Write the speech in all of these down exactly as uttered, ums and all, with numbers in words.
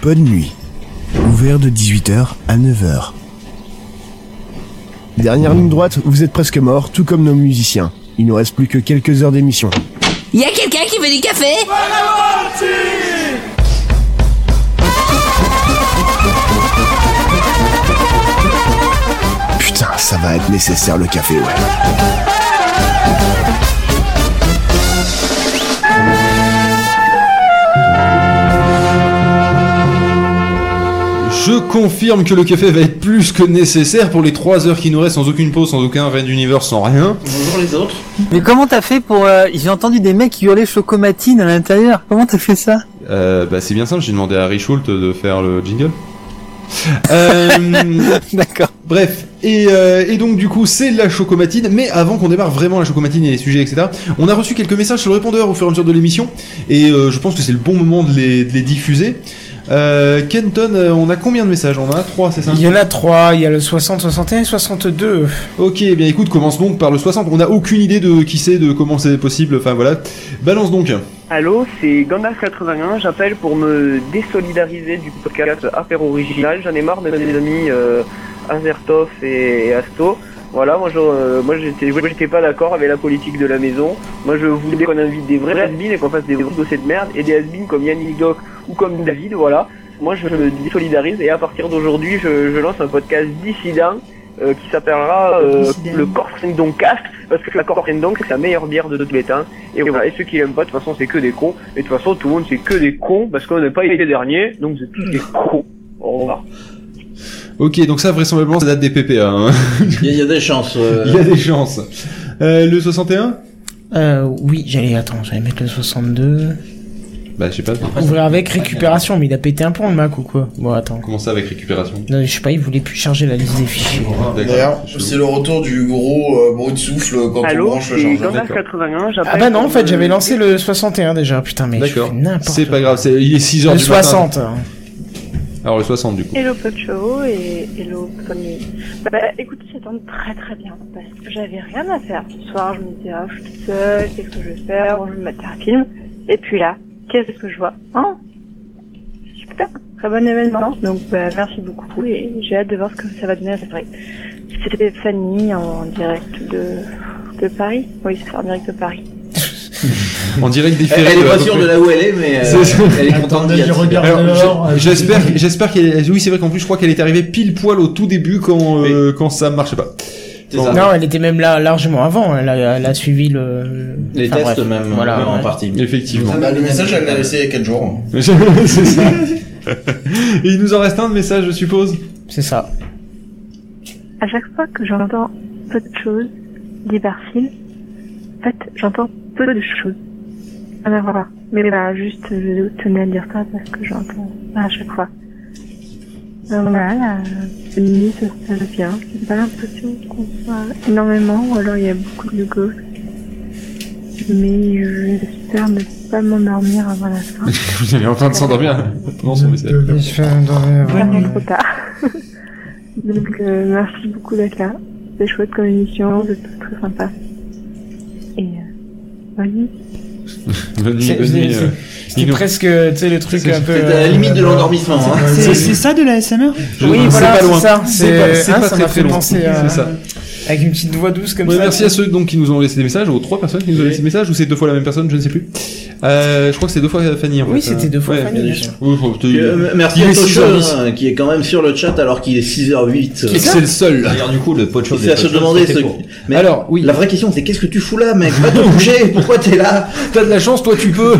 Bonne nuit. Ouvert de dix-huit heures à neuf heures. Dernière ligne droite, vous êtes presque mort, tout comme nos musiciens. Il nous reste plus que quelques heures d'émission. Y'a quelqu'un qui veut du café ? Putain, ça va être nécessaire le café, ouais. Je confirme que le café va être plus que nécessaire pour les trois heures qui nous restent, sans aucune pause, sans aucun Red Universe, sans rien. Bonjour les autres. Mais comment t'as fait pour... Euh, j'ai entendu des mecs qui hurlaient chocomatine à l'intérieur. Comment t'as fait ça ? Euh, bah c'est bien simple, j'ai demandé à Richult de faire le jingle. Euh, D'accord. Bref, et, euh, et donc du coup c'est la chocomatine, mais avant qu'on démarre vraiment la chocomatine et les sujets, et cetera, on a reçu quelques messages sur le répondeur au fur et à mesure de l'émission, et euh, je pense que c'est le bon moment de les, de les diffuser. Euh, Kenton, euh, on a combien de messages ? On en a trois, c'est ça ? Il y en a trois, il y a le soixante, soixante et un et soixante-deux. Ok, eh bien écoute, commence donc par le soixante, on n'a aucune idée de qui c'est, de comment c'est possible, enfin voilà. Balance donc. Allô, c'est Gandalf quatre-vingt-un, j'appelle pour me désolidariser du podcast Apéro Original, j'en ai marre de mes amis euh, Azertov et, et Asto. Voilà, moi, je, euh, moi j'étais, j'étais pas d'accord avec la politique de la maison. Moi je voulais qu'on invite des vrais has-beens et qu'on fasse des vrais dossiers de merde, et des has-beens comme Yannick Doc ou comme David, voilà. Moi je me désolidarise et à partir d'aujourd'hui je, je lance un podcast dissident euh, qui s'appellera euh, le Corfrendon Cast, parce que la Corfrendon c'est la meilleure bière de tous les temps. Et voilà, et ceux qui l'aiment pas, de toute façon c'est que des cons. Et de toute façon tout le monde c'est que des cons parce qu'on n'a pas été dernier, donc c'est tous des cons. Au revoir. Ok, donc ça vraisemblablement ça date des P P A. Hein. Il y, y a des chances. Euh... Il y a des chances. Euh, le soixante et un ? Euh, oui, j'allais, attends, j'allais mettre le soixante-deux. Bah, je sais pas. Ouvrir avec récupération, mais il a pété un plomb le Mac ou quoi ? Bon, attends. Comment ça avec récupération ? Non, je sais pas, il voulait plus charger la liste des fichiers. D'ailleurs, c'est le retour du gros euh, bruit de souffle quand Allô, on branche le c'est chargeur. Gandalf quatre-vingt-un, j'appelle. Ah bah non, en fait, pour j'avais me- lancé le soixante et un déjà, putain, mais D'accord. je fais n'importe C'est pas quoi. grave, c'est... il est six heures Le du soixante. matin. Alors le soixante du coup. Hello Pocho et hello Pony. Bah écoute, ça tombe très très bien parce que j'avais rien à faire. Ce soir, je me disais, ah, je suis toute seule, qu'est-ce que je vais faire ? Bon, je vais me mettre un film. Et puis là, qu'est-ce que je vois ? Hein ? Super, très bon événement. Donc bah, merci beaucoup et j'ai hâte de voir ce que ça va donner à cette soirée. C'était Fanny en direct de, de Paris. Oui, c'est en direct de Paris. En direct Elle, différé. elle est de- à pas peu sûre près. de là où elle est, mais euh, C'est- elle est contente d'y être. Alors, j'ai- j'espère, j'espère qu'elle est... Oui, c'est vrai qu'en plus, je crois qu'elle est arrivée pile poil au tout début quand, euh, quand ça marchait pas. C'est Bon. ça. Non, elle était même là largement avant. Elle a, elle a suivi le Les enfin, tests bref. même, Voilà, même en ouais. partie. Effectivement. Bah, le message, elle l'a laissé il y a quatre jours. C'est ça. Et il nous en reste un de message, je suppose. C'est ça. À chaque fois que j'entends peu de choses, dit Barcil, en fait, j'entends peu de choses. Ah ben voilà. Mais bah, juste, je tenais à dire ça parce que j'entends ça à chaque fois. Euh, voilà, la nuit, ça se passe bien. J'ai pas l'impression qu'on soit énormément, ou alors il y a beaucoup de ghosts. Mais j'espère ne pas m'endormir avant la fin. Vous êtes en train de s'endormir pendant son message. Je fais un dormir. Vraiment trop tard. Donc, euh, merci beaucoup d'être là. C'est chouette comme émission, c'est très sympa. Et, euh, bonne nuit. Bonne nuit, C'est- bonne nuit. c'est- euh, C'était il nous- presque, tu sais, le truc C'est- un peu... C'est à la limite de l'endormissement. Hein. C'est c'est ça de la S M R ? Je- Oui, c'est voilà, pas c'est loin. ça. C'est C'est- pas, c'est hein, pas ça très m'a très fait long. penser à- C'est ça. Avec une petite voix douce comme Ouais, ça. merci à ceux donc qui nous ont laissé des messages, aux trois personnes qui nous ont laissé des messages, ou c'est deux fois la même personne, je ne sais plus. Euh, je crois que c'est deux fois Fanny en fait. Oui, c'était deux fois Ouais, Fanny. bien bien sûr. sûr. Oui, faut- tu- Euh, merci il à est six Tocho, heures dix. hein, qui est quand même sur le chat alors qu'il est six heures huit. Et c'est le seul. D'ailleurs, du coup, le Pocho C'est à se demander ce... Mais Alors, oui. la vraie question c'est qu'est-ce que tu fous là mec ? Va te bouger, pourquoi t'es là ? T'as de la chance, toi tu peux.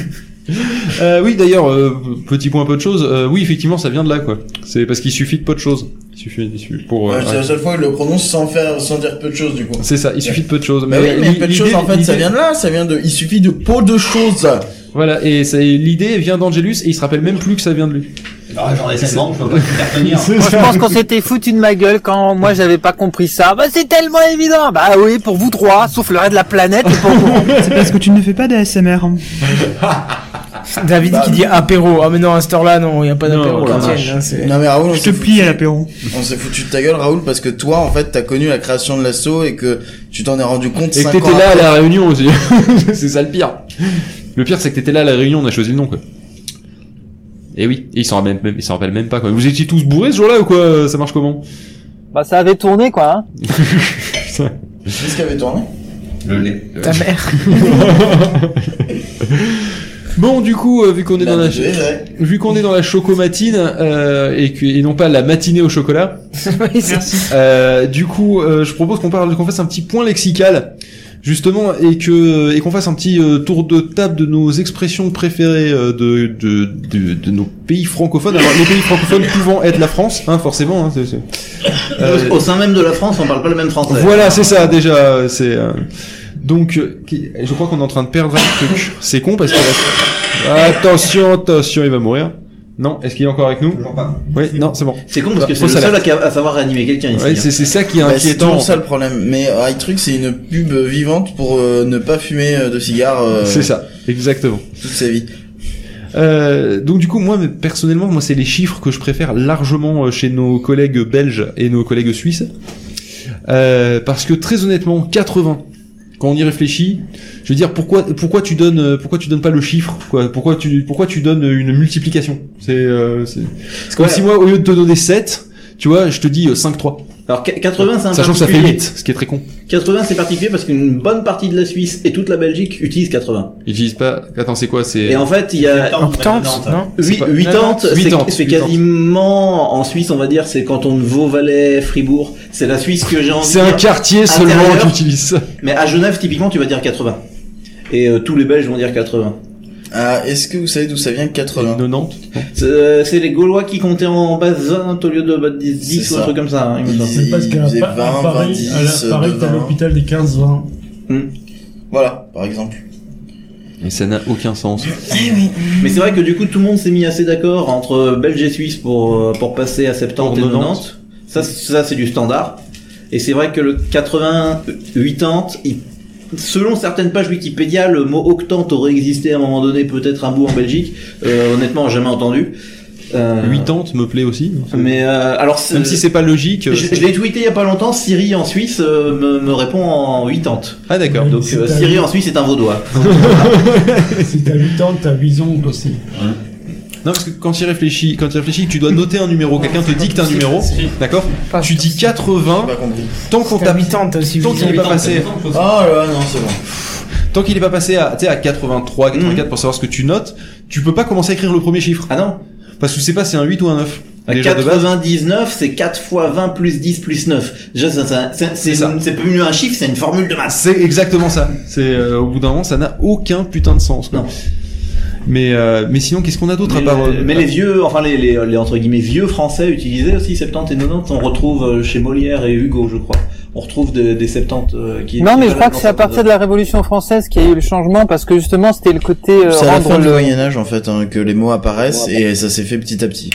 euh, oui, d'ailleurs, euh, petit point peu de choses. Euh, oui, effectivement, ça vient de là, quoi. C'est parce qu'il suffit de peu de choses. Il suffit, il suffit pour. euh, Ouais, c'est la seule fois où il le prononce sans faire, sans dire peu de choses, du coup. C'est ça. Il suffit de peu de choses. Mais oui, mais l'i- peu de choses, l'idée- en fait, ça l'idée- vient de là, ça vient de, il suffit de peu de choses. Voilà, et c'est l'idée vient d'Angelus et il se rappelle même plus que ça vient de lui. Ah, j'en ai tellement, je peux pas te faire tenir. Moi, je pense qu'on s'était foutu de ma gueule quand moi j'avais pas compris ça. Bah c'est tellement évident. Bah oui, pour vous trois, sauf le reste de la planète. Et pour vous. C'est parce que tu ne fais pas de A S M R. David Bah, qui dit apéro. Ah mais non, à cette heure-là, non, il n'y a pas d'apéro. Non, qui la tienne, vache. hein, c'est- Non, mais Raoul, on Je s'est te plie foutu- à l'apéro. On s'est foutu de ta gueule, Raoul, parce que toi, en fait, t'as connu la création de l'assaut et que tu t'en es rendu compte Et que cinq t'étais ans là à après. la réunion aussi. C'est ça le pire. Le pire, c'est que t'étais là à la réunion, on a choisi le nom, quoi. Et oui, et ils s'en rappellent même, ils s'en rappellent même pas quoi. Vous étiez tous bourrés ce jour-là ou quoi? Ça marche comment? Bah ça avait tourné quoi. Hein. Qu'est-ce qui avait tourné? Le lait. Ta mère. Bon, du coup, euh, vu qu'on est La dans la, deux, ouais. vu qu'on est dans la chocomatine euh, et que et non pas la matinée au chocolat, Oui, c'est- euh, du coup, euh, je propose qu'on parle, qu'on fasse un petit point lexical, justement, et que et qu'on fasse un petit euh, tour de table de nos expressions préférées euh, de, de de de nos pays francophones. Alors, les pays francophones pouvant être la France, hein, forcément. Hein, c'est, c'est... Euh, Au sein même de la France, on parle pas le même français. Voilà, c'est ça déjà. C'est euh, donc, euh, qui- je crois qu'on est en train de perdre un truc. C'est con parce que attention, attention, il va mourir. Non, est-ce qu'il est encore avec nous? Toujours pas. Oui, non, c'est bon. C'est con parce que c'est Fausse le seul alerte. à, à savoir réanimer quelqu'un ici. Ouais, hein. c'est c'est ça qui est Bah, c'est inquiétant. toujours ça le problème. Mais euh, iTruc, c'est une pub vivante pour euh, ne pas fumer euh, de cigares euh, C'est ça, exactement. toute sa vie. Euh, donc du coup, moi mais personnellement, moi c'est les chiffres que je préfère largement euh, chez nos collègues belges et nos collègues suisses, euh, parce que très honnêtement, quatre-vingts. Quand on y réfléchit, je veux dire pourquoi pourquoi tu donnes euh, pourquoi tu donnes pas le chiffre quoi, pourquoi tu pourquoi tu donnes une multiplication, c'est euh, c'est c'est comme Ouais. si moi au lieu de te donner sept, tu vois, je te dis euh, cinq trois. Alors qu- quatre-vingts, c'est un Sachant que ça fait particulier. huit, ce qui est très con. quatre-vingts, c'est particulier parce qu'une bonne partie de la Suisse et toute la Belgique utilisent quatre-vingts. Ils utilisent pas. Attends, c'est quoi, c'est Et en fait, il y a En tente, non? C'est huit pas- huitante, c'est huitante, c'est huitante. quasiment en Suisse, on va dire, c'est canton de Vaud-Valais, Fribourg. C'est la Suisse que j'ai envie C'est de un dire. quartier seulement Intérieur. qui utilise ça. Mais à Genève, typiquement, tu vas dire quatre-vingts. Et euh, tous les Belges vont dire quatre-vingts. Ah, est-ce que vous savez d'où ça vient quatre-vingts? quatre-vingt-dix. C'est euh, c'est les Gaulois qui comptaient en base vingt au lieu de base dix, C'est dix ou un ça. truc comme ça. hein, il me Ils semble. disaient- C'est parce qu'à faisait Pa- à vingt, Paris, vingt-dix, à la- Paris, t'as devant. l'hôpital des quinze vingt. Voilà, par exemple. Et ça n'a aucun sens. Mais c'est vrai que du coup, tout le monde s'est mis assez d'accord entre Belges et Suisses pour, euh, pour passer à soixante-dix et Pour quatre-vingt-dix. Ça, c'est- ça c'est du standard. Et c'est vrai que le quatre-vingts, quatre-vingt-dix, il- selon certaines pages Wikipédia, le mot octante aurait existé à un moment donné, peut-être un bout en Belgique. Euh, honnêtement, jamais entendu. Euh, huitante me plaît aussi. Mais euh, alors, c'est- Même si c'est pas logique. euh, je, je l'ai tweeté il y a pas longtemps. Siri en Suisse euh, me, me répond en huitante. Ah d'accord. Donc C'est euh, un- Siri en Suisse est un vaudois. Si t'as huit ans, t'as huit ongles aussi. Non, parce que quand tu y réfléchis, quand tu réfléchis, tu dois noter un numéro. Quelqu'un te dicte un numéro, d'accord? Pas- Tu dis quatre-vingts. J'ai pas compris. Tant qu'on T'as t'a huit ans, t'as aussi tant huit qu'il est ans. pas passé, Ah là, non, c'est bon. tant qu'il est pas passé à, tu sais, à quatre-vingt-trois, quatre-vingt-quatre pour savoir ce que tu notes, tu peux pas commencer à écrire le premier chiffre. Ah non. Parce que tu sais pas si c'est un huit ou un neuf. À Déjà de base. quatre-vingt-dix-neuf, c'est quatre fois vingt plus dix plus neuf. Déjà, ça, ça, c'est, c'est, ça. c'est pas mieux un chiffre, c'est une formule de masse. C'est exactement ça. C'est euh, au bout d'un moment, ça n'a aucun putain de sens. Quoi. Non. Mais euh, mais sinon, qu'est-ce qu'on a d'autre Mais, à part le- euh, mais les vieux, enfin les, les, les entre guillemets vieux français utilisaient aussi soixante-dix et quatre-vingt-dix. On retrouve euh, chez Molière et Hugo, je crois. On retrouve des, des soixante-dix euh, qui. Non, qui mais je valaient crois que dans c'est à cette- partir de la Révolution française qu'il y a eu le changement parce que justement c'était le côté euh, C'est à la rendre fin du le. Moyen-Âge, en fait, hein, que les mots apparaissent et ça s'est fait petit à petit.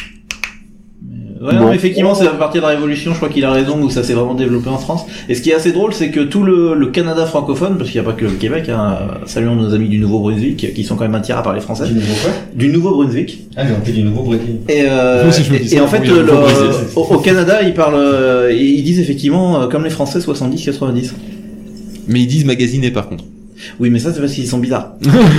Ouais, non, Bon. mais effectivement, c'est à partir de la Révolution, je crois qu'il a raison, où ça s'est vraiment développé en France. Et ce qui est assez drôle, c'est que tout le, le Canada francophone, parce qu'il n'y a pas que le Québec, hein, saluons nos amis du Nouveau-Brunswick, qui sont quand même un tiers à parler français. Du nouveau quoi? Du Nouveau-Brunswick. Ah, j'ai appelé du nouveau Brésil. Et, euh, Moi aussi, je me dis et, ça. et en fait, Oui, le- le Nouveau-Brésil, au, au Canada, ils parlent, euh, ils disent effectivement, euh, comme les Français, soixante-dix quatre-vingt-dix. Mais ils disent magasiné par contre. Oui, mais ça, c'est parce qu'ils sont bizarres.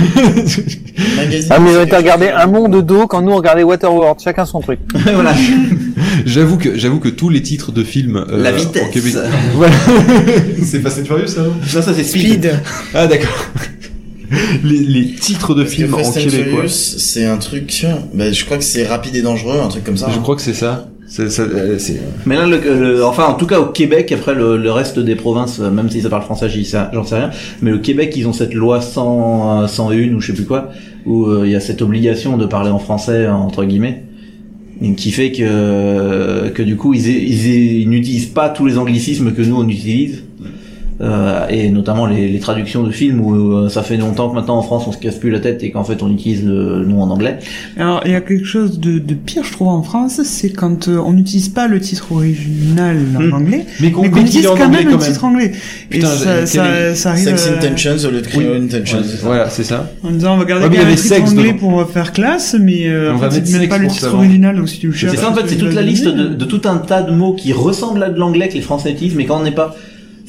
Magazine, Ah mais ils c'est ont été quelque regarder chose un monde d'eau quand nous on regardait Waterworld, chacun son truc. Voilà. J'avoue que j'avoue que tous les titres de films euh, La vitesse. en Québec. Voilà. C'est Fast and Furious ça non? Non, ça, c'est Speed. Speed. Ah d'accord. Les, les titres de Parce que films en Fast and québécois. Furious, c'est un truc, bah, je crois que c'est rapide et dangereux, un truc comme ça. Je hein. crois que c'est ça. C'est ça. euh, c'est- Mais là, le, le- enfin, en tout cas, au Québec, après le, le reste des provinces, euh, même si ça parle français, j'y sais- j'en sais rien, mais le Québec, ils ont cette loi cent, cent un ou je sais plus quoi, où euh, il y a cette obligation de parler en français, entre guillemets, et qui fait que, que du coup, ils, ils, ils n'utilisent pas tous les anglicismes que nous, on utilise. Euh, et notamment les, les traductions de films où euh, ça fait longtemps que maintenant en France on se casse plus la tête et qu'en fait on utilise le, le nom en anglais. Alors, il y a quelque chose de, de pire, je trouve, en France, c'est quand euh, on n'utilise pas le titre original en Hmm. anglais, Mais qu'on mais qu'on dit qu'il utilise est en quand anglais même quand le même. titre anglais. Putain, et ça, quel ça, est- ça arrive Sex euh, Intentions au lieu de Criminal Intentions. Voilà, c'est ça. en disant on va garder Ouais, mais il y quand même avait un titre sexe anglais dedans. pour euh, faire classe, mais euh, On en va fait, mettre c'est même sexe pas le pour titre savoir. original, donc si tu le cherches. C'est ça en fait, c'est toute la liste de, de tout un tas de mots qui ressemblent à de l'anglais que les Français utilisent, mais quand on n'est pas.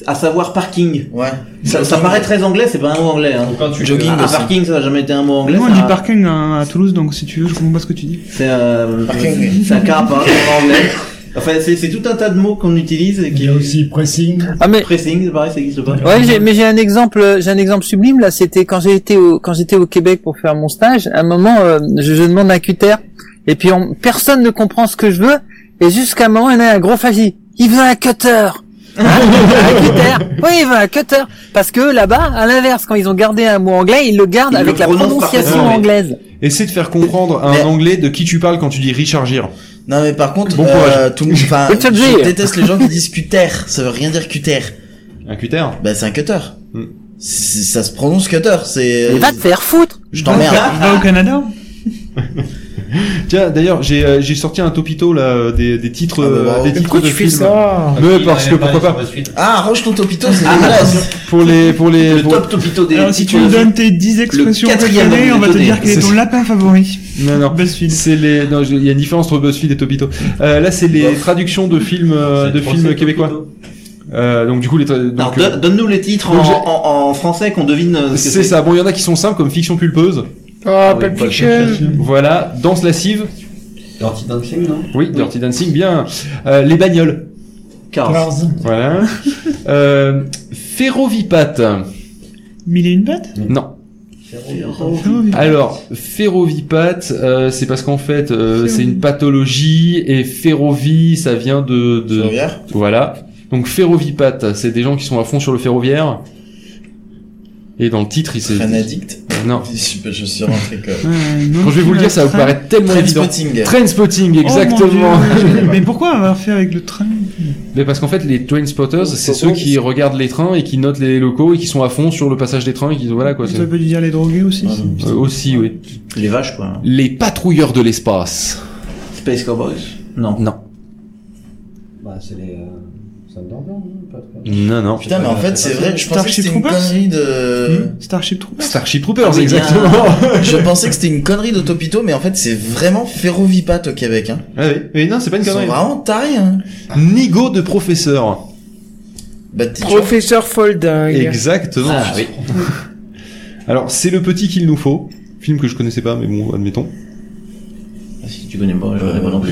à savoir parking. Ouais. Ça, ça paraît très anglais, c'est pas un mot anglais. Hein. Quand tu Jogging Ah, aussi. parking, ça a jamais été un mot anglais. Nous, on ça dit a- parking à, à Toulouse, donc si tu veux, je comprends pas ce que tu dis. C'est euh, Parking. c'est un car apparemment en anglais. Enfin, c'est c'est tout un tas de mots qu'on utilise et Il qui y a aussi pressing. Ah mais pressing, c'est pareil, ça existe pas. ouais, j'ai, mais j'ai un exemple, j'ai un exemple sublime là. C'était quand j'ai été au, quand j'étais au Québec pour faire mon stage. À un moment, euh, je, je demande un cutter et puis on, personne ne comprend ce que je veux. Et jusqu'à un moment, il y en a un gros fagie. Il veut un cutter. Hein, il veut un cutter. Oui, il veut un cutter. Parce que là-bas, à l'inverse, quand ils ont gardé un mot anglais, ils le gardent Ils avec le la prononcent prononciation parfaitement, oui. anglaise. Essaie de faire comprendre à un Mais- anglais de qui tu parles quand tu dis rechargir. Non mais par contre, Bon euh, courage. tout le monde, enfin, Richard G. je déteste les gens qui disent cutter. Ça veut rien dire cutter. Un cutter. Bah c'est un cutter. Hmm. C'est- Ça se prononce cutter. C'est. Mais va te faire foutre. Je t'emmerde. Va au Canada. Tiens, d'ailleurs, j'ai euh, j'ai sorti un topito là euh, des des titres Ah, bah, euh, bravo. des Mais titres Pourquoi de tu fais films. ça? Mais parce que pourquoi pas. Ah, arrange ton topito, c'est Ah, dégueulasse. Pour les pour les Le pour- top topito des Alors si tu titres nous de donnes films. tes dix expressions quatrième préférées, on va te donné. dire quel est C'est ton ça. lapin favori. Non non. BuzzFeed. C'est les non, je- il y a une différence entre BuzzFeed et Topito. Euh, là, c'est les traductions de films euh, de films québécois. Euh, donc du coup les tra- donc, Alors, euh, donne- donne-nous les titres donc, en, j'ai- en, en français qu'on devine euh, ce que c'est ça. Bon, il y en a qui sont simples comme Fiction pulpeuse. Oh, oui, Pulp Pulp Fiction. Voilà, Danse lascive. Dirty Dancing, non? Oui, Dirty Dancing, bien. Euh, les bagnoles. Cars. Cars. Voilà. euh, Ferrovipat. Mille et une pattes. Non. Alors, ferrovipat, euh, c'est parce qu'en fait, euh, c'est une pathologie et ferrovie, ça vient de, de Ferroviaire. voilà. Donc ferrovipat, c'est des gens qui sont à fond sur le ferroviaire. Et dans le titre, il s'est Un addict. non. Je suis pas- je suis rentré que. Quand je vais vous le dire, ça va vous paraître tellement évident. Trainspotting. Trainspotting, exactement. Oh, mon Dieu. Mais pourquoi avoir fait avec le train? Mais parce qu'en fait, les train spotters, c'est ceux qui regardent les trains et qui notent les locaux et qui sont à fond sur le passage des trains et qui voilà quoi. Ça c'est- peut dire les drogués aussi. Euh, aussi, oui. Les vaches, quoi. Les patrouilleurs de l'espace. Space Cowboys. Non. Non. Bah, c'est les. Euh... Thunderdome, non? Pas très- Non, non. Putain, mais en fait, c'est vrai, je pensais que Starship c'était une Troopers connerie de. Starship Troopers. Starship Troopers, Ah oui, exactement. Je pensais que c'était une connerie de Topito, mais en fait, c'est vraiment Ferrovipat au Québec, hein. Ah oui. Mais non, c'est pas une Ils sont connerie. vraiment tarés, hein. Nigo de professeur. Bah, t'es Professeur Folding. Exactement. Ah oui. Alors, c'est le petit qu'il nous faut. Film que je connaissais pas, mais bon, admettons. Ah, si tu connais pas, je connais pas non plus.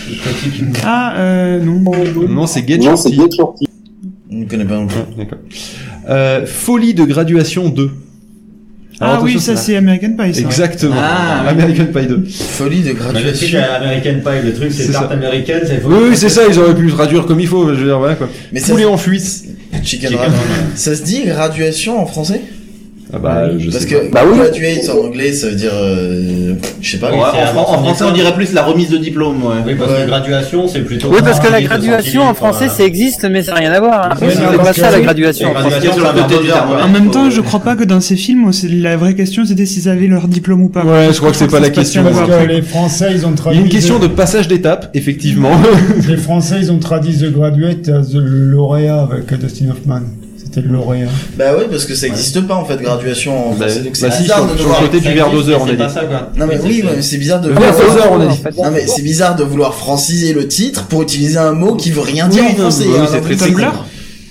Ah, euh, non. Non, c'est Get Shorty. On ne connaît pas non plus. Ouais, d'accord. Euh, Folie de graduation deux. Alors, Ah oui, attention, ça c'est American Pie, ça. Exactement. Ah, oui. American Pie deux. Folie de Bah, le truc graduation. à American Pie, le truc c'est C'est tarte ça. américaine, c'est Oui, oui, c'est ça, ils auraient pu le traduire comme il faut, je veux dire, voilà quoi. Mais ça, Poulet en fuite. Chicken Chicken Run. Run. Ça se dit graduation en français? Ah bah, je Parce sais que Bah oui. graduate en anglais, ça veut dire, euh, je sais pas. Ouais, Oui, c'est en, Fran- en un- français, on dirait plus la remise de diplôme, ouais. Oui, parce Ouais. que graduation, c'est plutôt. Oui, parce que la Ah, graduation en français, ça existe, mais ça n'a rien à voir. Hein. Oui, C'est non, pas parce ça que- la graduation en La français. graduation, Sur la c'est un côté du verbe, thermomètre. En même temps, Ouais. je crois pas que dans ces films, c'est la vraie question, c'était s'ils avaient leur diplôme ou pas. Ouais, je crois que c'est pas la ça se passe question. bien Parce voir. que les Français, ils ont Il y traduit. a une question the- de passage d'étape, effectivement. Les Français, ils ont traduit The Graduate as The Lauréat avec Dustin Hoffman. C'était le lauréat. Bah oui, parce que ça existe pas en fait, graduation en Bah, français. Donc c'est bah si, bizarre sur- de sur devoir. le côté du verre doseur, on a C'est dit. pas ça, quoi. Non mais oui, mais c'est bizarre de. Le verre doseur, on a dit. Non mais c'est bizarre de vouloir franciser le titre pour utiliser un mot qui veut rien dire Oui, en non, français. oui, hein, c'est donc très, c'est très Tumblr. con.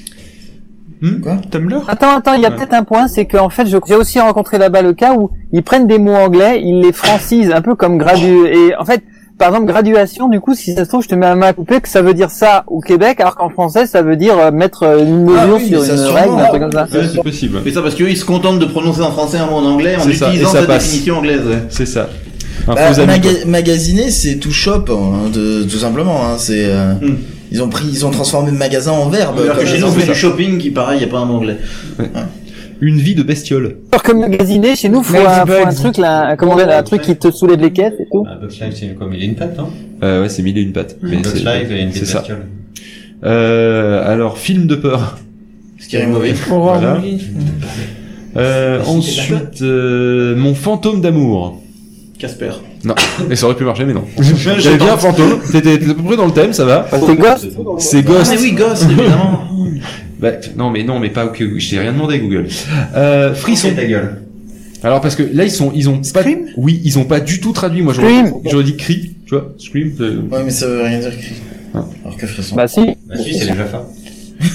Hmm Quoi Tumblr. Attends, attends, il y a Ouais. peut-être un point, c'est qu'en fait, je- j'ai aussi rencontré là-bas le cas où ils prennent des mots anglais, ils les francisent un peu comme gradu, et en fait, par exemple, graduation, du coup, si ça se trouve, je te mets un main à couper que ça veut dire ça au Québec, alors qu'en français, ça veut dire euh, mettre euh, une mesure Ah oui, sur mais ça, une sûrement. règle, un truc comme ça. Ouais, c'est possible. Mais ça parce qu'eux, ils se contentent de prononcer en français un mot en anglais en C'est ça, utilisant et ça sa passe. définition anglaise. Ouais. C'est ça. Un Bah, faux ami, maga- quoi. magasiner, c'est tout shop, hein, de, tout simplement. Hein, c'est. euh, Hmm. Ils ont pris, ils ont transformé magasin en verbe. Alors que comme chez ils nous, ont on fait fait. du shopping qui, pareil, y a pas un mot anglais. Une vie de bestiole. Alors que magasiner, chez nous, faut, Max un, faut un Bugs. truc là, un- comment dire, un truc qui te soulève les caisses et tout. Un Bugs Live, c'est comme il est une patte, hein. Euh, ouais, c'est mille et une pattes. Mais Bugs c'est Live et une vie c'est de ça. bestiole. Euh, alors, film de peur. Scary Movie. Horror Voilà. movie. Euh, ensuite, euh, mon fantôme d'amour. Casper. Non, mais ça aurait pu marcher, mais non. J'avais bien un fantôme. T'étais t'étais à peu près dans le thème, ça va. C'est Ghost. C'est Ah, Ghost. mais oui, Ghost, évidemment. Bah, non, mais non, mais pas ok. Je t'ai rien demandé, Google. Euh, frisson. Frisson ta gueule. Alors parce que là ils sont, ils ont pas, Scream oui, ils ont pas du tout traduit. Moi j'aurais, Scream. j'aurais dit cri, tu vois, scream. euh, Ouais, mais ça veut rien dire. Cri. Hein. Alors que frisson. Bah si. Bah si, c'est les Jaffa.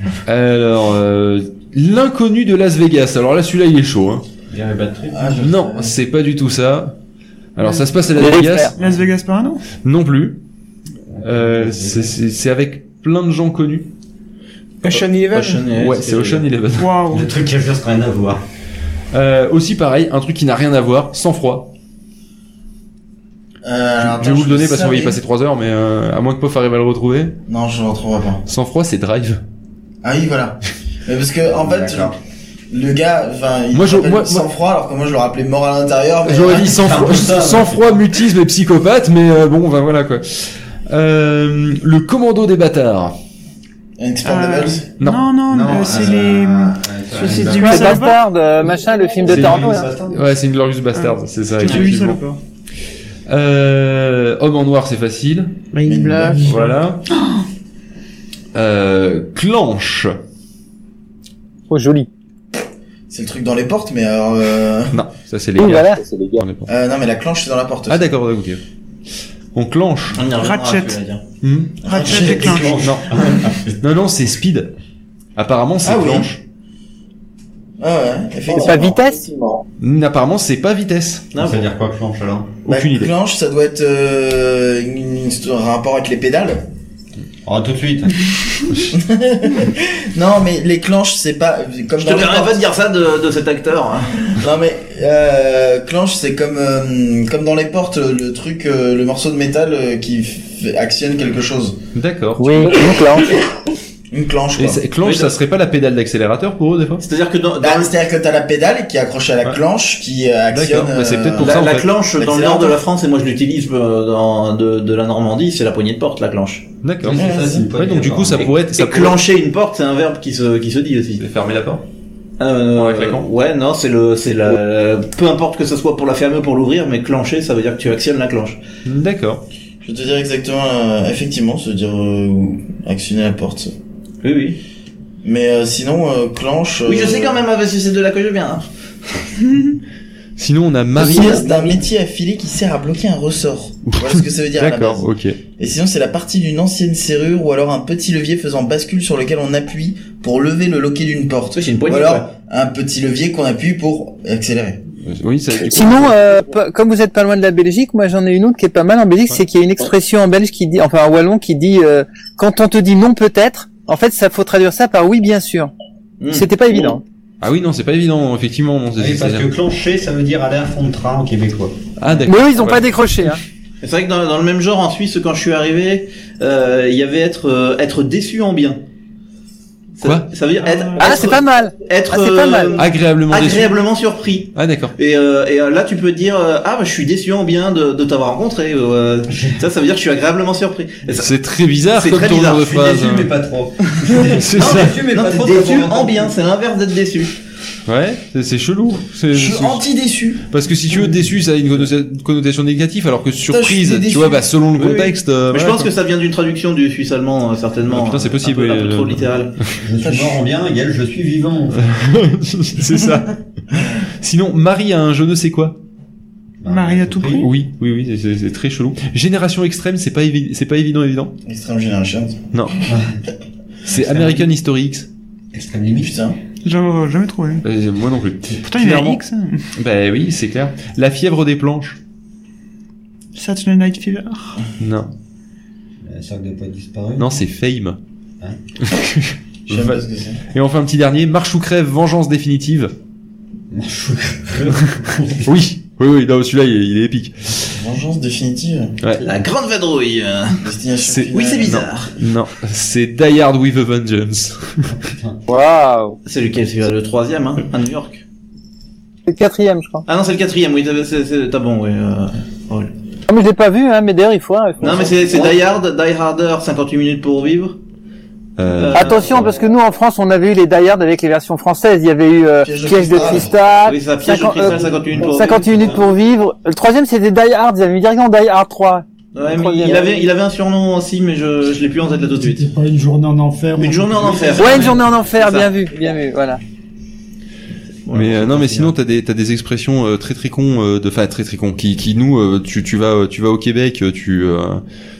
Alors, euh, l'inconnu de Las Vegas. Alors là, celui-là, il est chaud. Hein. Il y a un bad trip. Ah, je Non, sais. c'est pas du tout ça. Alors, ça se passe à Las Les Vegas. frères. Las Vegas Parano. Non plus. Euh, c'est, c'est, c'est avec plein de gens connus. Ocean Eleven. Ocean, Ouais, c'est Ocean Eleven. Waouh. Le truc qui a juste rien à voir. Euh, aussi pareil, un truc qui n'a rien à voir, Sang Froid. Euh, alors, Je vais attends, vous le donner le parce qu'on va y savais. passer trois heures, mais euh, à moins que Pof arrive à le retrouver. Non, je ne le retrouverai pas. Sang Froid, c'est Drive. Ah oui, voilà. Mais parce que, en fait, D'accord. le gars, enfin, il Moi, je- s'appelle moi- sang froid, alors que moi, je l'aurais appelé mort à l'intérieur. mais- J'aurais dit sang c'est un froid, peu ça, sang froid, mutisme et psychopathe, mais euh, bon, ben voilà quoi. Euh, le commando des bâtards. Expendables. Non. Non, non, Non, euh, c'est euh, les... euh, c'est euh, du Ouais, huit salopards. Bastard, euh, machin, le film de C'est Tarantino. du- là. Ouais, c'est une Glorious Bastard, c'est ça. C'est du huit effectivement. salopards. Euh, Homme en noir, c'est facile. Men in Black. Voilà. Euh, Clanche. Oh, joli. C'est le truc dans les portes, mais alors, euh... Non, ça c'est les Oui, gars. voilà. On est pas- euh, non, mais la clanche, c'est dans la porte. Ah aussi. d'accord, ok. On clenche. On y reviendra, Ratchet. tu vas dire. Hmm. Ratchet et Clanche. Non. non, non, c'est Speed. Apparemment, c'est Ah oui. Clanche. Ah ouais, C'est effectivement. pas vitesse? Hmm, Apparemment, c'est pas vitesse. Non, Ça veut dire quoi, planche alors? Bah, Aucune idée. Clanche, ça doit être euh, une histoire, un rapport avec les pédales. Oh, tout de suite. Non, mais les clanches, c'est pas comme Je dans te les permets portes. pas de dire ça de, de cet acteur. hein. Non mais euh, clanche, c'est comme euh, comme dans les portes, le truc, euh, le morceau de métal euh, qui fait- actionne quelque chose. D'accord. Oui, une clanche. Une clanche. Et Quoi. c'est- Clanche, Oui, ça serait pas la pédale d'accélérateur pour eux des fois? C'est-à-dire que dans, dans Bah, le- c'est-à-dire que t'as la pédale qui est accrochée à la Ouais. clanche qui euh, actionne. D'accord, bah, c'est peut-être pour euh, ça, la, en la fait. clanche dans le L'accélérateur. nord de la France, et moi je l'utilise euh, dans, de, de la Normandie, c'est la poignée de porte, la clanche. D'accord. Oui, c'est ça, c'est une Ouais, poignée, donc du coup, ça apparemment. pourrait être, ça Et pourrait clencher une porte, c'est un verbe qui se, qui se dit aussi. fermer la porte. Euh, En la claquant. ouais, non, c'est le, c'est la, peu importe que ce soit pour la fermer ou pour l'ouvrir, mais clencher, ça veut dire que tu actionnes la clanche. D'accord. Je vais te dire exactement, euh, effectivement, ça veut dire euh, actionner la porte. Oui, oui. Mais euh, sinon, euh, clanche. Oui, je euh, sais quand même, parce que c'est de là que je viens. hein. Sinon, on a Marie. C'est un métier affilé qui sert à bloquer un ressort. Voilà ce que ça veut dire à la base. D'accord, ok. Et sinon, c'est la partie d'une ancienne serrure ou alors un petit levier faisant bascule sur lequel on appuie pour lever le loquet d'une porte. Oui, c'est une Ou poignée, alors ouais. un petit levier qu'on appuie pour accélérer. Oui, ça. du coup- Sinon, euh, p- comme vous êtes pas loin de la Belgique, moi j'en ai une autre qui est pas mal en Belgique, c'est qu'il y a une expression en belge qui dit, enfin en wallon qui dit, euh, quand on te dit non peut-être, en fait ça faut traduire ça par oui bien sûr. Hmm. C'était pas évident. Ah oui, non, c'est pas évident, effectivement. Non, c'est, Oui, c'est- parce c'est- que clencher, ça veut dire aller à fond de train en québécois. Ah d'accord. Mais eux ils ont Ouais. pas décroché. Hein. C'est vrai que dans, dans le même genre, en Suisse, quand je suis arrivé, euh, il y avait être, euh, être déçu en bien. Ça- Quoi Ça veut dire être, Ah être- c'est pas mal. être Ah, c'est pas euh, mal. Agréablement déçu. agréablement surpris. Ah d'accord. Et, euh, et euh, là, tu peux dire euh, ah bah je suis déçu en bien de, de t'avoir rencontré. euh, ça, ça veut dire que je suis agréablement surpris. Et ça- C'est très bizarre C'est comme très tournure bizarre. de Je suis phrase. déçu, hein. mais pas trop. C'est Non, ça. déçu, mais non, pas t'es trop. déçu t'as en bien, c'est l'inverse d'être déçu. Ouais, c'est, c'est chelou. C'est, Je suis c'est- anti-déçu. Parce que si tu veux déçu, ça a une connotation- connotation négative, alors que surprise, je suis tu déçu. vois, bah selon le Oui, oui. contexte. euh, Mais je voilà, pense quoi. que ça vient d'une traduction du suisse allemand, euh, certainement. Ah, putain, c'est euh, possible, Un peu, oui, un peu euh, trop littéral. Je suis mort en bien, égale je suis vivant. C'est ça. Sinon, Marie a un je ne sais quoi. Marie à tout prix. Oui, oui, oui, c'est, c'est, c'est très chelou. Génération extrême, c'est pas évi- c'est pas évident, évident. Extreme Generation. Non. C'est American History X. Extrême limite. Putain. J'aurais jamais trouvé. Euh, moi non plus. Pourtant il y a Clairement. X. Hein. Bah oui, c'est clair. La fièvre des planches. Saturday Night Fever. Non. La cercle de poids disparu. Non, c'est Fame. Hein Je sais même pas ce que c'est. Et enfin un petit dernier, Marche ou crève, vengeance définitive. Oui, oui, oui, non, celui-là, il est, il est épique. Vengeance définitive. Ouais. La grande vadrouille. euh. Destination C'est- finale. Oui, c'est bizarre. Non, c'est Die Hard with a Vengeance. Waouh. C'est lequel? C'est le troisième, hein, à New York. C'est le quatrième je crois. Ah non, c'est le quatrième. Oui, t'as, c'est, c'est- t'as bon, oui. Euh... oh, oui. Ah, mais je l'ai pas vu hein, mais d'ailleurs il faut. il faut- Non, mais c'est, c'est Die Hard, Die Harder, cinquante-huit minutes pour vivre. Euh, Euh, Attention parce que nous en France on avait eu les Die Hard avec les versions françaises. Il y avait eu euh, Piège de Piège de cristal. cristal. Oui, ça, Piège de cinquante- cristal, euh, cinquante-huit minutes pour cinquante-huit vivre. minutes pour vivre. Le troisième c'était Die Hard. Ils avaient mis directement Die Hard trois. Ouais, mais Troisième. il avait, il avait un surnom aussi, mais je, je l'ai plus en tête là tout de C'était suite. pas une journée en enfer. Une journée en enfer. Ouais, une journée en enfer, C'est ça. bien vu, bien vu, voilà. mais euh, non, mais sinon t'as des t'as des expressions euh, très très cons, euh, de, enfin très très cons, qui qui nous, euh, tu tu vas tu vas au Québec, tu euh,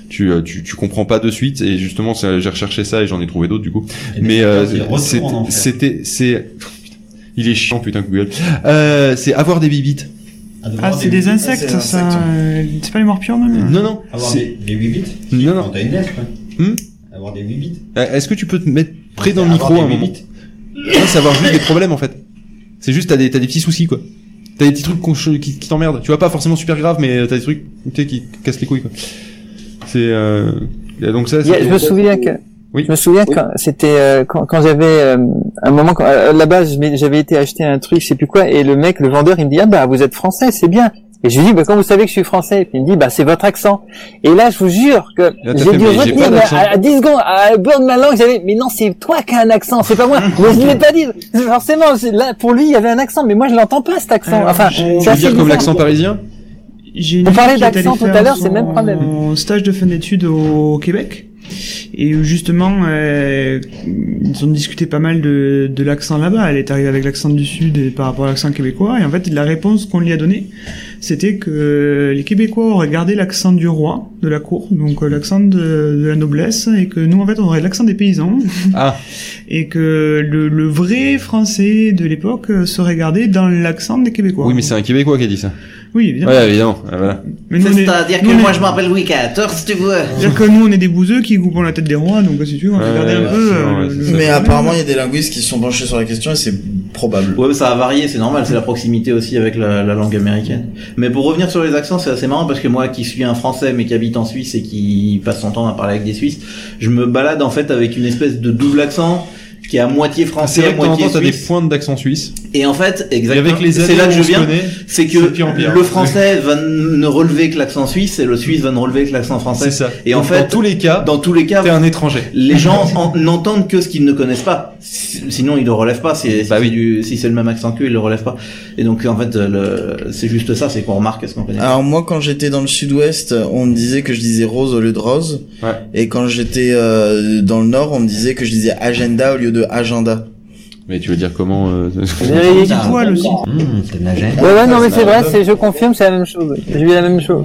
tu, euh, tu, tu comprends pas de suite. Et justement, c'est- j'ai recherché ça et j'en ai trouvé d'autres du coup. Et Mais des euh, podcasts, il retourne c'est- en enfer. c'était, c'est, il est chiant putain Google. Euh, c'est avoir des bibites. Ah, c'est des insectes, Ah, c'est ça. insectes. euh, C'est pas les morpions, même Non non. Avoir c'est- des, des huit bits. Non non. Quand t'as une lettre, hein. Hmm Avoir des huit bits. Euh, Est-ce que tu peux te mettre près dans le Avoir micro des un huit moment? bits. Non, c'est avoir juste des problèmes en fait. C'est juste t'as des t'as des petits soucis quoi. T'as des petits trucs qu'on- qui, qui t'emmerdent. Tu vois pas forcément super grave, mais t'as des trucs tu sais, qui te cassent les couilles quoi. C'est euh... et donc ça. Il y a- c'est- je me souviens que Oui. je me souviens quand c'était euh, quand, quand j'avais euh, un moment quand, euh, là-bas je m'ai- j'avais été acheter un truc je sais plus quoi et le mec le vendeur il me dit ah bah vous êtes français c'est bien et je lui dis bah quand vous savez que je suis français et puis il me dit bah c'est votre accent et là je vous jure que Là, t'as j'ai fait, dû mais j'ai retenir pas mais d'accent. à, à dix secondes à la bord de ma langue j'avais mais non c'est toi qui as un accent c'est pas moi mais je l'ai pas dit forcément c'est- là pour lui il y avait un accent mais moi je l'entends pas cet accent Alors, enfin je- c'est Tu veux assez dire comme bizarre. l'accent parisien? J'ai une On parlait fille qui est d'accent allée tout à faire l'heure, c'est le même problème. son stage de fin d'études au Québec. Et où, justement, euh, ils ont discuté pas mal de, de l'accent là-bas. Elle est arrivée avec l'accent du Sud et par rapport à l'accent québécois. Et en fait, la réponse qu'on lui a donnée, c'était que les Québécois auraient gardé l'accent du roi, de la cour, donc euh, l'accent de, de la noblesse, et que nous, en fait, on aurait l'accent des paysans. Ah. Et que le, le vrai français de l'époque euh, serait gardé dans l'accent des Québécois. Oui, mais c'est un Québécois qui a dit ça. Oui, évidemment. Ouais, évidemment. Ah, voilà. Mais nous, on est- C'est-à-dire nous, que on est- moi je m'appelle Louis quatorze, tu vois. C'est-à-dire que nous, on est des bouseux qui coupons la tête des rois, donc si tu veux, on va Ouais, garder un ouais, peu... c'est euh, vrai, le- c'est le- ça. Mais apparemment, il y a des linguistes qui se sont penchés sur la question et c'est probable. Ouais, mais ça a varié, c'est normal, c'est la proximité aussi avec la, la langue américaine. Mais pour revenir sur les accents, c'est assez marrant parce que moi qui suis un Français mais qui habite en Suisse et qui passe son temps à parler avec des Suisses, je me balade en fait avec une espèce de double accent qui est à moitié C'est français, vrai à que de temps en moitié temps, t'as des suisse. pointes d'accent suisse. Et en fait, exactement, Et avec les c'est années là que où je on se viens, connaît, c'est que c'est pire en pire. le français va n- ne relever que l'accent suisse et le suisse va ne relever que l'accent français. C'est ça. Et en Donc, fait, dans tous les cas, dans tous les cas, t'es un étranger. les gens en- n'entendent que ce qu'ils ne connaissent pas. Si- Sinon, ils le relèvent pas. Si, si Bah oui. c'est du- si c'est le même accent qu'eux, ils le relèvent pas. Et donc, en fait, le, c'est juste ça, c'est qu'on remarque ce qu'on connaît. Alors moi, quand j'étais dans le sud-ouest, on me disait que je disais rose au lieu de rose. Ouais. Et quand j'étais euh, dans le nord, on me disait que je disais agenda au lieu de agenda. Mais tu veux dire comment euh... Mais- Du poil aussi. Mmh, c'est une agenda. ouais ouais non mais c'est vrai c'est je confirme c'est la même chose j'ai vu la même chose.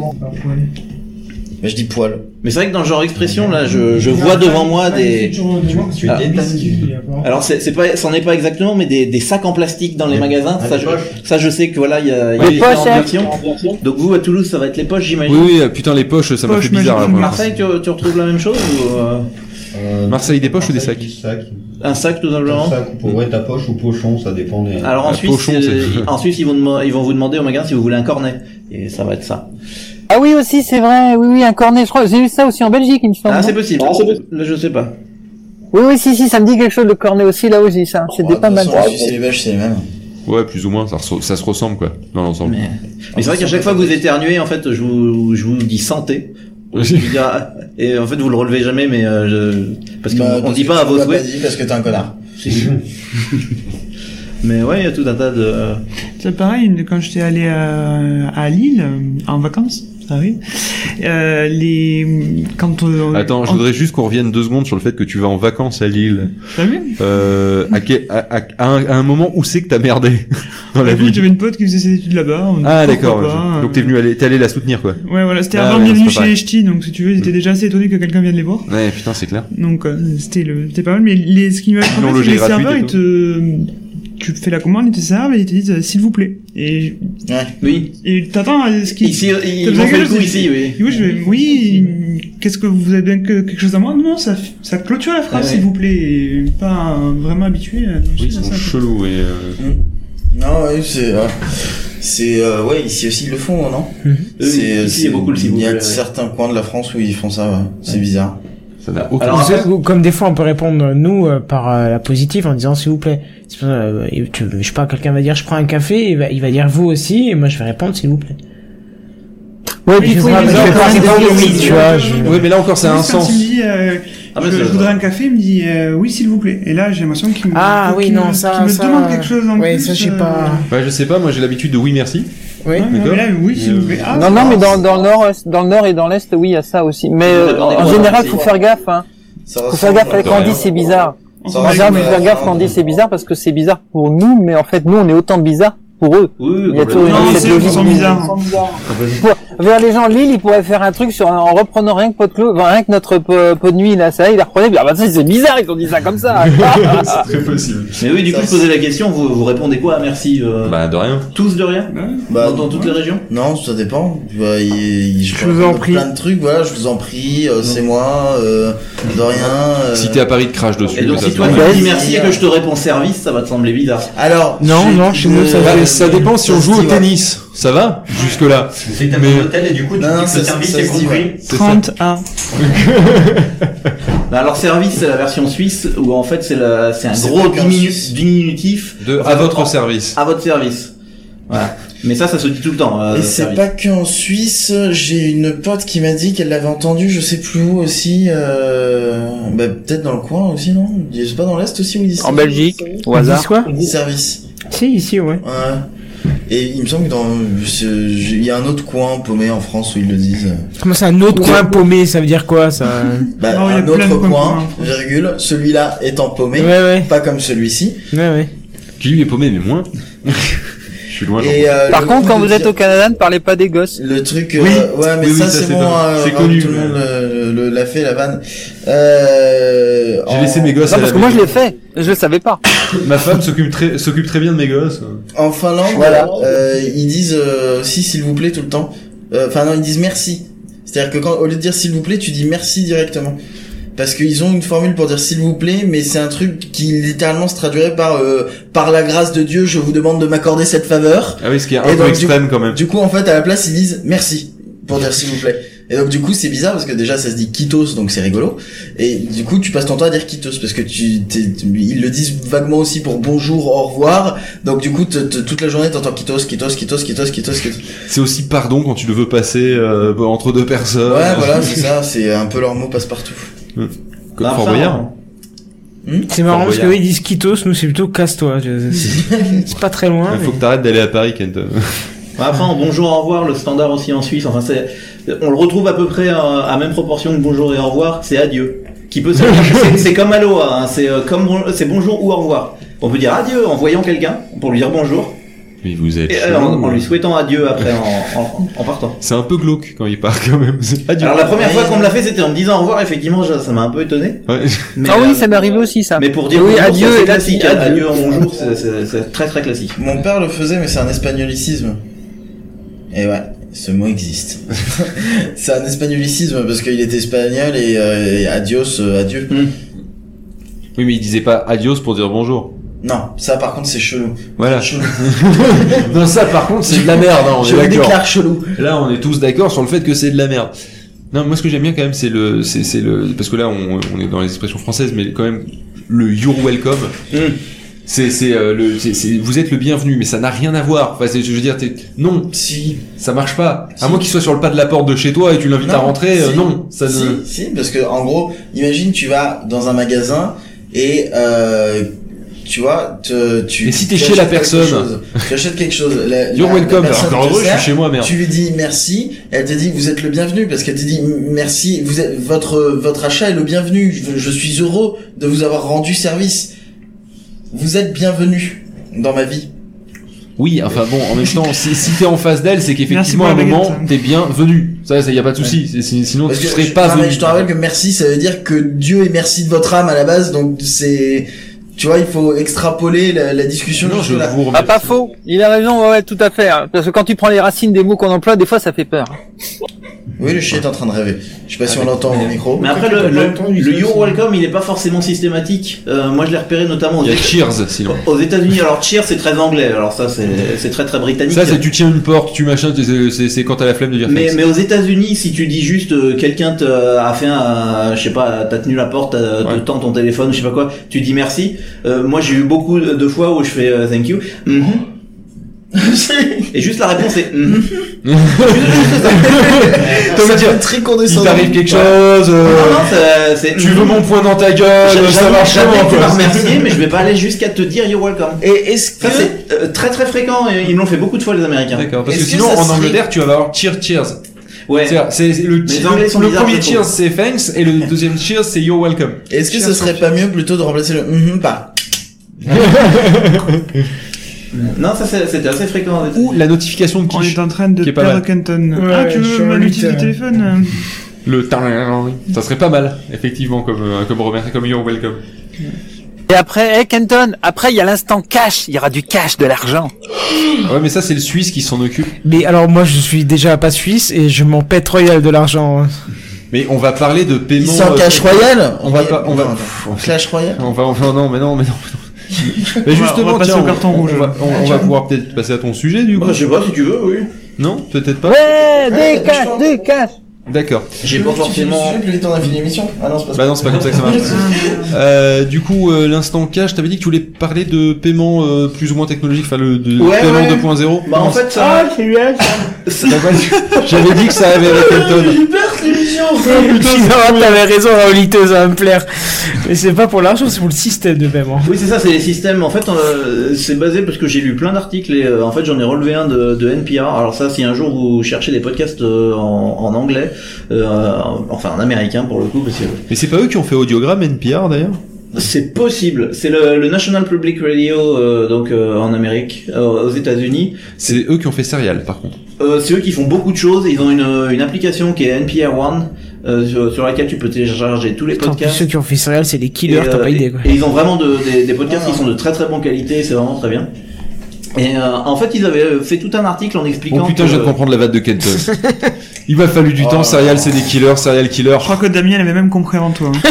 Mais je dis poil. Mais c'est vrai que dans le genre expression, là, je, je vois devant moi des, Tu Ah. détestes. alors c'est, c'est pas, c'en est pas exactement, mais des, des sacs en plastique dans les magasins. Ah, Ça, des je, poches. ça, je sais que voilà, il y a, il y a Les différentes poches, hein. versions. Donc vous, à Toulouse, ça va être les poches, j'imagine. Oui, oui, euh, putain, les poches, ça m'a Poches fait bizarre. magiques. là, Marseille, tu, tu retrouves la même chose ou euh, Euh, Marseille, des poches ou des Marseille, sacs Des sacs. un sac tout Un simplement? sac ou pour ouais, ta poche ou pochon, ça dépend des. Alors en Un Suisse, pochon, euh, c'est- en Suisse, ils vont, dema- ils vont vous demander au magasin si vous voulez un cornet. Et ça va être ça. Ah oui aussi c'est vrai oui oui un cornet je crois j'ai vu ça aussi en Belgique il me semble. Ah, non c'est possible. Là, je sais pas. Oui oui si si ça me dit quelque chose le cornet aussi là aussi ça c'était Ouais, pas de mal. toute façon, les Suisses et les Belges, c'est les mêmes. Ouais, plus ou moins, ça, res- ça se ressemble, quoi, dans l'ensemble. Mais, mais c'est vrai qu'à chaque fois que vous éternuez, en fait, je vous, je vous dis santé. Je veux dire, et en fait, vous le relevez jamais, mais euh, je... parce qu'on Bah, on dit que pas à tu vos l'as pas souhaits. dit parce que t'es un connard. Mais ouais, il y a tout un tas de. C'est pareil, quand j'étais allé à, à Lille, euh, en vacances, ça arrive, euh, les... Quand euh, Attends, je en- voudrais juste qu'on revienne deux secondes sur le fait que tu vas en vacances à Lille. T'as vu? Euh, à, quel- à, à, à un, à un moment où c'est que t'as merdé dans la Écoute, vie. j'avais une pote qui faisait ses études là-bas. on dit, Ah, pourquoi d'accord. pas, je- Donc euh, t'es venu aller, t'es allé la soutenir, quoi. Ouais, voilà, c'était Ah, avant ouais, bienvenue c'est chez pas les pareil. ch'tis, donc si tu veux, ils étaient déjà assez étonnés que quelqu'un vienne les voir. Ouais, putain, c'est clair. Donc euh, c'était le, c'était pas mal. Mais les, ce qui m'a Non, frappé, c'est logé que les gratuit serveurs, et ils te, tu fais la commande, ils te servent et ils te disent euh, s'il vous plaît. Et Ouais. Oui. et t'attends à ce qu'ils. Ici, ils T'as vont besoin faire le que coup je- ici, oui. Et oui, je vais, oui, qu'est-ce que vous avez bien que quelque chose à moi? Non, ça, ça clôture la phrase, Ah ouais. s'il vous plaît. Et pas un- vraiment habitué. à- Oui, ils à sont ça. chelous et. Euh... Non, ouais, c'est, euh, c'est, euh, ouais, ici aussi ils le font, non? Euh, ici, il y a beaucoup le s'il vous Il y a plaît, ouais. certains coins de la France où ils font ça, ouais. C'est bizarre. Ça n'a aucun Alors, Ou c'est- ou comme des fois on peut répondre nous euh, par euh, la positive en disant s'il vous plaît. C'est pour ça, euh, et tu, je sais pas, quelqu'un va dire je prends un café, et il va, il va dire vous aussi, et moi je vais répondre s'il vous plaît. Ouais Mais puis il faut je y vais aller faire dans partie les des limites, limites, tu vois. je- Oui, mais là encore, ça a un Juste quand sens. il me dit, euh, Ah, je, mais je c'est- voudrais un café, il me dit euh, oui s'il vous plaît. Et là j'ai l'impression qu'il me, Ah oui qu'il non me, ça qu'il me ça. demande quelque chose en ouais, plus. ça je sais euh, pas. Ouais, je sais pas, moi j'ai l'habitude de oui, merci. Oui. Ouais, mais D'accord. là, oui s'il vous plaît. Ah, non non mais dans dans le nord dans le nord et dans l'est oui il y a ça aussi mais Vous euh, attendez en quoi, général c'est- faut faire gaffe hein Ça faut faire gaffe avec de rien. quand on dit c'est bizarre. Ça En général, ressemble faut à- faire gaffe quand on dit c'est bizarre parce que c'est bizarre pour nous, mais en fait, nous, on est autant bizarre pour eux. Oui, oui, Il y a toujours Non, une c'est cette eux qui logique. sont bizarres. Pour- vers les gens de Lille, ils pourraient faire un truc sur en reprenant rien que Podclo, enfin, rien que notre pot, pot de nuit là, ça, ils la reprenaient. Ah bah ça c'est bizarre, ils ont dit ça comme ça. C'est très possible. Mais oui, du coup, je posais la question, vous, vous répondez quoi à merci euh, Bah, de rien. Tous de rien Bah, dans, dans toutes les régions Non, ça dépend. Bah, il- il- je Je vous en prie. Plein de trucs, voilà, je vous en prie, euh, c'est moi, euh, de rien. euh. Si t'es à Paris, te crache dessus. Et donc, mais si ça toi se tu voit. me dis merci et que je te réponds service, ça va te sembler bizarre. Alors, Non, j'ai- non, chez nous, ça euh, Bah, ça dépend si on joue au tennis. Ça va jusque là. C'est ta Mais- hôtel et du coup, tu Non, dis non, que ça- le service ça est se dit, compris. C'est ça. trente à Bah, alors service, c'est la version suisse où en fait c'est la, c'est un C'est gros pas qu'en diminu- Suisse. diminutif De à votre service. à votre service. Voilà. Mais ça, ça se dit tout le temps. euh, Et c'est service. pas qu'en Suisse, j'ai une pote qui m'a dit qu'elle l'avait entendu, je sais plus où aussi, euh... bah, peut-être dans le coin aussi, non? C'est pas dans l'Est aussi où ils disent En Belgique, au hasard. quoi Ils disent service. Si, ici, ouais. Ouais. Et il me semble que dans, ce- il y a un autre coin paumé en France où ils le disent. Comment ça, un autre coin paumé, ça veut dire quoi, ça? Bah, Non, il y a un plein autre de coins coin, paumés. virgule, celui-là étant paumé, Ouais, ouais. pas comme celui-ci. Ouais, ouais. Qui lui est paumé, mais moins. Je suis loin. Et, euh, Par le contre, coup quand de vous êtes dire- au Canada, ne parlez pas des gosses. Le truc, euh, Oui. ouais, mais Oui, oui, ça, ça, c'est c'est bon, pas- euh, c'est vraiment, connu, tout le mais- monde le- le- l'a fait, la vanne. Euh, J'ai en- laissé mes gosses Non, à parce la que moi je maison. l'ai fait. Je le savais pas. Ma femme s'occupe très, s'occupe très bien de mes gosses. En Finlande, Voilà. euh, ils disent euh, si, s'il vous plaît, tout le temps. Euh, Enfin, non, ils disent merci. C'est-à-dire que quand, au lieu de dire s'il vous plaît, tu dis merci directement. Parce qu'ils ont une formule pour dire s'il vous plaît, mais c'est un truc qui littéralement se traduirait par euh, par la grâce de Dieu, je vous demande de m'accorder cette faveur. Ah oui, ce qui est un Et peu donc, extrême quand même. Du coup, en fait, à la place, ils disent merci pour dire s'il vous plaît. Et donc, du coup, c'est bizarre parce que déjà, ça se dit kitos, donc c'est rigolo. Et du coup, tu passes ton temps à dire kitos parce que tu, t'es- tu- ils le disent vaguement aussi pour bonjour, au revoir. Donc, du coup, te- te- toute la journée, t'entends kitos, kitos, kitos, kitos, kitos, kitos. C'est aussi pardon quand tu le veux passer euh, entre deux personnes. Ouais, voilà, c'est ça. C'est un peu leur mot passe-partout. Comme Bah, Fort après, Boyard. C'est marrant Fort parce que Boyard. eux, ils disent Kitos, nous c'est plutôt casse-toi. Je- C'est c'est pas très loin. Il faut mais- que t'arrêtes d'aller à Paris, Kent. Ouais, Après, en bonjour, au revoir, le standard aussi en Suisse. Enfin, c'est, on le retrouve à peu près à, à même proportion que bonjour et au revoir. C'est adieu. Qui peut servir- c'est, c'est comme aloha. Hein, c'est euh, comme bon- c'est bonjour ou au revoir. On peut dire adieu en voyant quelqu'un pour lui dire bonjour Mais vous êtes et chelou. euh, en, en lui souhaitant adieu après en, en, en partant. C'est un peu glauque quand il part quand même. C'est adieu. Alors la première fois qu'on me l'a fait, c'était en me disant au revoir. Effectivement, je- ça m'a un peu étonné. Ouais. Mais, Ah oui, euh, ça m'est arrivé aussi ça. Mais pour dire oui, bonjour, adieu c'est assez et là, classique. tu dis adieu. Adieu en bonjour, c'est, c'est, c'est très très classique. Mon père le faisait, mais c'est un espagnolicisme. Et ouais, ce mot existe. C'est un espagnolicisme parce qu'il était espagnol et, euh, et adios, euh, adieu. Hmm. Oui, mais il disait pas adios pour dire bonjour. Non, ça par contre c'est chelou. Voilà. Chelou. Non, ça par contre, c'est de la merde, hein, on Je est le d'accord. déclare chelou. Là, on est tous d'accord sur le fait que c'est de la merde. Non, moi, ce que j'aime bien quand même, c'est le, c'est, c'est le, parce que là, on, on est dans les expressions françaises, mais quand même, le you're welcome. Mm. C'est, c'est, euh, le, c'est, c'est, vous êtes le bienvenu, mais ça n'a rien à voir. Enfin, c'est, je veux dire, t'es, non, Si. ça marche pas. Si. À moins qu'il soit sur le pas de la porte de chez toi et tu l'invites à Non, rentrer, euh, si. non, ça si, ne. si, parce que en gros, imagine tu vas dans un magasin et euh, tu vois, te, tu. Et si t'es tu chez la achètes quelque personne chose. Tu achètes quelque chose. La, You're la- welcome. la personne Alors, te heureux, je sert, suis chez moi, merde. Tu lui dis merci, et elle te dit vous êtes le bienvenu parce qu'elle te dit merci, vous êtes votre votre achat est le bienvenu. Je, je suis heureux de vous avoir rendu service. Vous êtes bienvenu dans ma vie. Oui, enfin bon, en même temps, si, si t'es en face d'elle, c'est qu'effectivement, à un Merci pour la moment, baguette. t'es bienvenu. Ça, ça y a pas de souci. C'est- c'est- Sinon, Parce tu que serais je, pas non, mais venu. je te rappelle que merci, ça veut dire que Dieu est merci de votre âme à la base, donc c'est, tu vois, il faut extrapoler la, la discussion Non, je jusque là. vous Ah, remercie. pas faux. Il a raison, ouais, ouais, tout à fait. hein. Parce que quand tu prends les racines des mots qu'on emploie, des fois, ça fait peur. Oui, le chien est en train de rêver. Je sais pas si on Avec- l'entend au micro. Mais après, Quand le, tu le, entends du le ça, you're c'est- welcome, il est pas forcément systématique. Euh, moi, je l'ai repéré notamment aux, Il y a Éta- cheers, sinon. aux États-Unis. Alors, cheer, c'est très anglais. Alors ça, c'est, c'est très très britannique. Ça, c'est tu tiens une porte, tu machin, c'est, c'est, c'est quand t'as la flemme de dire Mais, thanks. mais aux États-Unis, si tu dis juste euh, quelqu'un te a fait un, je sais pas, t'as tenu la porte, euh, Ouais. te tend ton téléphone, je sais pas quoi, tu dis merci. Euh, moi, j'ai eu beaucoup de fois où je fais euh, thank you. Mhm. Et juste la réponse est mhm. T'as envie de dire, très il condescendant. t'arrive quelque chose, euh, Non, non, c'est, c'est tu veux mon poing dans ta gueule, J'avoue- ça marche j'avoue pas, que tu quoi. m'as remercié, mais je vais pas aller jusqu'à te dire you're welcome. Et est-ce que, Ça, c'est euh, très très fréquent et ils me l'ont fait beaucoup de fois les Américains. D'accord, parce que Est-ce que sinon, ça en serait- Angleterre, tu vas avoir cheer, cheers. Ouais. C'est-à-dire, c'est, c'est le, Les Anglais sont le bizarres, premier je cheers, trouve. c'est thanks, et le deuxième cheers, c'est you're welcome. est-ce que ce serait pas mieux plutôt de remplacer le mhm par Non, ça c'est- c'était assez fréquent. Ou la notification de On quiche. est en train de qui est pas perdre mal. Kenton. Ouais, ah, tu sur veux le l'utiliser huit, du euh. téléphone euh Le tarn- ça serait pas mal, effectivement, comme euh, comme remercie, comme you're welcome. Et après, hey Kenton, après il y a l'instant cash, il y aura du cash, de l'argent. Ouais, mais ça c'est le Suisse qui s'en occupe. Mais alors moi je suis déjà pas suisse et je m'en pète royal de l'argent. Mais on va parler de paiement. Ils sont euh, Cash Royal. On va pas, on va. Non, non. pff, on- Clash Royale. On va, on va, non, mais non, mais non. mais non. Mais On va- justement, on va passer tiens, au carton on, rouge. On va, on, on va pouvoir peut-être passer à ton sujet du coup. Bah, je sais pas si tu veux, oui. Non, peut-être pas. Ouais, Ouais, des cash, des cash. D'accord. J'ai pas forcément. Tu le temps d'infini l'émission. Ah non, c'est pas ça. Bah non, c'est pas comme ça que ça marche. euh, du coup, euh, l'instant cash, t'avais dit que tu voulais parler de paiement euh, plus ou moins technologique, enfin le de Ouais, paiement ouais. deux point zéro. Bah en fait, ça. Ah, c'est bien ça. J'avais dit que ça avait avec Elton. Finalement, t'avais raison, la oliteuse va me plaire. Mais c'est pas pour l'argent, c'est pour le système de paiement. Oui, c'est ça, c'est les systèmes. En fait, euh, c'est basé parce que j'ai lu plein d'articles et euh, en fait, j'en ai relevé un de, de N P R. Alors ça, si un jour vous cherchez des podcasts euh, en, en anglais, euh, enfin en américain pour le coup, parce que Mais c'est pas eux qui ont fait Audiogramme N P R d'ailleurs. c'est possible. C'est le, le National Public Radio, euh, donc euh, en Amérique, euh, aux États-Unis. C'est eux qui ont fait Serial par contre. Euh, c'est eux qui font beaucoup de choses. Ils ont une, une application qui est N P R One, euh, sur, sur laquelle tu peux télécharger tous les En plus, podcasts. ceux qui ont fait Serial, c'est des killers, Et, t'as euh, pas et- idée quoi. Et ils ont vraiment de, des, des podcasts qui sont de très très bonne qualité, c'est vraiment très bien. Et euh, en fait, ils avaient fait tout un article en expliquant. Oh putain, que- je viens de comprendre la vanne de Kenton. Il m'a fallu du temps. Serial, c'est des killers. Serial killer. Je crois que Damien avait même compris avant toi.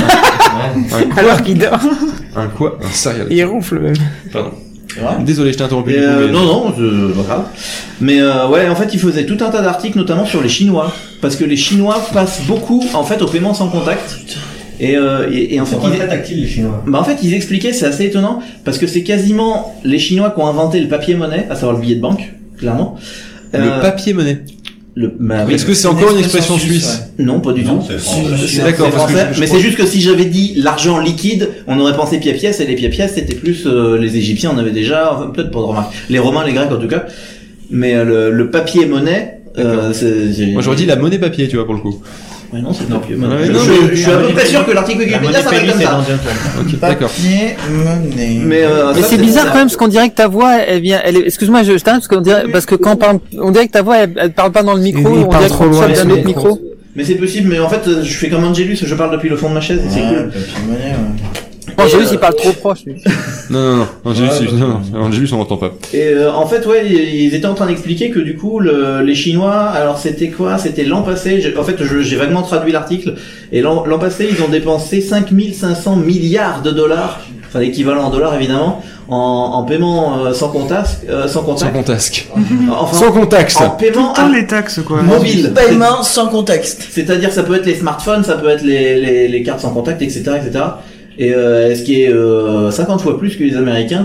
Un quoi Alors qu'il dort, Un quoi Un serial. il ronfle même. Pardon. Désolé, je t'ai interrompu. Et du coup, euh, mais- non, non, c'est pas grave. Mais euh, ouais, en fait, ils faisaient tout un tas d'articles, notamment sur les Chinois, parce que les Chinois passent beaucoup, en fait, au paiement sans contact. Et, euh, et, et en fait, Ils sont pas ils... très tactiles, les Chinois. Bah en fait, ils expliquaient, c'est assez étonnant, parce que c'est quasiment les Chinois qui ont inventé le papier-monnaie, à savoir le billet de banque, clairement. Le Euh, papier-monnaie. Le, bah, oui. Est-ce que c'est encore une expression suisse Non, pas du Non, tout. c'est français. C'est D'accord, c'est parce que français, je- je mais crois- c'est juste que si j'avais dit l'argent liquide, on aurait pensé pied-pièce, et les pieds-pièces c'était plus euh, les Égyptiens en avaient déjà, enfin, peut-être pas de remarque, les Romains, les Grecs en tout cas, mais euh, le, le papier-monnaie, euh, c'est... c'est- Moi, j'aurais dit la monnaie papier, tu vois, pour le coup. Ouais, non, c'est le papier-monnaie. Ouais, je, non, je- mais- je suis à peu près sûr que l'article Wikipédia s'appelle comme ça. Ok, d'accord. Papier, monnaie. Mais, euh, Mais ça, c'est bizarre ça. quand même parce qu'on dirait que ta voix, elle vient, elle est, excuse-moi, je, je t'arrête parce qu'on dirait, parce que quand on parle, on dirait que ta voix, elle, elle parle pas dans le micro, Il on parle dirait trop qu'on loin, chope d'un mais- autre micro. Mais c'est possible, mais en fait, euh, je fais comme Angelus, je parle depuis le fond de ma chaise, et c'est Ouais, cool. papier, monnaie, ouais. Bon, j'ai vu euh, s'il parle trop proche, lui. Non, non, non. Angelus, Ouais, il- parce non, que- non. Angelus, on n'entend pas. Et euh, en fait, ouais, ils étaient en train d'expliquer que du coup, le, les Chinois, alors c'était quoi? C'était l'an passé. j'ai- En fait, je- j'ai vaguement traduit l'article. Et l'an l'an passé, ils ont dépensé cinq mille cinq cents milliards de dollars, enfin l'équivalent en dollars évidemment, en, en paiement euh, sans contact, euh, sans Sans contact. contasque. Enfin, Sans contexte. en paiement Tant à- les taxes, quoi. mobile. Paiement sans contexte. C'est-à-dire, ça peut être les smartphones, ça peut être les, les, les cartes sans contact, et cetera, et cetera. Et euh, ce qui est euh, cinquante fois plus que les Américains.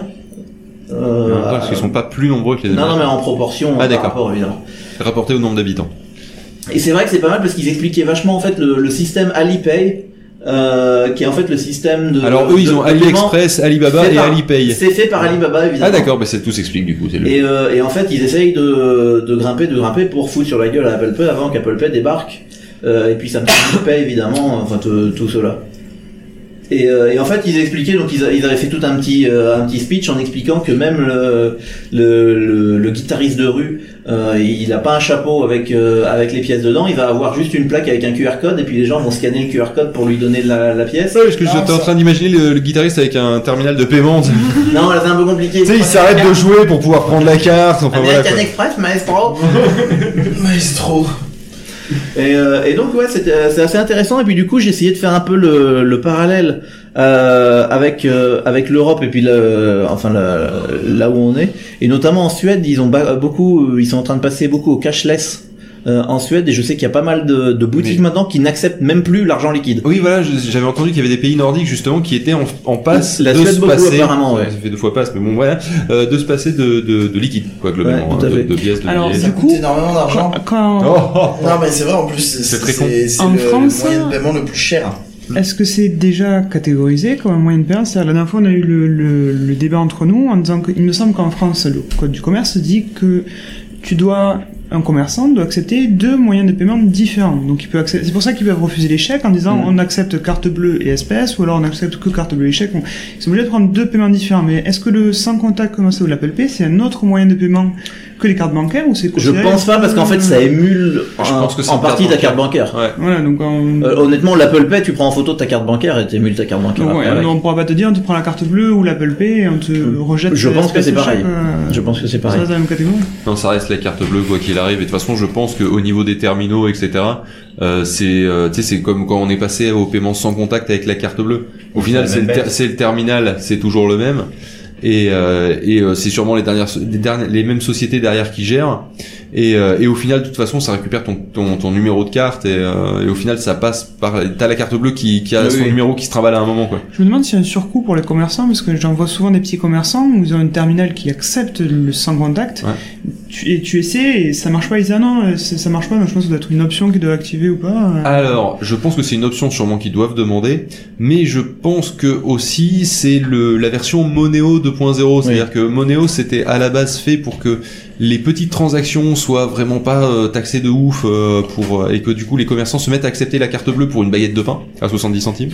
Euh, Non, parce qu'ils sont pas plus nombreux que les non, non, mais Américains. en proportion, Ah, par d'accord. rapport, évidemment. Rapporté au nombre d'habitants. Et c'est vrai que c'est pas mal parce qu'ils expliquaient vachement en fait le, le système Alipay, euh, qui est en fait le système de. Alors eux, ils de- ont de paiement AliExpress, Alibaba fait et par- Alipay. C'est fait par Alibaba évidemment. Ah d'accord, bah c'est tout s'explique du coup. C'est le... Et, euh, et en fait, ils essayent de, de grimper, de grimper pour foutre sur la gueule à Apple Pay avant qu'Apple Pay débarque. Euh, et puis Samsung Pay évidemment, enfin tout, tout cela. Et, euh, et en fait, ils expliquaient, donc ils, a- ils avaient fait tout un petit, euh, un petit speech en expliquant que même le, le, le, le guitariste de rue, euh, il a pas un chapeau avec, euh, avec les pièces dedans, il va avoir juste une plaque avec un Q R code et puis les gens vont scanner le Q R code pour lui donner la, la pièce. Ouais, parce que j'étais en train d'imaginer le, le guitariste avec un terminal de paiement. Tu Non, là c'est un peu compliqué. sais, il s'arrête de jouer pour pouvoir prendre la carte. Enfin voilà. American quoi. Express, maestro. Maestro. Et, euh, et donc ouais, c'était c'est assez intéressant. Et puis du coup, j'ai essayé de faire un peu le, le parallèle euh, avec euh, avec l'Europe et puis le, enfin la- là où on est. Et notamment en Suède, ils ont ba- beaucoup, ils sont en train de passer beaucoup au cashless euh, en Suède. Et je sais qu'il y a pas mal de, de boutiques Mais- maintenant qui n'acceptent même plus l'argent liquide. Oui, voilà, je- j'avais entendu qu'il y avait des pays nordiques justement qui étaient en, en passe La de Suède se beaucoup, passer. apparemment, ouais. Ça fait deux fois passe, mais bon, voilà, euh, de se passer de, de, de liquide, quoi, globalement, Ouais, tout à hein, fait. de, de pièces, de Alors, billets. Ça Du coûte coup, énormément d'argent. Quand, Oh, oh, oh. Non mais c'est vrai en plus c'est C'est très con. c'est c'est En le, France, le moyen de ça- paiement le plus cher. est-ce que c'est déjà catégorisé comme un moyen de paiement? C'est-à-dire, la dernière fois, on a eu le, le, le débat entre nous en disant qu'il me semble qu'en France, le code du commerce dit que tu dois un commerçant doit accepter deux moyens de paiement différents. Donc il peut accepter, c'est pour ça qu'ils peuvent refuser les chèques en disant mmh. on accepte carte bleue et espèces, ou alors on accepte que carte bleue et chèque. Bon, ils sont obligés de prendre deux paiements différents. Mais est-ce que le sans contact comme ça ou l'Apple Pay, c'est un autre moyen de paiement que les cartes bancaires, ou c'est Je pense pas, parce qu'en fait ça émule en, je pense que en partie ta carte bancaire. Ouais. Voilà, donc en... euh, honnêtement, l'Apple Pay, tu prends en photo ta carte bancaire et t'émules ta carte bancaire. Donc, ouais, après, on pourra pas te dire on te prend la carte bleue ou l'Apple Pay et on te mmh. rejette. Je pense que c'est pareil. Chèque, euh... Je pense que c'est pareil. Ça, c'est la même catégorie. Non, ça reste la carte bleue quoi qu'il arrive. Et de toute façon, je pense qu'au niveau des terminaux, et cetera, euh, c'est, euh, tu sais, c'est comme quand on est passé au paiement sans contact avec la carte bleue. Au Donc, final, c'est, c'est le, ter- c'est le terminal, c'est toujours le même. Et, euh, et euh, c'est sûrement les dernières, les dernières, les mêmes sociétés derrière qui gèrent. Et, euh, et au final, de toute façon, ça récupère ton, ton, ton numéro de carte et, euh, et au final, ça passe par. T'as la carte bleue qui, qui a oui, son oui. numéro qui se trimballe à un moment, quoi. Je me demande s'il y a un surcoût pour les commerçants, parce que j'en vois souvent des petits commerçants où ils ont un terminal qui accepte le sans contact. Ouais. Tu, et tu essaies et ça marche pas. Ils disent ah non, ça marche pas. Donc je pense que ça doit être une option qu'ils doivent activer ou pas. Alors, je pense que c'est une option sûrement qu'ils doivent demander, mais je pense que aussi c'est le la version Moneo deux point zéro, c'est-à-dire oui. que Moneo c'était à la base fait pour que les petites transactions soient vraiment pas euh, taxées de ouf euh, pour et que du coup les commerçants se mettent à accepter la carte bleue pour une baguette de pain à soixante-dix centimes.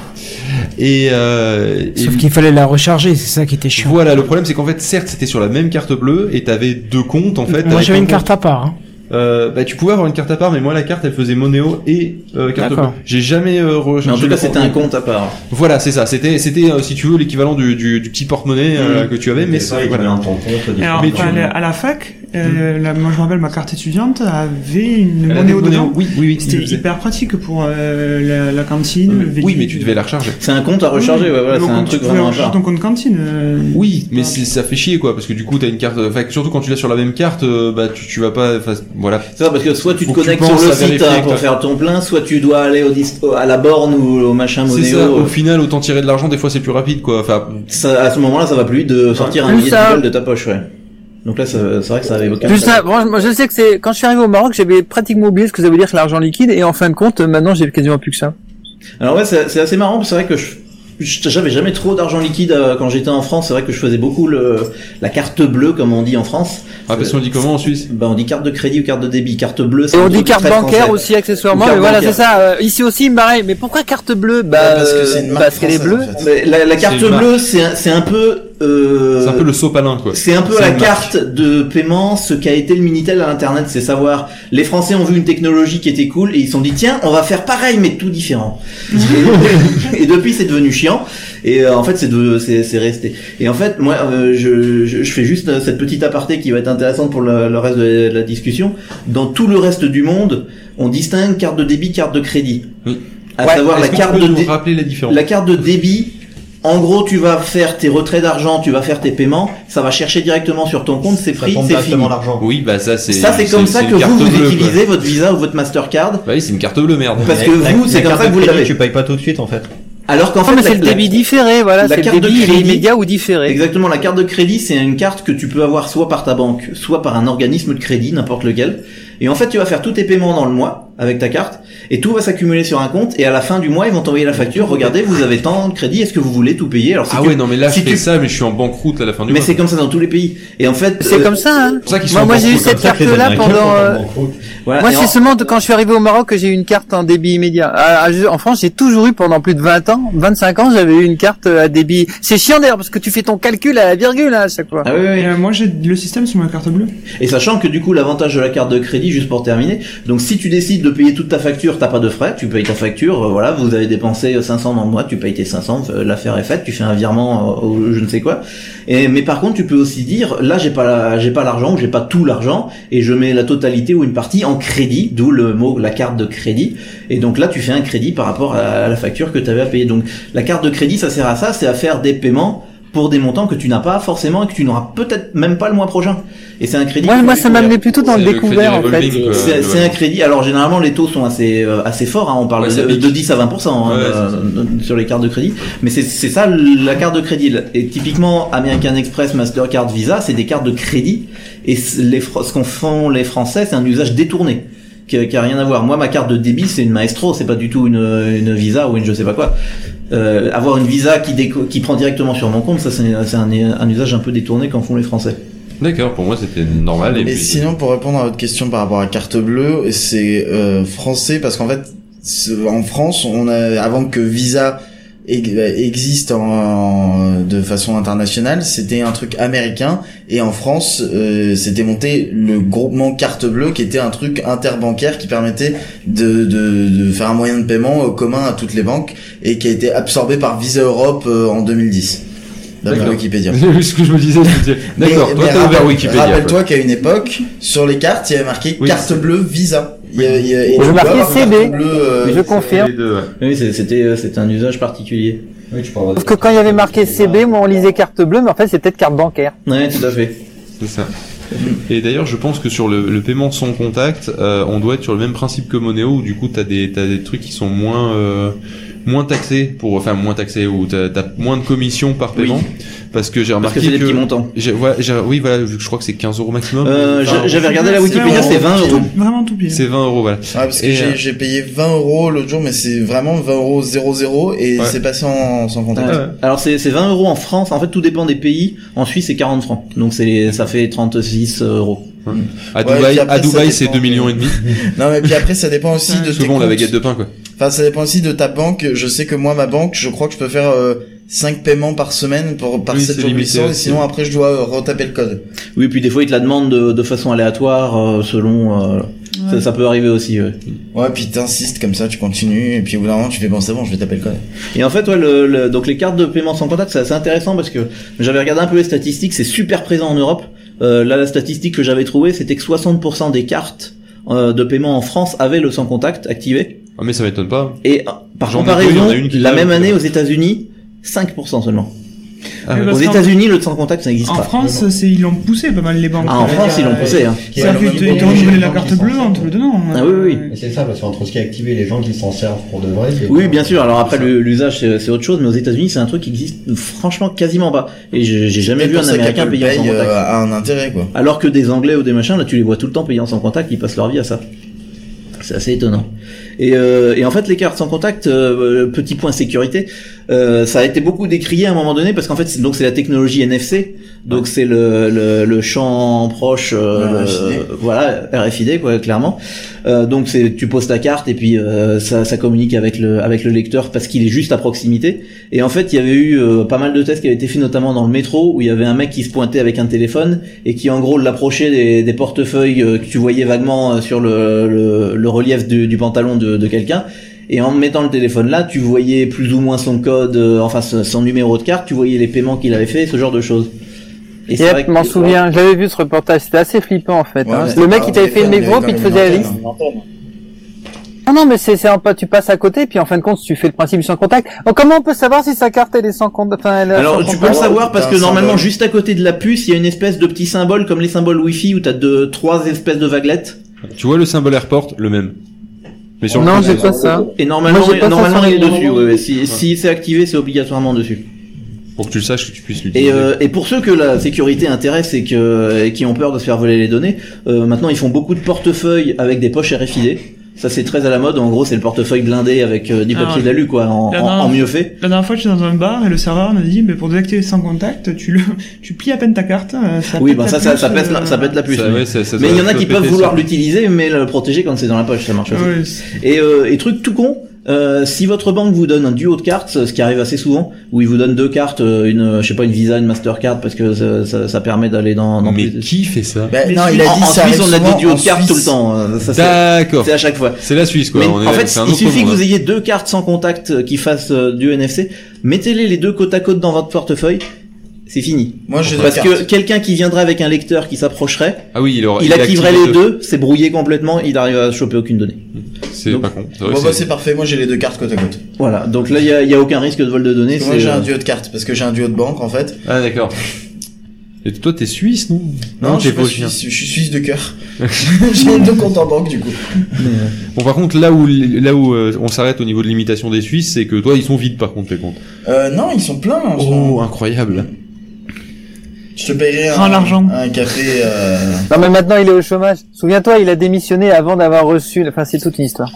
Et euh, sauf et... qu'il fallait la recharger, c'est ça qui était chiant. Voilà, le problème c'est qu'en fait certes c'était sur la même carte bleue et t'avais deux comptes en fait. Moi j'avais une compte... carte à part. Hein. Euh, bah tu pouvais avoir une carte à part, mais moi la carte elle faisait Moneo et euh, carte bleue. J'ai jamais euh, rechargé. Mais en tout cas c'était un compte à part. Voilà, c'est ça. C'était c'était euh, si tu veux l'équivalent du, du, du petit porte-monnaie euh, mmh. que tu avais, mais ça, voilà. Dans ton compte, alors mais tu... à, la, à la fac, euh, mmh. la, moi je me rappelle ma carte étudiante avait une Moneo dedans. Oui, oui, oui. C'était hyper pratique pour euh, la, la cantine. Oui, oui, mais tu devais la recharger. C'est un compte à recharger, oui. ouais, voilà, donc, c'est un truc vraiment à part. Ton compte cantine. Euh... Oui, mais c'est, ça fait chier quoi, parce que du coup t'as une carte, enfin surtout quand tu l'as sur la même carte, euh, bah tu, tu vas pas, voilà. C'est ça, parce que soit tu te connectes sur le site hein, pour faire ton plein, soit tu dois aller au dis- à la borne ou au machin Moneo. C'est ça, au final autant tirer de l'argent, des fois c'est plus rapide quoi. Enfin, ça, à ce moment-là ça va plus vite de sortir un billet de de ta poche, ouais. Donc là, ça, c'est vrai que ça avait aucun. Juste ça, bon, moi je sais que c'est quand je suis arrivé au Maroc, j'avais pratiquement oublié ce que ça veut dire que l'argent liquide, et en fin de compte, maintenant j'ai quasiment plus que ça. Alors ouais, c'est, c'est assez marrant, c'est vrai que je, j'avais jamais trop d'argent liquide euh, quand j'étais en France. C'est vrai que je faisais beaucoup le la carte bleue, comme on dit en France. Ah parce qu'on dit comment en Suisse? Bah on dit carte de crédit ou carte de débit. Carte bleue. C'est et on dit carte bancaire français. Aussi accessoirement. Mais voilà, bancaire. C'est ça. Euh, ici aussi, pareil. Mais pourquoi carte bleue? Bah ouais, parce que c'est une marque parce qu'elle est bleue. En fait. La, la carte bleue, c'est un, c'est un peu. Euh, c'est un peu le sopalin quoi. C'est un peu c'est la carte marque. De paiement, ce qu'a été le Minitel à l'internet, c'est savoir les Français ont vu une technologie qui était cool et ils se sont dit tiens on va faire pareil mais tout différent. et, et depuis c'est devenu chiant et euh, en fait c'est, de, c'est c'est resté. Et en fait moi euh, je, je je fais juste cette petite aparté qui va être intéressante pour le, le reste de la discussion. Dans tout le reste du monde, on distingue carte de débit, carte de crédit. Oui. À ouais, savoir la carte de dé... rappeler la différence. La carte de débit. En gros, tu vas faire tes retraits d'argent, tu vas faire tes paiements, ça va chercher directement sur ton compte, c'est pris, c'est fini. L'argent. Oui, bah ça c'est. Ça c'est comme c'est, ça c'est que vous, vous bleue, utilisez quoi. Votre Visa ou votre Mastercard. Bah oui, c'est une carte bleue, merde. Parce que la, vous, la, c'est la comme ça que vous l'avez. Tu payes pas tout de suite en fait. Alors qu'en non, fait, mais la, c'est le débit la, différé, voilà, la c'est carte le débit, de crédit, il est immédiat ou différé. Exactement, la carte de crédit, c'est une carte que tu peux avoir soit par ta banque, soit par un organisme de crédit, n'importe lequel. Et en fait, tu vas faire tous tes paiements dans le mois avec ta carte, et tout va s'accumuler sur un compte, et à la fin du mois, ils vont t'envoyer la facture. Regardez, vous avez tant de crédit, est-ce que vous voulez tout payer? Alors, si ah tu, ouais, non, mais là, si je fais tu... ça, mais je suis en banqueroute à la fin du mais mois. Mais c'est comme ça dans tous les pays. Et en fait, c'est euh... comme ça, hein. C'est ça qu'ils moi, sont moi j'ai eu cette carte-là pendant, euh... voilà. Moi, c'est en... seulement quand je suis arrivé au Maroc que j'ai eu une carte en débit immédiat. En France, j'ai toujours eu pendant plus de vingt ans, vingt-cinq ans, j'avais eu une carte à débit. C'est chiant d'ailleurs, parce que tu fais ton calcul à la virgule, hein, à chaque fois. Ah oui, oui. Euh, moi, j'ai le système sur ma carte bleue. Et sachant que du coup, l'avantage de la carte de crédit, juste pour terminer, donc si tu décides de payer toute ta facture, t'as pas de frais, tu payes ta facture, euh, voilà, vous avez dépensé cinq cents dans le mois, tu payes tes cinq cents, euh, l'affaire est faite, tu fais un virement, euh, je ne sais quoi. Et, mais par contre, tu peux aussi dire, là, j'ai pas la, j'ai pas l'argent, ou j'ai pas tout l'argent, et je mets la totalité ou une partie en crédit, d'où le mot, la carte de crédit. Et donc là, tu fais un crédit par rapport à, à la facture que tu avais à payer. Donc, la carte de crédit, ça sert à ça, c'est à faire des paiements pour des montants que tu n'as pas forcément et que tu n'auras peut-être même pas le mois prochain. Et c'est un crédit. Ouais, moi, ça m'amenait plutôt dans le découvert, en fait. Euh, c'est, c'est un crédit. Alors, généralement, les taux sont assez, euh, assez forts, hein. On parle ouais, de, de dix à vingt pour cent, hein, ouais, euh, sur les cartes de crédit. Mais c'est, c'est ça, la carte de crédit. Et typiquement, American Express, Mastercard, Visa, c'est des cartes de crédit. Et les, ce qu'on font les Français, c'est un usage détourné. Qui, qui a rien à voir. Moi, ma carte de débit, c'est une Maestro, c'est pas du tout une, une Visa ou une je sais pas quoi. Euh, avoir une Visa qui, déco- qui prend directement sur mon compte, ça c'est, c'est un, un usage un peu détourné qu'en font les Français. D'accord, pour moi c'était normal. Et Mais puis... sinon, pour répondre à votre question par rapport à carte bleue, c'est euh, français parce qu'en fait, en France, on a avant que Visa existe en, en, de façon internationale, c'était un truc américain, et en France euh, c'était monté le groupement carte bleue qui était un truc interbancaire qui permettait de, de, de faire un moyen de paiement euh, commun à toutes les banques et qui a été absorbé par Visa Europe euh, en deux mille dix. D'après Wikipédia. C'est ce que je me disais. Je me disais d'accord, toi t'as ouvert Wikipédia. Rappelle-toi qu'à une époque, sur les cartes, il y avait marqué oui, carte bleue Visa. Il y a, il y a, et je marquais C B. Bleu, euh, je confirme. Deux, ouais. Oui, c'était, c'était un usage particulier. Oui, tu peux avoir Sauf que quand il y avait marqué C B, moi on lisait carte bleue, mais en fait c'est peut-être carte bancaire. Ouais, tout à fait. C'est ça. Et d'ailleurs, je pense que sur le, le paiement sans contact, euh, on doit être sur le même principe que Moneo, où du coup t'as des t'as des trucs qui sont moins euh, moins taxés pour enfin moins taxés ou t'as, t'as moins de commissions par paiement. Oui. Parce que j'ai remarqué parce que c'est que des petits montants. J'ai, ouais, j'ai, oui, voilà, je crois que c'est quinze euros maximum. Euh, enfin, j'avais regardé la Wikipédia, c'est vingt euros. Vraiment tout pile. C'est vingt euros, voilà. Ouais, parce que et j'ai, euh... j'ai payé vingt euros l'autre jour, mais c'est vraiment vingt euros zéro zéro et ouais. c'est passé en, sans contact. Ouais. Alors c'est, c'est vingt euros en France. En fait, tout dépend des pays. En Suisse, c'est quarante francs. Donc c'est les, ça fait trente-six euros. Ouais. À Dubaï, ouais, à Dubaï, c'est deux millions et demi. Non, mais puis après, ça dépend aussi de tes souvent comptes. la baguette de pain, quoi. Enfin, ça dépend aussi de ta banque. Je sais que moi, ma banque, je crois que je peux faire euh, cinq paiements par semaine pour par oui, sept jours glissants, et sinon après je dois euh, retaper le code. Oui, puis des fois ils te la demandent de, de façon aléatoire euh, selon euh, ouais. ça, ça peut arriver aussi. Ouais, ouais puis t'insistes comme ça, tu continues et puis au bout d'un moment tu fais bon c'est bon, je vais taper le code. Et en fait ouais le, le donc les cartes de paiement sans contact c'est assez intéressant parce que j'avais regardé un peu les statistiques, c'est super présent en Europe. Euh, là la statistique que j'avais trouvée c'était que soixante pour cent des cartes euh, de paiement en France avaient le sans contact activé. Ah mais ça m'étonne pas. Et par J'en comparaison, la même année aux États-Unis, cinq pour cent seulement. Ah, ouais. Aux États-Unis, le sans contact, ça n'existe en pas. En France, c'est, ils l'ont poussé pas mal les banques. Ah, en France, ils l'ont poussé. Hein. C'est-à-dire que tu as renouvelé la carte bleue en te le donnant. Ah oui, oui. Et c'est ça, parce qu'entre ce qui est activé, les gens qui s'en servent pour de vrai. Oui, bien sûr. Alors après, le, l'usage, c'est, c'est autre chose, mais aux États-Unis, c'est un truc qui existe franchement quasiment pas. Et j'ai, j'ai jamais vu un Américain payer en sans contact. Euh, a un intérêt, quoi. Alors que des Anglais ou des machins, là, tu les vois tout le temps payant sans contact, ils passent leur vie à ça. C'est assez étonnant. Et, euh, et en fait, les cartes sans contact, euh, petit point sécurité, euh, ça a été beaucoup décrié à un moment donné parce qu'en fait, c'est, donc c'est la technologie N F C, donc c'est le, le, le champ proche, euh, le, voilà, R F I D quoi, clairement. Euh, donc c'est, tu poses ta carte et puis euh, ça, ça communique avec le, avec le lecteur parce qu'il est juste à proximité. Et en fait, il y avait eu euh, pas mal de tests qui avaient été faits notamment dans le métro où il y avait un mec qui se pointait avec un téléphone et qui en gros l'approchait des, des portefeuilles euh, que tu voyais vaguement sur le, le, le relief du, du pantalon de, de quelqu'un. Et en mettant le téléphone là, tu voyais plus ou moins son code, euh, enfin son numéro de carte, tu voyais les paiements qu'il avait fait, ce genre de choses. Et c'est vrai que je m'en souviens, j'avais vu ce reportage, c'était assez flippant en fait. Ouais, hein. Le mec qui t'avait fait le métro puis il te faisait la liste. Non non mais c'est c'est un pas, tu passes à côté puis en fin de compte tu fais le principe du sans contact. Donc, comment on peut savoir si sa carte elle est sans contact? Enfin, elle alors sans tu peux le savoir parce que normalement juste à côté de la puce il y a une espèce de petit symbole comme les symboles Wi-Fi où t'as deux trois espèces de vaguelettes. Tu vois le symbole Airport, le même. Mais sur non, j'ai pas ça. Et normalement, Moi, normalement il est dessus. Ouais, ouais. Si, ouais. si c'est activé, c'est obligatoirement dessus. Pour que tu le saches, que tu puisses l'utiliser. Et, euh, et pour ceux que la sécurité intéresse et que et qui ont peur de se faire voler les données, euh, maintenant ils font beaucoup de portefeuilles avec des poches R F I D. Ça c'est très à la mode. En gros, c'est le portefeuille blindé avec euh, du papier ah, d'alu quoi, en, en, en mieux fait. La dernière fois, j'étais dans un bar et le serveur m'a dit, mais pour désactiver sans contact, tu le, tu plies à peine ta carte. Ça oui, ben ça, ça, ça pète la, ça pète la puce. Ça, ouais, ça, ça mais il y en a qui peuvent vouloir ça. l'utiliser, mais le protéger quand c'est dans la poche, ça marche aussi. Ouais, et, euh, et truc tout con. Euh, si votre banque vous donne un duo de cartes, ce qui arrive assez souvent, où ils vous donnent deux cartes, une, je sais pas, une Visa, une Mastercard, parce que ça, ça, ça permet d'aller dans, dans mais plus... qui fait ça? Ben, non, il a dit en, ça. En Suisse, on a des duos de cartes tout le temps. Ça, D'accord. C'est à chaque fois. C'est la Suisse, quoi. Mais on est, en fait, c'est un il suffit monde, que vous ayez deux cartes sans contact qui fassent euh, du N F C. Mettez-les les deux côte à côte dans votre portefeuille. C'est fini. Moi, j'ai Parce que quelqu'un qui viendrait avec un lecteur qui s'approcherait, ah oui, il, aura, il, il activerait les deux, deux c'est brouillé complètement, il n'arrive à choper aucune donnée. C'est donc, pas con. C'est, vrai, bon, c'est... Bah, c'est parfait, moi j'ai les deux cartes côte à côte. Voilà, donc là il y a, y a aucun risque de vol de données. Moi j'ai un duo de cartes, parce que j'ai un duo de banque en fait. Ah d'accord. Et toi t'es suisse, non? Non, non je, suis pas suisse, je suis suisse de cœur. J'ai deux comptes en banque du coup. Bon par contre là où là où euh, on s'arrête au niveau de l'imitation des Suisses, c'est que toi ils sont vides par contre tes comptes. Euh non, ils sont pleins. Oh sont... incroyable. Je te paierai un, l'argent. un café. Euh... Non mais maintenant il est au chômage. Souviens-toi, il a démissionné avant d'avoir reçu. Enfin c'est toute une histoire.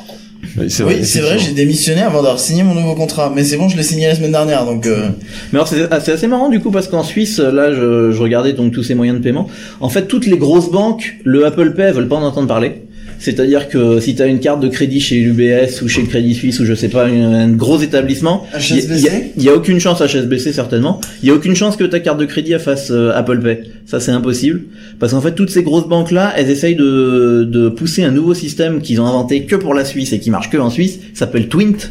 Oui, c'est vrai, oui, c'est vrai, j'ai démissionné avant d'avoir signé mon nouveau contrat, mais c'est bon, je l'ai signé la semaine dernière, donc. Euh... Mais alors c'est, c'est assez marrant du coup parce qu'en Suisse, là, je, je regardais donc tous ces moyens de paiement. En fait, toutes les grosses banques, le Apple Pay, veulent pas en entendre parler. C'est-à-dire que si t'as une carte de crédit chez l'U B S ou chez le Crédit Suisse ou je sais pas, un, un gros établissement, H S B C, il y, y a aucune chance, H S B C certainement, il y a aucune chance que ta carte de crédit fasse euh, Apple Pay. Ça c'est impossible. Parce qu'en fait toutes ces grosses banques là, elles essayent de, de pousser un nouveau système qu'ils ont inventé que pour la Suisse et qui marche que en Suisse, ça s'appelle Twint.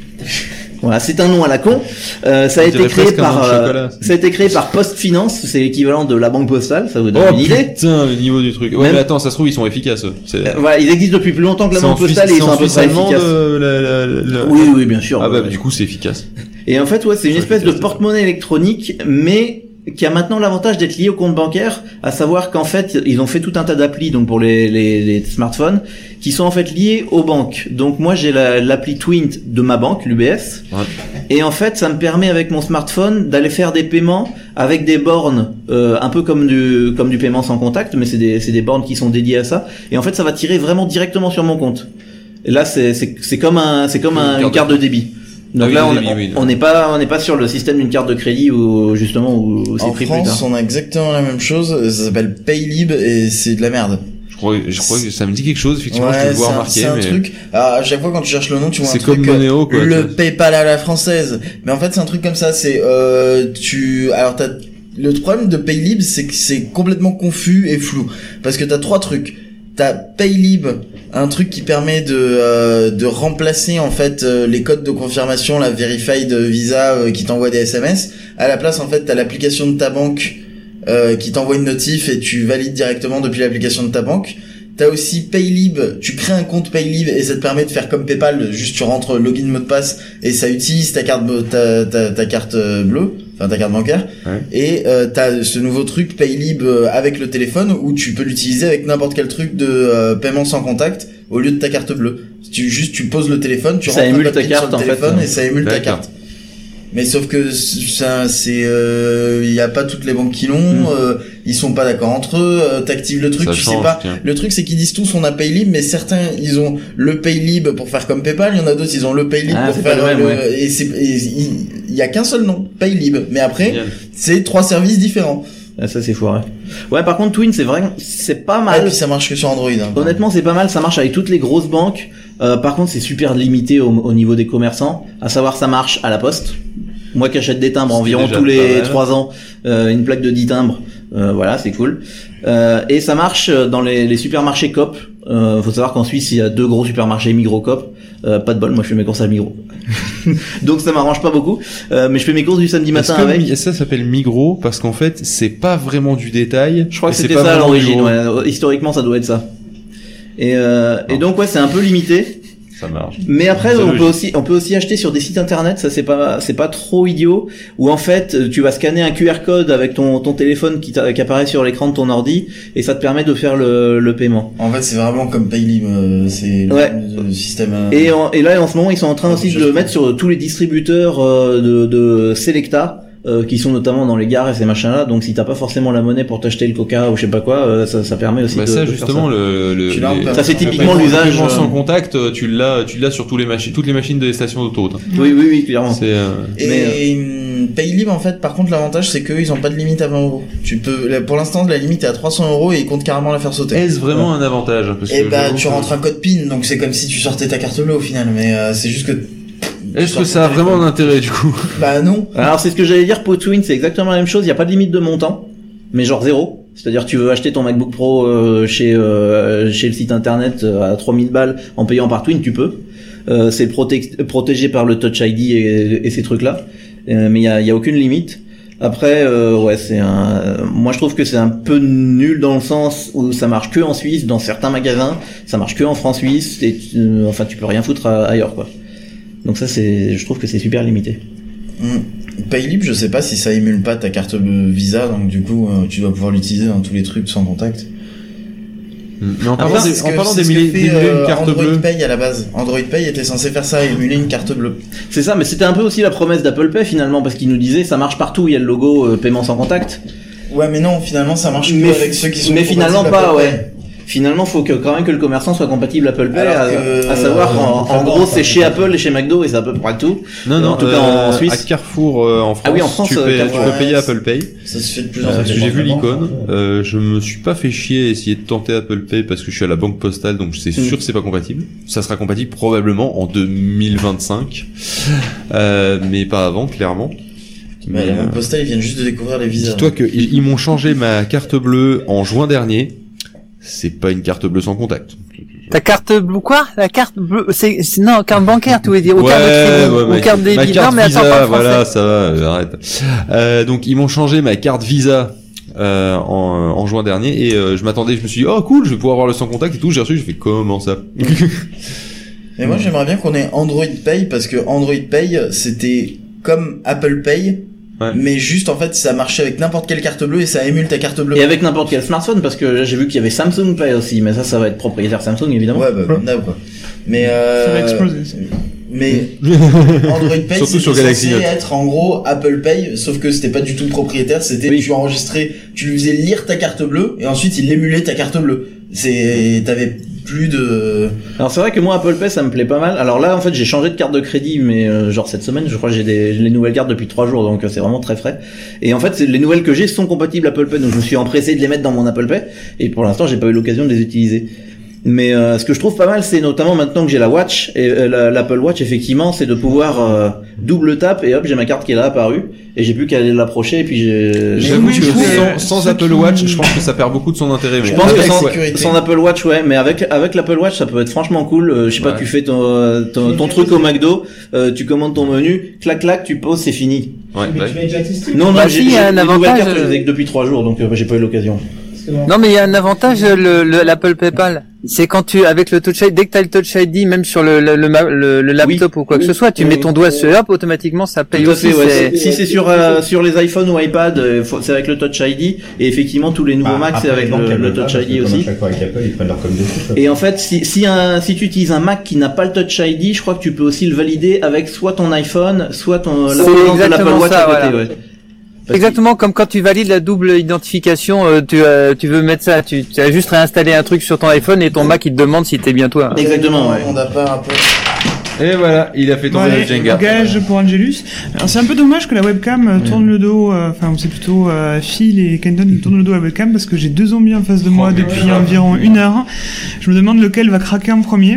Voilà, c'est un nom à la con. Euh, ça a été créé par, euh, ça a été créé par Post Finance, c'est l'équivalent de la banque postale, ça vous donne oh, une idée. Putain, le niveau du truc. Ouais, Même... mais attends, ça se trouve ils sont efficaces. C'est... Euh, voilà, ils existent depuis plus longtemps que la banque postale et ils sont un peu pas efficaces. De la, la, la... Oui, oui, bien sûr. Ah bah ouais. du coup c'est efficace. Et en fait, ouais, c'est une espèce de porte-monnaie électronique, mais qui a maintenant l'avantage d'être lié au compte bancaire, à savoir qu'en fait, ils ont fait tout un tas d'applis, donc pour les, les, les smartphones, qui sont en fait liés aux banques. Donc moi, j'ai la, l'appli Twint de ma banque, l'U B S, ouais. Et en fait, ça me permet avec mon smartphone d'aller faire des paiements avec des bornes, euh, un peu comme du comme du paiement sans contact, mais c'est des c'est des bornes qui sont dédiées à ça. Et en fait, ça va tirer vraiment directement sur mon compte. Et là, c'est c'est c'est comme un c'est comme un, une carte de débit. Donc ah oui, là, on, débit, on, oui, on n'est pas, on n'est pas sur le système d'une carte de crédit où justement où c'est en pris France, plus tard. On a exactement la même chose. Ça s'appelle Paylib et c'est de la merde. Je crois, je crois que ça me dit quelque chose. Effectivement, ouais, je peux le voir un, marqué. C'est un mais... truc. Alors, à chaque fois quand tu cherches le nom, tu vois c'est un truc. C'est comme Moneo, quoi. Le PayPal à la française. Mais en fait, c'est un truc comme ça. C'est euh, tu. Alors t'as le problème de Paylib, c'est que c'est complètement confus et flou parce que t'as trois trucs. T'as Paylib, un truc qui permet de euh, de remplacer en fait euh, les codes de confirmation, la Verified Visa euh, qui t'envoie des S M S. À la place, en fait, t'as l'application de ta banque euh, qui t'envoie une notif et tu valides directement depuis l'application de ta banque. T'as aussi Paylib, tu crées un compte Paylib et ça te permet de faire comme PayPal, juste tu rentres login mot de passe et ça utilise ta carte ta ta, ta carte bleue, enfin ta carte bancaire. Ouais. Et euh, t'as ce nouveau truc Paylib avec le téléphone où tu peux l'utiliser avec n'importe quel truc de euh, paiement sans contact au lieu de ta carte bleue. Tu juste tu poses le téléphone, tu ça rentres émule ta carte sur le téléphone en fait, et ça émule ta carte. Mais sauf que ça, c'est, il euh, y a pas toutes les banques qui l'ont. Mmh. Euh, ils sont pas d'accord entre eux. Euh, t'actives le truc, ça tu change, sais pas. Tiens. Le truc, c'est qu'ils disent tous on a Paylib, mais certains ils ont le Paylib pour faire comme PayPal. Il y en a d'autres ils ont le Paylib ah, pour faire le. Même, le ouais. Et c'est, il y a qu'un seul nom, Paylib. Mais après, Génial. C'est trois services différents. Ah, ça c'est foiré. Ouais, par contre Twin c'est vrai, c'est pas mal. Et puis ça marche que sur Android. Hein, Honnêtement, c'est pas mal. Ça marche avec toutes les grosses banques. Euh, par contre, c'est super limité au, au niveau des commerçants. À savoir, ça marche à la poste. Moi qui achète des timbres environ tous les trois ans, euh, une plaque de dix timbres, euh, voilà, c'est cool. Euh, et ça marche dans les, les supermarchés Coop. Euh, faut savoir qu'en Suisse, il y a deux gros supermarchés Migros Coop. Euh, pas de bol, moi je fais mes courses à Migros. Donc ça m'arrange pas beaucoup. Euh, mais je fais mes courses du samedi matin avec. Mi- ça s'appelle Migros parce qu'en fait, c'est pas vraiment du détail. Je crois que c'était ça à l'origine, ouais. Historiquement, ça doit être ça. Et, euh, et donc ouais, c'est un peu limité. Ça marche. Mais après, on peut aussi, on peut aussi acheter sur des sites internet, ça c'est pas, c'est pas trop idiot, où en fait, tu vas scanner un Q R code avec ton, ton téléphone qui, qui apparaît sur l'écran de ton ordi, et ça te permet de faire le, le paiement. En fait, c'est vraiment comme Paylib, euh, c'est le ouais. même système. Euh... Et, en, et là, en ce moment, ils sont en train aussi de le mettre sur tous les distributeurs euh, de, de Selecta. Euh, qui sont notamment dans les gares et ces machins-là. Donc si t'as pas forcément la monnaie pour t'acheter le Coca ou je sais pas quoi, euh, ça, ça permet aussi bah de, ça de justement faire ça. le, le les... ça c'est typiquement l'usage euh... sans contact. Tu l'as, tu l'as sur tous les machines, toutes les machines des stations d'autoroute. Oui oui oui clairement. C'est, euh... Et Mais, euh... Paylib en fait, par contre l'avantage c'est qu'eux ils ont pas de limite à vingt euros. Tu peux, pour l'instant la limite est à trois cents euros et ils comptent carrément la faire sauter. Est-ce vraiment ouais. un avantage parce Et que bah tu rentres un code PIN, donc c'est comme si tu sortais ta carte bleue au final. Mais euh, c'est juste que Est-ce que ça a vraiment un intérêt du coup? Bah non. Alors c'est ce que j'allais dire pour Twin, c'est exactement la même chose, il y a pas de limite de montant, mais genre zéro. C'est-à-dire tu veux acheter ton MacBook Pro euh, chez euh, chez le site internet euh, à trois mille balles en payant par Twin, tu peux. Euh, c'est proté- protégé par le Touch I D et, et ces trucs-là, euh, mais il y a il y a aucune limite. Après euh, ouais, c'est un moi je trouve que c'est un peu nul dans le sens où ça marche que en Suisse dans certains magasins, ça marche que en France suisse et euh, enfin tu peux rien foutre à, ailleurs quoi. Donc ça c'est, je trouve que c'est super limité. Mmh. Paylib, je sais pas si ça émule pas ta carte Visa, donc du coup euh, tu dois pouvoir l'utiliser dans tous les trucs sans contact. Mmh. Mais en parlant, des, en parlant d'émuler euh, une carte Android bleue. Pay à la base. Android Pay était censé faire ça, émuler une carte bleue. C'est ça, mais c'était un peu aussi la promesse d'Apple Pay finalement, parce qu'il nous disait ça marche partout, il y a le logo euh, paiement sans contact. Ouais, mais non, finalement ça marche mais que avec ceux qui sont. Mais finalement pas, ouais. finalement, faut que quand même que le commerçant soit compatible Apple Pay, à, que, à savoir, en, euh, en gros, c'est chez Apple et chez McDo et c'est à peu près tout. Non, non, en tout euh, cas en Suisse. à Carrefour euh, en France, Ah oui, en France, tu, euh, payes- Carrefour, tu peux ouais, payer ça- Apple Pay. Ça se fait de plus en Euh, plus. parce que j'ai vu banques, l'icône, ouais. euh, je me suis pas fait chier à essayer de tenter Apple Pay parce que je suis à la banque postale, donc c'est sûr Mm. que c'est pas compatible. Ça sera compatible probablement en deux mille vingt-cinq, euh, mais pas avant, clairement. Mais Mais, la euh, banque postale, ils viennent juste de découvrir les visas. dis-toi que ils, ils m'ont changé ma carte bleue en juin dernier. C'est pas une carte bleue sans contact. Ta carte bleue quoi? La carte bleue, c'est, c'est- non, carte bancaire, tu veux dire, ou carte de crédit, ouais, ou ma- carte ma débit. carte Non, mais attends, Visa, pas le français. voilà, ça va, euh, arrête. Euh, donc ils m'ont changé ma carte Visa euh, en, en juin dernier et euh, je m'attendais, je me suis dit oh cool, je vais pouvoir avoir le sans contact et tout. J'ai reçu, j'ai fait comment ça? Mais moi, j'aimerais bien qu'on ait Android Pay parce que Android Pay, c'était comme Apple Pay. Ouais. Mais juste en fait ça marchait avec n'importe quelle carte bleue et ça émule ta carte bleue. Et avec n'importe quel smartphone, parce que là, j'ai vu qu'il y avait Samsung Pay aussi, mais ça, ça va être propriétaire Samsung, évidemment. Ouais, bah, comme d'hab, quoi. Mais euh... Ça va exploser, ça. Mais Android Pay, Surtout c'était sur Galaxy censé Note. être en gros Apple Pay, sauf que c'était pas du tout le propriétaire, c'était Oui. tu enregistrais, tu lui faisais lire ta carte bleue et ensuite il émulait ta carte bleue. C'est, t'avais plus de... Alors c'est vrai que moi Apple Pay ça me plaît pas mal. Alors là en fait j'ai changé de carte de crédit mais euh, genre cette semaine je crois que j'ai des j'ai les nouvelles cartes depuis trois jours donc euh, c'est vraiment très frais. Et en fait c'est, les nouvelles que j'ai sont compatibles Apple Pay donc je me suis empressé de les mettre dans mon Apple Pay et pour l'instant j'ai pas eu l'occasion de les utiliser. Mais euh, ce que je trouve pas mal c'est notamment maintenant que j'ai la Watch et euh, la- l'Apple Watch effectivement c'est de pouvoir euh, double tap et hop j'ai ma carte qui est là apparue et j'ai plus qu'à aller l'approcher et puis j'ai... J'avoue oui, que je trouve, sans, sans ceux Apple qui- Watch, je pense que ça perd beaucoup de son intérêt. Je mais- pense que Avec sans, sécurité. sans Apple Watch, ouais, mais avec avec l'Apple Watch, ça peut être franchement cool. Euh, je sais pas, Ouais. tu fais ton euh, ton, ton truc au McDo, euh, tu commandes ton menu, clac clac, tu poses, c'est fini. Ouais, bah, Tu m'as déjà testé? Non, non, Bah, j'ai si, il y j'ai a un les nouvelles avantage, cartes, je les euh, ai que depuis trois jours, donc euh, j'ai pas eu l'occasion. Non, mais il y a un avantage, le, le- l'Apple PayPal. C'est quand tu, avec le Touch I D, dès que t'as le Touch I D, même sur le, le, le, ma- le- le laptop ou quoi que ce soit, tu Oui. mait ton doigt sur, hop, automatiquement, ça paye Tout à aussi. fait, ouais. c'est- Si c'est sur euh, sur les iPhones ou iPad, euh, faut- c'est avec le Touch I D et effectivement tous les nouveaux Bah, Mac c'est après, avec les banques, le, elles le veulent pas, Touch parce I que D comme à aussi. chaque fois avec Apple, ils prennent leur com dessus. quoi. Et en fait, si si un si tu utilises un Mac qui n'a pas le Touch I D, je crois que tu peux aussi le valider avec soit ton iPhone, soit ton la C'est présence de l'Apple exactement Watch ça, à côté, voilà. ouais. Parce Exactement comme quand tu valides la double identification, euh, tu, euh, tu veux mettre ça, tu, tu as juste réinstallé un truc sur ton iPhone et ton Mac il te demande si t'es bien toi. Exactement, ouais. On n'a pas un peu... Et voilà, il a fait Bon, tomber allez, le Jenga. gage pour Angelus. Alors c'est un peu dommage que la webcam euh, tourne le dos, euh, enfin c'est plutôt euh, Phil et Kenton qui tournent le dos à la webcam parce que j'ai deux zombies en face de moi depuis environ une heure. Je me demande lequel va craquer en premier.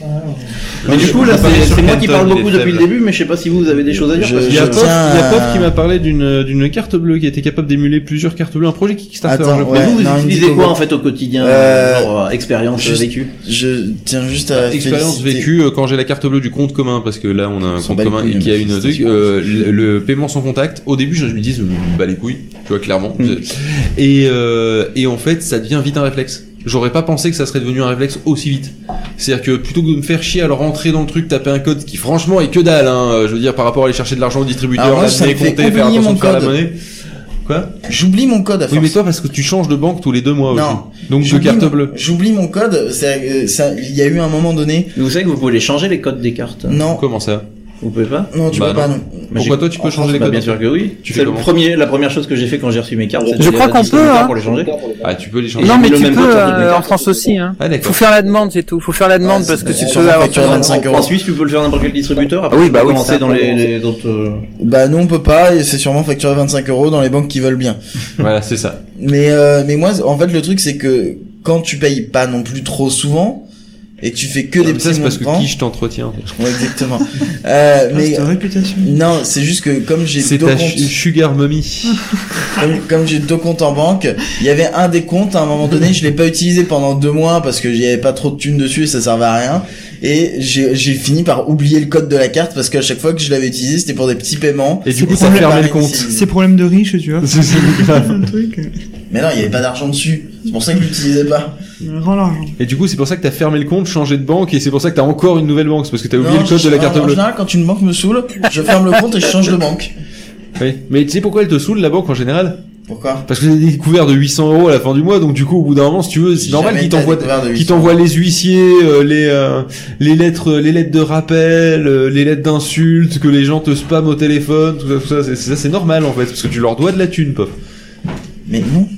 Mais du coup, là, On va parler c'est sur c'est moi qui Kenton, parle il est beaucoup depuis le faible. début, mais je sais pas si vous, vous avez des choses à dire. Je- parce que Il y a je- Pop, tiens il y a Pop à- qui m'a parlé d'une d'une carte bleue qui était capable d'émuler plusieurs cartes bleues, un projet Kickstarter. Attends, je crois. ouais. vous, vous non, utilisez Indigo quoi Go. en fait au quotidien, Euh, genre euh, expérience juste- vécue? Je tiens juste à Expérience féliciter- vécue euh, quand j'ai la carte bleue du compte commun parce que là on a un On s'en compte bat les commun couilles, et qui a mais une c'est truc sûr. euh, le, le paiement sans contact. Au début je me dis je me bats les couilles, tu vois clairement. Mm. Et euh, et en fait ça devient vite un réflexe. J'aurais pas pensé que ça serait devenu un réflexe aussi vite. C'est-à-dire que plutôt que de me faire chier à leur rentrer dans le truc, taper un code qui franchement est que dalle, hein, euh, je veux dire par rapport à aller chercher de l'argent au distributeur, Alors moi, ça l'amener, me fait compter, faire oublier attention mon de faire la code. monnaie. Quoi? J'oublie mon code à Oui force. mais toi parce que tu changes de banque tous les deux mois Non. aussi. Donc de J'oublie carte mon- bleue. J'oublie mon code, c'est, euh, ça, il y a eu un moment donné. Vous savez que vous pouvez les changer les codes des cartes. Non. Comment ça? Vous pouvez pas? Non, tu Bah peux pas, non. non. Mais Pourquoi j'ai- toi tu peux en changer les Bah, codes? bien sûr que oui. Tu C'est fais le comment? premier, la première chose que j'ai fait quand j'ai reçu mes cartes. c'était Je crois d'aller qu'on au distributeur peut, hein. pour les changer. Ah tu peux les changer. Non j'ai mais mis tu le même peux code sur toutes mes euh, en cartes. France aussi. Hein. Ah Faut d'accord. faire la demande, c'est tout. Faut faire la demande Ouais, parce que c'est tu sur peux la avoir facture vingt-cinq euros. En Suisse, tu peux le faire n'importe quel distributeur. Après, Ah oui, tu bah peux oui, commencer ça, dans bon. les, les autres. euh, Bah nous on peut pas et c'est sûrement facturé vingt-cinq euros dans les banques qui veulent bien. Voilà c'est ça. Mais euh, mais moi en fait le truc c'est que quand tu payes pas non plus trop souvent et que tu fais que des Mais petits ça c'est parce que montants. qui je t'entretiens. Ouais exactement. euh, Ah, mais c'est ta réputation. non c'est juste que comme j'ai C'est deux ta comptes, ch- sugar mommy. comme, comme j'ai deux comptes en banque, il y avait un des comptes à un moment donné je l'ai pas utilisé pendant deux mois parce que j'y avais pas trop de thunes dessus et ça servait à rien. Et j'ai j'ai fini par oublier le code de la carte parce qu'à chaque fois que je l'avais utilisé c'était pour des petits paiements. Et du coup ça t'as me fermé l'a le compte. réinitialisé. C'est problème de riche, tu vois. C'est c'est grave. Un truc. Mais non il y avait pas d'argent dessus. C'est pour ça que je l'utilisais pas. euh, Rends l'argent. Et du coup c'est pour ça que t'as fermé le compte, changé de banque et c'est pour ça que t'as encore une nouvelle banque, c'est parce que t'as oublié Non, le code je- de la en- carte En bleue. général quand une banque me saoule, je ferme le compte et je change de banque. Oui. Mais tu sais pourquoi elle te saoule la banque en général? Pourquoi? Parce que j'ai des couverts de huit cents euros à la fin du mois, donc du coup au bout d'un moment si tu veux c'est J'ai normal jamais qu'ils été à t'envoient des couverts de qu'ils huit cents. t'envoient les huissiers, euh, les euh, les lettres les lettres de rappel, euh, les lettres d'insultes, que les gens te spamment au téléphone, tout ça tout ça c'est ça c'est normal en fait parce que tu leur dois de la thune, pof. Mais non.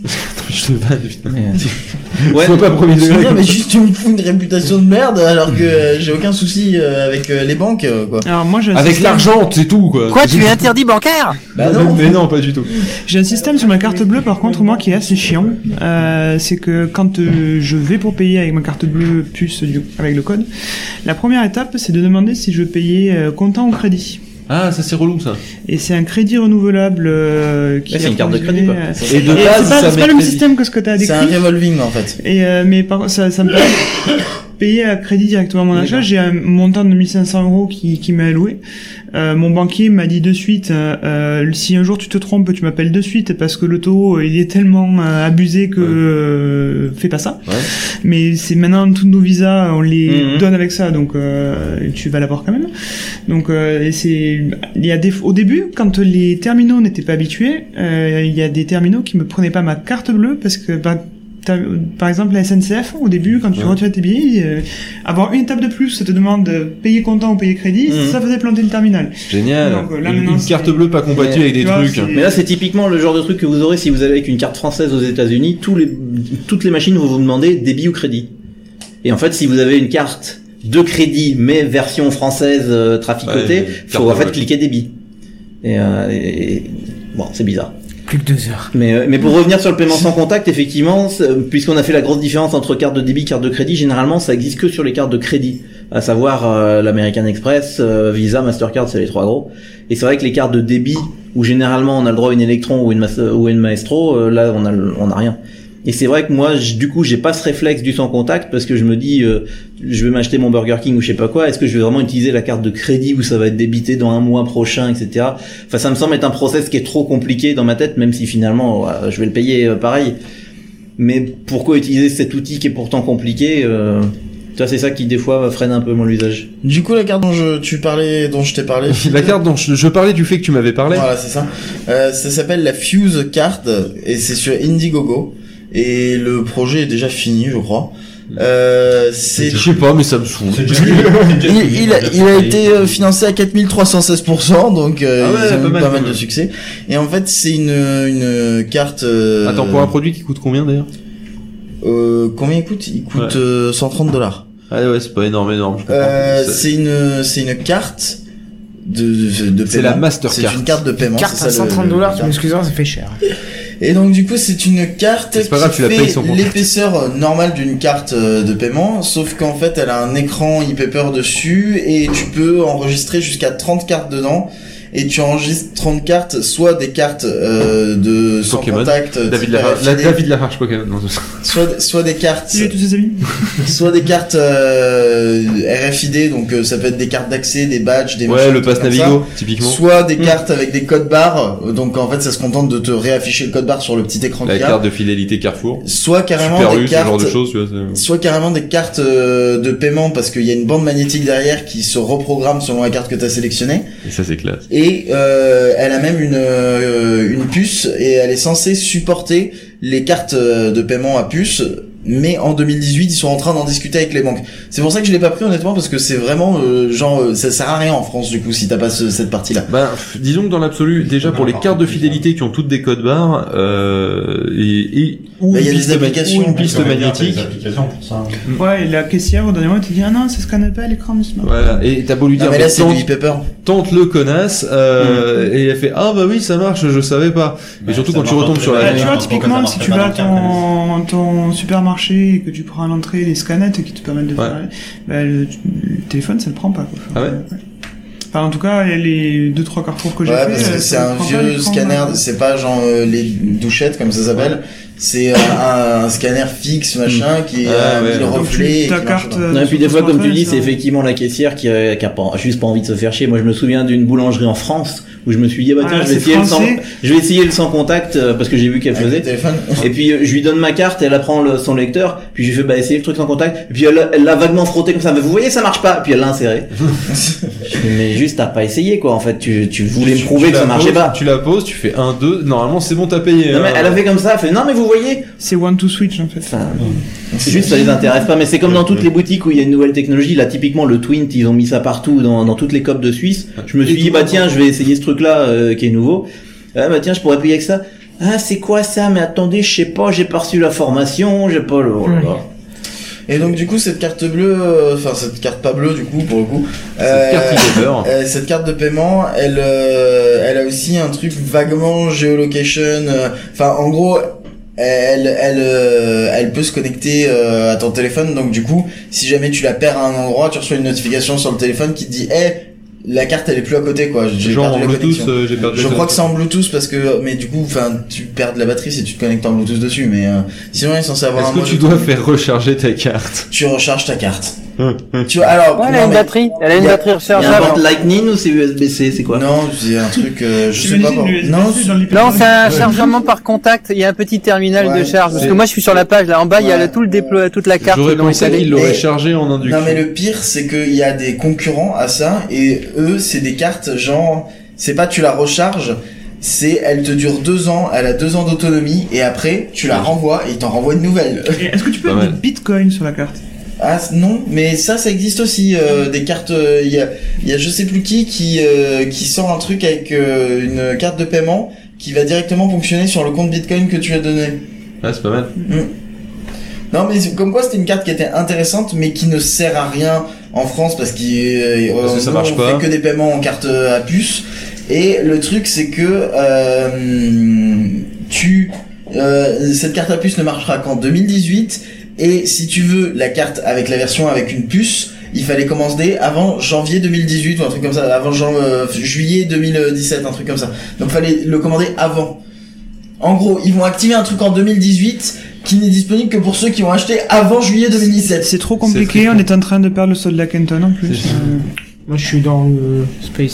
Je te vanne, putain. Ouais. Sois pas premier degré. Non, mais juste tu me fous une réputation de merde alors que euh, j'ai aucun souci euh, avec euh, les banques, euh, quoi. Alors moi, j'ai un Avec système- l'argent, c'est tout, quoi. Quoi, tu es interdit bancaire? Bah non. Mais non, pas du tout. J'ai un système sur ma carte bleue, par contre, moi, qui est assez chiant. Euh, c'est que quand euh, je vais pour payer avec ma carte bleue puce du- avec le code, la première étape, c'est de demander si je veux payer euh, comptant ou crédit. Ah, ça c'est relou, ça. Et c'est un crédit renouvelable euh, qui Ouais, c'est est une carte de approvisionné, crédit, quoi. euh, Et de et base, c'est pas, ça c'est met pas le même crédit. système que ce que tu as décrit. C'est un revolving en fait. Et euh, mais par contre, ça, ça me permet de payer à crédit directement mon achat. J'ai un montant de mille cinq cents euros qui, qui m'est alloué. Euh, mon banquier m'a dit de suite, euh, euh, si un jour tu te trompes, tu m'appelles de suite parce que le taux euh, il est tellement euh, abusé que Ouais. euh, fais pas ça. Ouais. Mais c'est maintenant tous nos visas, on les Mhm. donne avec ça, donc euh, tu vas l'avoir quand même. Donc euh, et c'est, il y a des, au début quand les terminaux n'étaient pas habitués, euh, il y a des terminaux qui me prenaient pas ma carte bleue parce que bah, t'as- par exemple la S N C F au début quand tu Ouais. retirais tes billets, euh, avoir une étape de plus, ça te demande de payer comptant ou payer crédit, Mhm. ça faisait planter le terminal. Génial. Donc, euh, là, une, maintenant, une c'est- carte bleue pas compatible Mais, avec des tu vois, trucs. c'est- Mais là, c'est typiquement le genre de truc que vous aurez si vous allez avec une carte française aux États-Unis. Tous les, toutes les machines vont vous demander débit ou crédit. Et en fait, si vous avez une carte de crédit mais version française euh, traficotée, Ouais, faut carte en fait bleue. cliquer débit. Et, euh, et- et- bon, c'est bizarre. Plus que deux heures. Mais, euh, mais pour revenir sur le paiement sans contact, effectivement, c'est- euh, puisqu'on a fait la grosse différence entre carte de débit et carte de crédit, généralement ça existe que sur les cartes de crédit, à savoir euh, l'American Express, euh, Visa, Mastercard, c'est les trois gros. Et c'est vrai que les cartes de débit, où généralement on a le droit à une Electron ou une, Mas- ou une Maestro, euh, là on a, le- on a rien. Et c'est vrai que moi, j- du coup, j'ai pas ce réflexe du sans contact parce que je me dis, euh, je vais m'acheter mon Burger King ou je sais pas quoi. Est-ce que je vais vraiment utiliser la carte de crédit où ça va être débité dans un mois prochain, et cetera. Enfin, ça me semble être un process qui est trop compliqué dans ma tête, même si finalement, euh, je vais le payer euh, pareil. Mais pourquoi utiliser cet outil qui est pourtant compliqué euh, ça, c'est ça qui des fois freine un peu mon usage. Du coup, la carte dont je, tu parlais, dont je t'ai parlé. La carte dont je, je parlais du fait que tu m'avais parlé. Voilà, c'est ça. Euh, ça s'appelle la Fuse Card et c'est sur Indiegogo. Et le projet est déjà fini, je crois. Euh, c'est. Je sais pas, mais ça me saoule. Il, il, a, il a été euh, financé à quatre mille trois cent seize pour cent, donc euh, Ah ouais, ils ont pas eu mal, pas quand mal de même. succès. Et en fait, c'est une, une carte. Euh, Attends, pour un produit qui coûte combien d'ailleurs euh, combien il coûte Il coûte Ouais. euh, cent trente dollars. Ah ouais, c'est pas énorme, énorme. Je comprends. Euh, Ça- c'est une, c'est une carte de, de, de C'est paiement. la Mastercard. C'est une carte de paiement. Carte c'est à ça, cent le- trente le- dollars, le tu terme. m'excuses, ça fait cher. Et donc du coup c'est une carte C'est pas qui grave, tu la fait payes sans contact. l'épaisseur euh, normale d'une carte euh, de paiement, sauf qu'en fait elle a un écran e-paper dessus et tu peux enregistrer jusqu'à trente cartes dedans. Et tu enregistres trente cartes, soit des cartes euh, de sans Pokémon. contact, euh, David type Lafarge, R F I D, David Lafarge Pokémon. Non, soit soit des cartes, Salut à tous ses amis. soit des cartes euh, R F I D, donc euh, ça peut être des cartes d'accès, des badges, des ouais, machins, le des pass trucs comme Navigo, ça. typiquement. Soit des cartes avec des codes barres, donc en fait ça se contente de te réafficher le code barre sur le petit écran La qu'il y a. carte de fidélité Carrefour. Soit carrément Super des U, ce cartes, genre de choses, tu vois. c'est- soit carrément des cartes euh, de paiement parce qu'il y a une bande magnétique derrière qui se reprogramme selon la carte que tu as sélectionnée. Et ça, c'est classe. Et euh, elle a même une euh, une puce et elle est censée supporter les cartes euh, de paiement à puce. Mais en deux mille dix-huit, ils sont en train d'en discuter avec les banques. C'est pour ça que je l'ai pas pris honnêtement parce que c'est vraiment euh, genre euh, ça sert à rien en France du coup si t'as pas ce- cette partie-là. Bah, pff, disons que dans l'absolu, déjà pour les cartes de fidélité qui ont toutes des codes barres, euh, et, et ou Bah, il y a une des piste, ma- applications, ou une piste Ça veut dire magnétique. des applications pour ça. Ouais, et la caissière au dernier moment te dit ah non, ça scanne pas à l'écran du smartphone. Voilà. Et t'as beau lui Non dire, mais là mais c'est tente, du e-paper. tente le connasse, euh, et elle fait, ah bah oui, ça marche, je savais pas. Et Ouais, surtout ça quand tu marche retombes dans sur tous les la, Bah, tu vois, Ouais, typiquement, ça si marche tu pas vas à dans le ton, ton supermarché et que tu prends à l'entrée les scanettes qui te permettent de Ouais. faire, bah, le, le téléphone, ça le prend pas, quoi. Ah ouais Enfin, en tout cas, les deux, trois carrefours que j'ai Ouais, fait, parce euh, que ça c'est le un prend pas vieux l'écran, scanner, ouais. c'est pas genre euh, les douchettes comme ça s'appelle, c'est euh, un, un scanner fixe machin qui Ah, a ouais. mis le Donc, reflet. et ta qui marche carte, pas. euh, Non, et puis sur des ton fois, comme tu smartphone, dis, ça- c'est effectivement la caissière qui a, qui a pas, juste pas envie de se faire chier. Moi, je me souviens d'une boulangerie en France où je me suis dit, bah tiens, Ah, je, vais c'est essayer le sans, français. je vais essayer le sans contact euh, parce que j'ai vu qu'elle Avec le faisait. téléphone. Et puis euh, je lui donne ma carte, elle apprend le, son lecteur, puis je lui fais bah essayez le truc sans contact, et puis elle elle l'a vaguement frotté comme ça, mais vous voyez ça marche pas, puis elle l'a inséré. Je fais, mais juste t'as pas essayé quoi en fait, tu, tu voulais me prouver tu que ça la marchait poses, pas. Tu la poses, tu fais un, deux, normalement c'est bon, t'as payé. Non mais hein. elle a fait comme ça, elle fait non mais vous voyez. C'est one to switch, en fait. Enfin, c'est juste ça les intéresse pas, mais c'est comme dans toutes les boutiques où il y a une nouvelle technologie, là typiquement le Twint, ils ont mis ça partout dans, dans toutes les copes de Suisse. Je me suis dit bah tiens je vais essayer ce truc là qui est nouveau. Ah bah tiens je pourrais payer avec ça. ah c'est quoi ça, mais attendez, je sais pas, j'ai pas reçu la formation, j'ai pas le... Oh là là. Et donc du coup cette carte bleue, enfin euh, cette carte pas bleue du coup pour le coup, cette euh, carte euh, cette carte de paiement, elle, euh, elle a aussi un truc vaguement géolocation. Enfin euh, en gros, elle, elle, euh, elle peut se connecter euh, à ton téléphone. Donc du coup, si jamais tu la perds à un endroit, tu reçois une notification sur le téléphone qui te dit, hey, la carte elle est plus à côté quoi. J'ai genre perdu en la Bluetooth, connexion. euh, j'ai perdu Je la crois que c'est en Bluetooth parce que, mais du coup, enfin, tu perds de la batterie si tu te connectes en Bluetooth dessus. Mais euh, sinon, il est censé avoir Est-ce un que mode tu dois faire recharger ta carte? Tu recharges ta carte. Tu vois, alors, Ouais, elle non, a une mais- batterie, elle a une y a- batterie Il y a un rechargeable. port Lightning ou c'est U S B C, c'est quoi? Non, c'est un truc, euh, je Tu sais pas. imagines par- le U S B C Non, dans l'hyper- Non, c'est un Ouais. chargement par contact. Il y a un petit terminal Ouais, de charge. Parce c'est- que moi, je suis sur la page. Là, en bas, il y a Ouais. le- tout le déploie, toute la carte. J'aurais ils l'ont pensé étalée. qu'il l'aurait Et- chargé en induction. non, mais le pire, c'est qu'il y a des concurrents à ça, et eux, c'est des cartes, genre, c'est pas tu la recharges, c'est, elle te dure deux ans, elle a deux ans d'autonomie, et après, tu la renvoies, et ils t'en renvoient une nouvelle. Et Est-ce que tu peux Pas mettre mal. des bitcoins sur la carte? Ah c- non, mais ça, ça existe aussi. euh, des cartes, il y a, il y a je sais plus qui qui euh, qui sort un truc avec euh, une carte de paiement qui va directement fonctionner sur le compte Bitcoin que tu as donné. Ouais, c'est pas mal. Non, mais c'est- comme quoi c'était une carte qui était intéressante, mais qui ne sert à rien en France parce qu'il euh, Parce que ça nous, marche on pas. fait que des paiements en carte euh, à puce. Et le truc, c'est que euh, tu euh, cette carte à puce ne marchera qu'en deux mille dix-huit. Et si tu veux la carte avec la version avec une puce, il fallait commander avant janvier deux mille dix-huit ou un truc comme ça, avant jan- euh, juillet deux mille dix-sept, un truc comme ça. Donc fallait le commander avant. En gros, ils vont activer un truc en deux mille dix-huit qui n'est disponible que pour ceux qui ont acheté avant juillet deux mille dix-sept. C'est trop compliqué, on est en train de perdre le soldat Kenton en plus. Euh, Moi, je suis dans le space.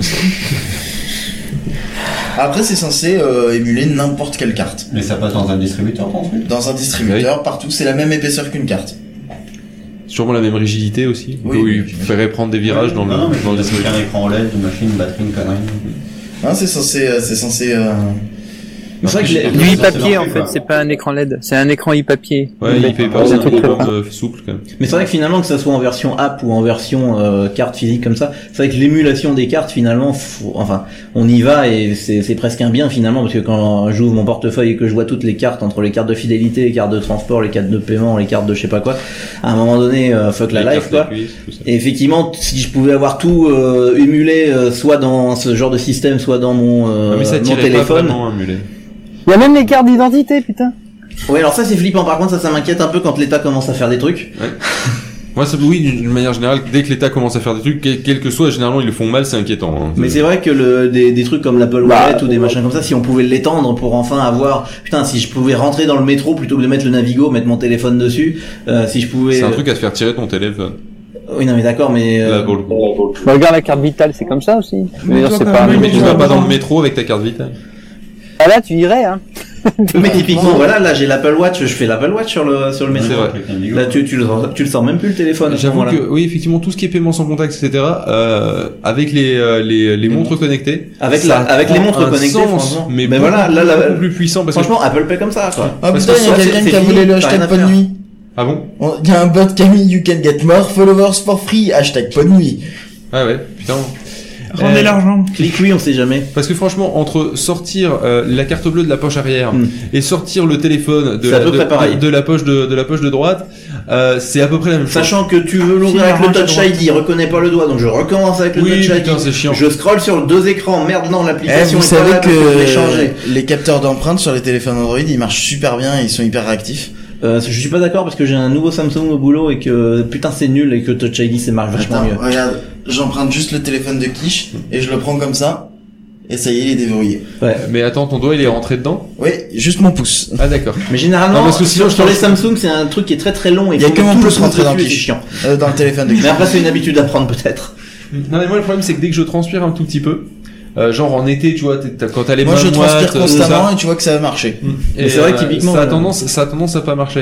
Après, c'est censé euh, émuler n'importe quelle carte. Mais ça passe dans un distributeur, ton truc? Dans un distributeur, partout, c'est la même épaisseur qu'une carte. Sûrement la même rigidité aussi. Oui, où oui, il ferait prendre des virages dans le, Non, mais dans le t'as distributeur. un écran O L E D, une machine, une batterie, une connerie. Hein, c'est censé, euh, c'est censé. Euh... C'est vrai que les- Du e-papier, en fait, c'est pas un écran L E D, c'est un écran e-papier. Ouais, il fait pas C'est un ça, truc il très est fin. euh, souple quand même. Mais c'est vrai que finalement, que ça soit en version app ou en version euh, carte physique comme ça, c'est vrai que l'émulation des cartes, finalement, faut- enfin, on y va et c'est c'est presque un bien finalement, parce que quand j'ouvre mon portefeuille et que je vois toutes les cartes, entre les cartes de fidélité, les cartes de transport, les cartes de paiement, les cartes de je sais pas quoi, à un moment donné, euh, fuck la Les life cartes quoi. de cuisse, tout ça. Et effectivement, si je pouvais avoir tout euh, émulé, euh, soit dans ce genre de système, soit dans mon, euh, Ah, mais ça mon tirait pas téléphone. vraiment un mulet. Il y a même les cartes d'identité, putain. Ouais, alors ça c'est flippant. Par contre, ça, ça m'inquiète un peu quand l'État commence à faire des trucs. Ouais. Moi, ça, oui, d'une manière générale, dès que l'État commence à faire des trucs, quel, quel que soit, généralement ils le font mal, c'est inquiétant. Hein. Mais c'est vrai que le, des, des trucs comme l'Apple Bah, Wallet ou des machins comme ça, si on pouvait l'étendre pour enfin avoir, putain, si je pouvais rentrer dans le métro plutôt que de mettre le Navigo, mettre mon téléphone dessus, euh, si je pouvais. C'est un truc à te faire tirer ton téléphone. Oui, non, mais d'accord, mais. euh, Là, pour le coup. Bah, regarde la carte vitale, c'est comme ça aussi. Je veux dire, c'est pas. Mais tu vas pas dans le métro avec ta carte vitale. Ah, là, tu irais, hein. Mais typiquement, voilà, là j'ai l'Apple Watch, je fais l'Apple Watch sur le sur le métro. C'est vrai. Là, tu tu le tu le sors même plus le téléphone. à ce J'avoue moment-là. que oui, effectivement, tout ce qui est paiement sans contact, et cetera. Euh, avec les euh, les les montres connectées. Avec ça la avec les prend montres un connectées, sens, franchement. mais Mais beaucoup, voilà, là, là, beaucoup plus puissant parce que franchement, Apple Pay comme ça, quoi. Ah Parce putain, que il y a soit quelqu'un c'est qui a fini, volé le t'as hashtag rien à pas de faire. nuit. ah bon. Il y a un bot qui a mis You can get more followers for free, hashtag pas de nuit. Ah ouais, putain. Rendez Euh, l'argent. Clique oui, on sait jamais. Parce que franchement, entre sortir euh, la carte bleue de la poche arrière Mm. et sortir le téléphone de, C'est à la, peu de, près pareil. de la poche de, de la poche de droite, euh, c'est à peu près la même chose. Sachant que tu veux l'ouvrir Si, avec le arrange à Touch droite. I D, il reconnaît pas le doigt, donc je recommence avec le Oui, Touch putain, I D. c'est chiant. Je scrolle sur deux écrans, merde non, Eh, l'application vous est pas savez là parce que je l'ai changé. que les capteurs d'empreintes sur les téléphones Android, ils marchent super bien et ils sont hyper réactifs. Euh, je suis pas d'accord parce que j'ai un nouveau Samsung au boulot et que putain c'est nul et que Touch I D c'est marche vachement Attends, mieux. regarde, j'emprunte juste le téléphone de Quiche et je le prends comme ça. Et ça y est, il est déverrouillé. Ouais. Mais attends, ton doigt il est rentré dedans. Oui, juste mon pouce. Ah d'accord. Mais généralement, Non, parce que sinon, sur, je sur les pense- Samsung c'est un truc qui est très très long et Il y a faut que mettre mon tout le pouce rentré dans le dessus et c'est Quiche. chiant. Euh, dans le téléphone de Quiche. Mais après c'est une habitude d'apprendre peut-être. Non mais moi le problème c'est que dès que je transpire un tout petit peu, euh, genre en été, tu vois, t'es- t'as- quand t'as les Moi, mains je transpire moites, constamment ça, et tu vois que ça va marcher. et Mais c'est vrai euh, que typiquement, ça a euh, tendance, ça a tendance à pas marcher.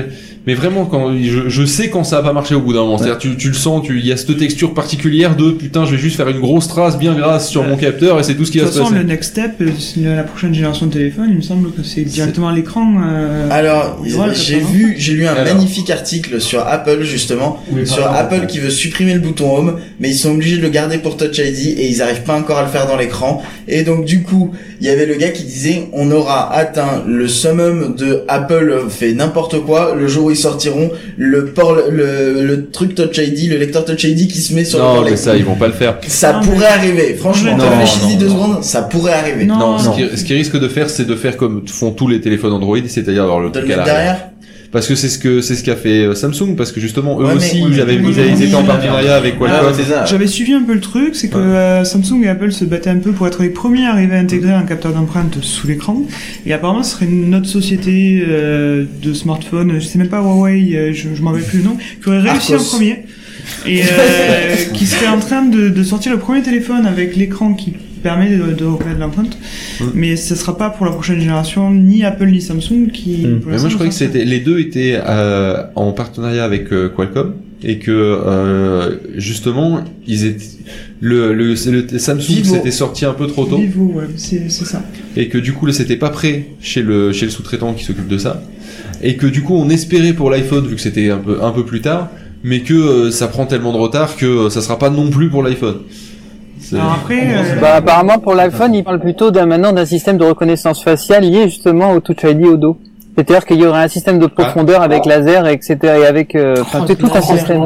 Mais vraiment, quand je, je sais quand ça va pas marcher au bout d'un moment. Ouais. C'est-à-dire, tu, tu le sens, tu, il y a cette texture particulière de putain, je vais juste faire une grosse trace bien grasse sur ouais. mon capteur et c'est tout ce qui va se passer. De toute façon, le next step, la prochaine génération de téléphone, il me semble que c'est directement à l'écran. Euh, Alors, ouais, j'ai vu, j'ai lu un Alors. magnifique article sur Apple justement, oui, sur pardon, Apple pardon. qui veut supprimer le bouton Home, mais ils sont obligés de le garder pour Touch I D et ils arrivent pas encore à le faire dans l'écran. Et donc du coup, il y avait le gars qui disait, on aura atteint le summum de Apple fait n'importe quoi le jour où ils sortiront le port, le, le truc Touch I D, le lecteur Touch I D qui se met sur non, le port. Non, mais ça, ils vont pas le faire. Ça non, pourrait mais... arriver. Franchement, réfléchis-y deux secondes, ça pourrait arriver. Non, non. Ce, qui, ce qui risque de faire, c'est de faire comme font tous les téléphones Android, c'est-à-dire avoir le de truc le à derrière. Parce que c'est ce que c'est ce qu'a fait Samsung, parce que justement eux ouais, aussi mais, ils avaient mais, ils, avaient, ils étaient en partenariat avec Qualcomm. Ah, j'avais suivi un peu le truc, c'est que ouais. euh, Samsung et Apple se battaient un peu pour être les premiers à arriver à intégrer un capteur d'empreinte sous l'écran. Et apparemment ce serait une autre société euh, de smartphone, je sais même pas Huawei, euh, je, je m'en rappelle plus le nom, qui aurait réussi en premier et euh, qui serait en train de, de sortir le premier téléphone avec l'écran qui permet de, de reconnaître l'empreinte, mmh. mais ce sera pas pour la prochaine génération ni Apple ni Samsung qui. Mmh. Mais moi je croyais que c'était les deux étaient euh, en partenariat avec euh, Qualcomm et que euh, justement ils étaient le le, le Samsung Vivo. s'était sorti un peu trop tôt. Vivo, ouais, c'est c'est ça. Et que du coup là c'était pas prêt chez le chez le sous-traitant qui s'occupe de ça et que du coup on espérait pour l'iPhone vu que c'était un peu un peu plus tard, mais que euh, ça prend tellement de retard que euh, ça sera pas non plus pour l'iPhone. Alors après, euh... bah, apparemment pour l'iPhone, il parle plutôt d'un maintenant d'un système de reconnaissance faciale lié justement au Touch I D au dos. C'est-à-dire qu'il y aurait un système de profondeur ah. avec laser, et cetera. Et avec, euh, enfin, oh, tout un système.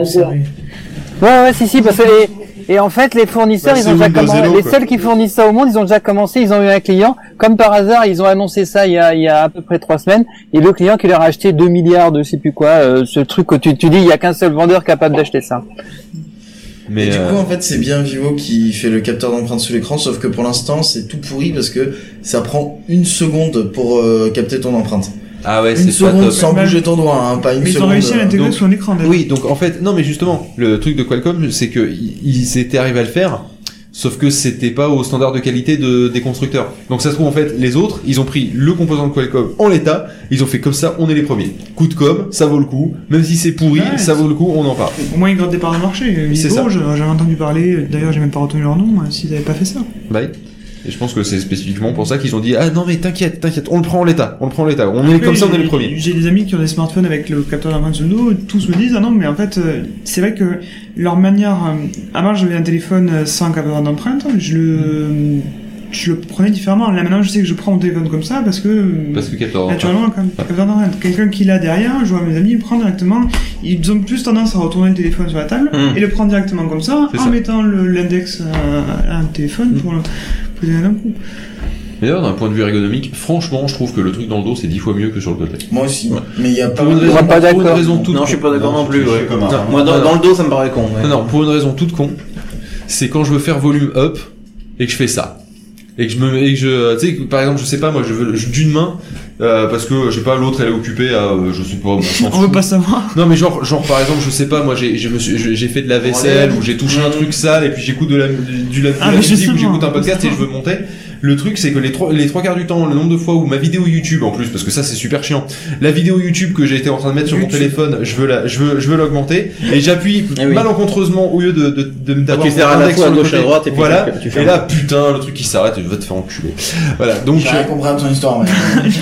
Ouais, ouais, si, si, parce que les, et en fait, les fournisseurs, bah, ils ont déjà commencé, les seuls qui fournissent ça au monde, ils ont déjà commencé, ils ont eu un client. Comme par hasard, ils ont annoncé ça il y a, il y a à peu près trois semaines. Et le client qui leur a acheté deux milliards de je sais plus quoi, euh, ce truc que tu, tu dis, il y a qu'un seul vendeur capable d'acheter ça. Mais et du coup, en fait, c'est bien Vivo qui fait le capteur d'empreinte sous l'écran, sauf que pour l'instant, c'est tout pourri parce que ça prend une seconde pour euh, capter ton empreinte. Ah ouais, une c'est seconde pas top. sans bouger ton doigt, hein, pas une mais seconde. Mais ils ont réussi à l'intégrer sur un écran. Déjà. Oui, donc en fait, non, mais justement, le truc de Qualcomm, c'est que ils étaient arrivés à le faire. Sauf que c'était pas au standard de qualité de, des constructeurs. Donc ça se trouve en fait, les autres, ils ont pris le composant de Qualcomm en l'état, ils ont fait comme ça, on est les premiers. Coup de com, ça vaut le coup, même si c'est pourri, ouais, ça vaut le coup, on en parle. Au moins ils gardent des parts de marché. C'est ça. J'avais entendu parler, d'ailleurs j'ai même pas retenu leur nom, s'ils avaient pas fait ça. Bah et je pense que c'est spécifiquement pour ça qu'ils ont dit ah non mais t'inquiète, t'inquiète, on le prend en l'état, on le prend en l'état, on Après, est comme ça, on est les premiers. J'ai des amis qui ont des smartphones avec le capteur d'empreinte sur le dos, tous me disent ah non mais en fait c'est vrai que leur manière, avant j'avais un téléphone sans capteur d'empreinte, je le je le prenais différemment. Là maintenant je sais que je prends mon téléphone comme ça parce que parce que capteur naturellement quand capteur d'empreinte, quelqu'un qui l'a derrière, je vois mes amis le prendre directement, ils ont plus tendance à retourner le téléphone sur la table mmh. et le prendre directement comme ça c'est en ça. mettant le, l'index à, à un téléphone mmh. pour le d'un coup. Mais d'ailleurs, d'un point de vue ergonomique, franchement, je trouve que le truc dans le dos c'est dix fois mieux que sur le côté. Moi aussi. Ouais. Mais il y a pas pour une raison, pas pour une raison toute non, con. je suis pas d'accord non, non plus. Ouais. Non, non, moi, dans, dans le dos, ça me paraît con. Ouais. Non, non, pour une raison toute con, c'est quand je veux faire volume up et que je fais ça. Et que je me, et que je, tu sais, par exemple, je sais pas, moi, je veux, je, d'une main, euh, parce que, je sais pas, l'autre, elle est occupée à, euh, je sais pas, bon, on veut pas savoir. Non, mais genre, genre, par exemple, je sais pas, moi, j'ai, je me suis, j'ai fait de la vaisselle, ou j'ai touché un truc sale, et puis j'écoute de la, du, la, de ah, la musique, ou j'écoute un podcast et je veux monter. Le truc, c'est que les trois, les trois quarts du temps, le nombre de fois où ma vidéo YouTube, en plus, parce que ça, c'est super chiant, la vidéo YouTube que j'ai été en train de mettre sur YouTube. Mon téléphone, je veux la, je veux, je veux l'augmenter, et j'appuie eh oui. malencontreusement au lieu de, de, de, d'avoir tu un index sur le côté. À droite, et voilà. Et là, putain, le truc qui s'arrête, tu vas te faire enculer. Voilà, donc. J'ai rien compris à ton histoire, mais.